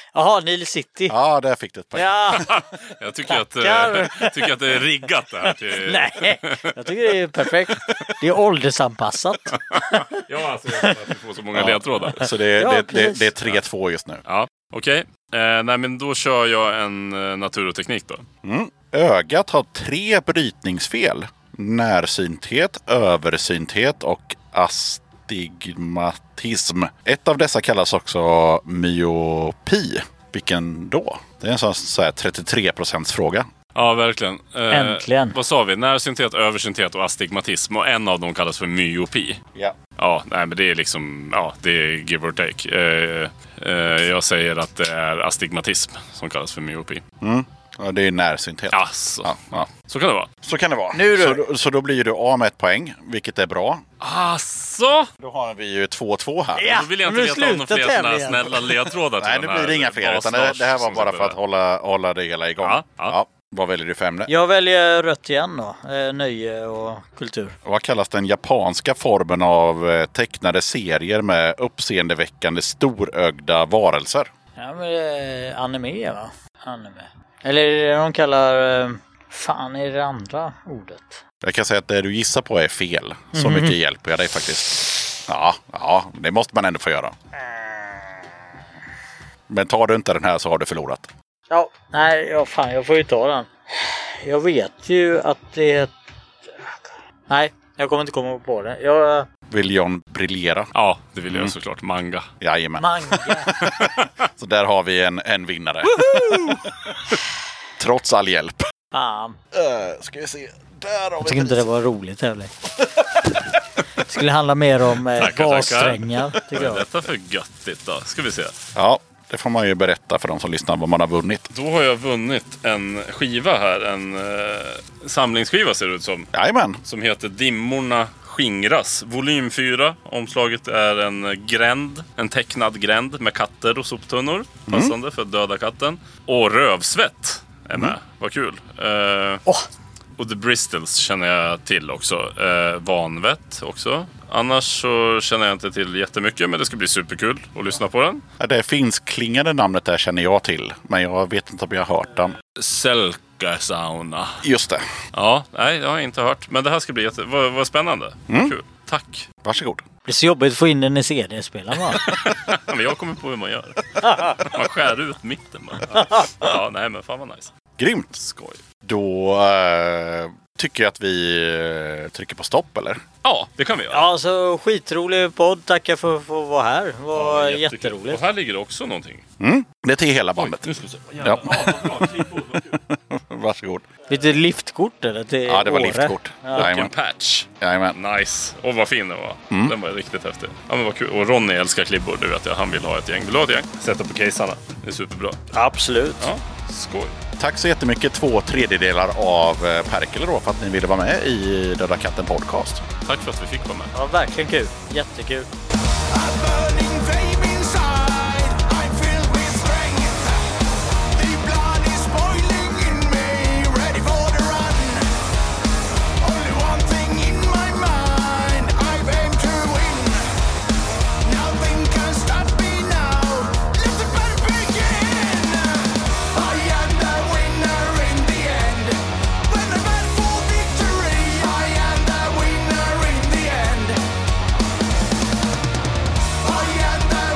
Speaker 5: Jaha, Nile City.
Speaker 2: Ja, där fick du ett poäng.
Speaker 5: Ja,
Speaker 1: Jag tycker att det är riggat det här till...
Speaker 5: nej, jag tycker det är perfekt. Det är åldersanpassat.
Speaker 1: Ja, alltså jag att vi får så många ledtrådar.
Speaker 2: Så det är 3-2 just nu.
Speaker 1: Ja, okej. Nej, men då kör jag en natur och teknik då.
Speaker 2: Ögat har 3 brytningsfel. Närsynthet, översynthet och astigmatism. Ett av dessa kallas också myopi. Vilken då? Det är en sån här 33% fråga.
Speaker 1: Ja, verkligen.
Speaker 5: Äntligen.
Speaker 1: Vad sa vi? Närsyntet, översyntet och astigmatism. Och en av dem kallas för myopi.
Speaker 2: Ja.
Speaker 1: Ja, nej, men det är liksom, ja, det är give or take. Jag säger att det är astigmatism som kallas för myopi.
Speaker 2: Ja, det är närsynthet.
Speaker 1: Alltså.
Speaker 2: Ja.
Speaker 1: Så kan det vara.
Speaker 2: Så kan det vara.
Speaker 5: Nu du.
Speaker 2: Så då blir du av med ett poäng, vilket är bra.
Speaker 1: Alltså!
Speaker 2: Då har vi ju 2-2 här.
Speaker 5: Ja,
Speaker 1: Då vill jag
Speaker 5: men
Speaker 1: inte
Speaker 5: nu
Speaker 1: veta om de fler
Speaker 5: slutar
Speaker 1: såna här
Speaker 5: tävlingen.
Speaker 1: snälla ledtrådar till
Speaker 2: Nej, nu
Speaker 1: den
Speaker 2: blir det
Speaker 1: här
Speaker 2: inga fler. Utan
Speaker 1: Bas
Speaker 2: det här var
Speaker 1: som
Speaker 2: bara
Speaker 1: sitter
Speaker 2: för att
Speaker 1: där.
Speaker 2: hålla det hela igång.
Speaker 1: Ja.
Speaker 2: Vad väljer du för ämne?
Speaker 5: Jag väljer rött igen då. Nöje och kultur.
Speaker 2: Vad kallas den japanska formen av tecknade serier med uppseendeväckande storögda varelser?
Speaker 5: Ja, men anime va? Anime. Eller är det de kallar... fan, är det andra ordet?
Speaker 2: Jag kan säga att det du gissar på är fel. Så mycket hjälper jag dig faktiskt. Ja, det måste man ändå få göra. Men tar du inte den här så har du förlorat.
Speaker 5: Ja, nej, jag får ju ta den. Jag vet ju att det är... Nej, jag kommer inte komma på det.
Speaker 2: Vill John briljera?
Speaker 1: Ja, det vill jag såklart. Manga.
Speaker 2: Jajamän.
Speaker 5: Manga.
Speaker 2: Så där har vi en vinnare. Trots all hjälp.
Speaker 5: Fan.
Speaker 2: Ska vi se. Där har
Speaker 5: Jag tycker inte det var roligt tävling. Det skulle handla mer om bassträngar, tycker
Speaker 1: Vad är
Speaker 5: jag.
Speaker 1: detta för göttigt då? Ska vi se.
Speaker 2: Ja, det får man ju berätta för de som lyssnar vad man har vunnit.
Speaker 1: Då har jag vunnit en skiva här. En samlingsskiva ser det ut som.
Speaker 2: Jajamän.
Speaker 1: Som heter Dimmorna skingras. Volym 4. Omslaget är en gränd. En tecknad gränd med katter och soptunnor. Passande för döda katten. Och rövsvett är med. Vad kul. Och The Bristols känner jag till också. Vanvett också. Annars så känner jag inte till jättemycket, men det ska bli superkul att lyssna på den.
Speaker 2: Ja, det finskklingande namnet där känner jag till, men jag vet inte om jag har hört den.
Speaker 1: Selkäsauna.
Speaker 2: Just det.
Speaker 1: Ja, nej, jag har inte hört. Men det här ska bli vad spännande. Kul. Tack.
Speaker 2: Varsågod.
Speaker 5: Det blir så jobbigt att få in den i CD-spelaren va?
Speaker 1: Men jag kommer på hur man gör. Man skär ut mitten bara. Ja, nej, men fan vad nice.
Speaker 2: Grymt.
Speaker 1: Skoj.
Speaker 2: Då tycker jag att vi trycker på stopp, eller?
Speaker 1: Ja, det kan vi göra.
Speaker 5: Ja, så skitrolig podd. Tackar för att få vara här. Det var
Speaker 1: Ja, jättekul.
Speaker 5: jätteroligt.
Speaker 1: Och här ligger det också någonting.
Speaker 2: Det är till hela bandet.
Speaker 1: Nu ska vi se.
Speaker 2: Ja. Varsågod.
Speaker 5: Lite liftkort eller? Till
Speaker 2: Ja, det var
Speaker 5: Åre.
Speaker 2: liftkort.
Speaker 1: Och
Speaker 2: Jajamän.
Speaker 1: en patch.
Speaker 2: Jajamän.
Speaker 1: Nice. Och vad fin den var. Den var riktigt häftig. Ja, men vad kul. Och Ronny älskar klibbor, det vet jag. Han vill ha ett gäng. Vill du ha ett gäng? Sätta på casearna. Det är superbra.
Speaker 5: Absolut.
Speaker 1: Ja, skoj.
Speaker 2: Tack så jättemycket 2/3 av Perkele då för att ni ville vara med i Döda katten podcast.
Speaker 1: Tack för att vi fick vara med.
Speaker 5: Ja, verkligen kul. Jättekul.
Speaker 6: burning flame inside. I'm filled with strength. The blood is boiling in me, ready for the run. Only one thing in my mind, I aim to win. Nothing can stop me now. Let the battle begin. I am the winner in the end. When the battle for victory, I am the winner in the end. I am the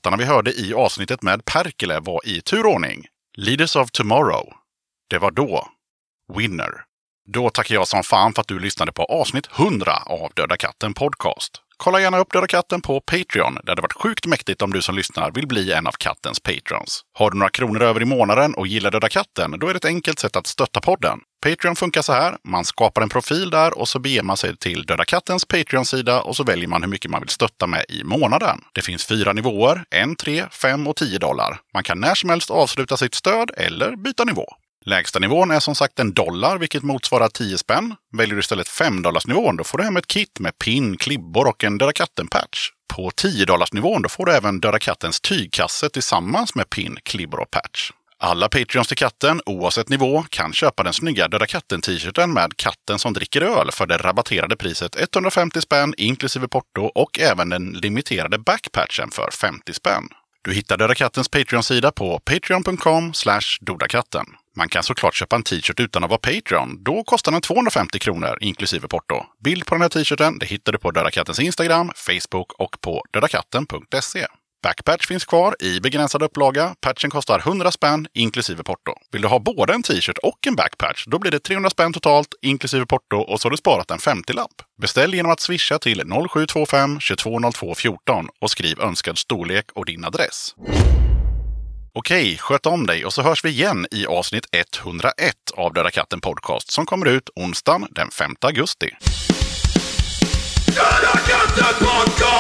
Speaker 2: låtarna vi hörde i avsnittet med Perkele var i turordning. Leaders of Tomorrow. Det var då. Winner. Då tackar jag som fan för att du lyssnade på avsnitt 100 av Döda katten podcast. Kolla gärna upp Döda katten på Patreon. Det hade varit sjukt mäktigt om du som lyssnar vill bli en av kattens patrons. Har du några kronor över i månaden och gillar Döda katten, då är det ett enkelt sätt att stötta podden. Patreon funkar så här. Man skapar en profil där och så beger man sig till Döda kattens Patreon-sida och så väljer man hur mycket man vill stötta med i månaden. Det finns 4 nivåer, 1, 3, 5 och 10 dollar. Man kan när som helst avsluta sitt stöd eller byta nivå. Lägsta nivån är som sagt $1, vilket motsvarar 10 spänn. Väljer du istället $5-nivån, då får du hem ett kit med pin, klibbor och en Döda katten-patch. På $10-nivån då får du även Döda kattens tygkasse tillsammans med pin, klibbor och patch. Alla Patreons till katten, oavsett nivå, kan köpa den snygga Döda katten-t-shirten med katten som dricker öl för det rabatterade priset 150 spänn inklusive porto och även den limiterade backpatchen för 50 spänn. Du hittar Döda kattens Patreon-sida på patreon.com/dodakatten. Man kan såklart köpa en t-shirt utan att vara Patreon. Då kostar den 250 kronor inklusive porto. Bild på den här t-shirten det hittar du på Döda kattens Instagram, Facebook och på dödakatten.se. Backpatch finns kvar i begränsad upplaga. Patchen kostar 100 spänn inklusive porto. Vill du ha både en t-shirt och en backpatch, då blir det 300 spänn totalt inklusive porto och så har du sparat en 50-lapp. Beställ genom att swisha till 0725 2202 14 och skriv önskad storlek och din adress. Okej, sköt om dig och så hörs vi igen i avsnitt 101 av Döda katten podcast som kommer ut onsdagen den 5 augusti.
Speaker 6: Döda katten podcast!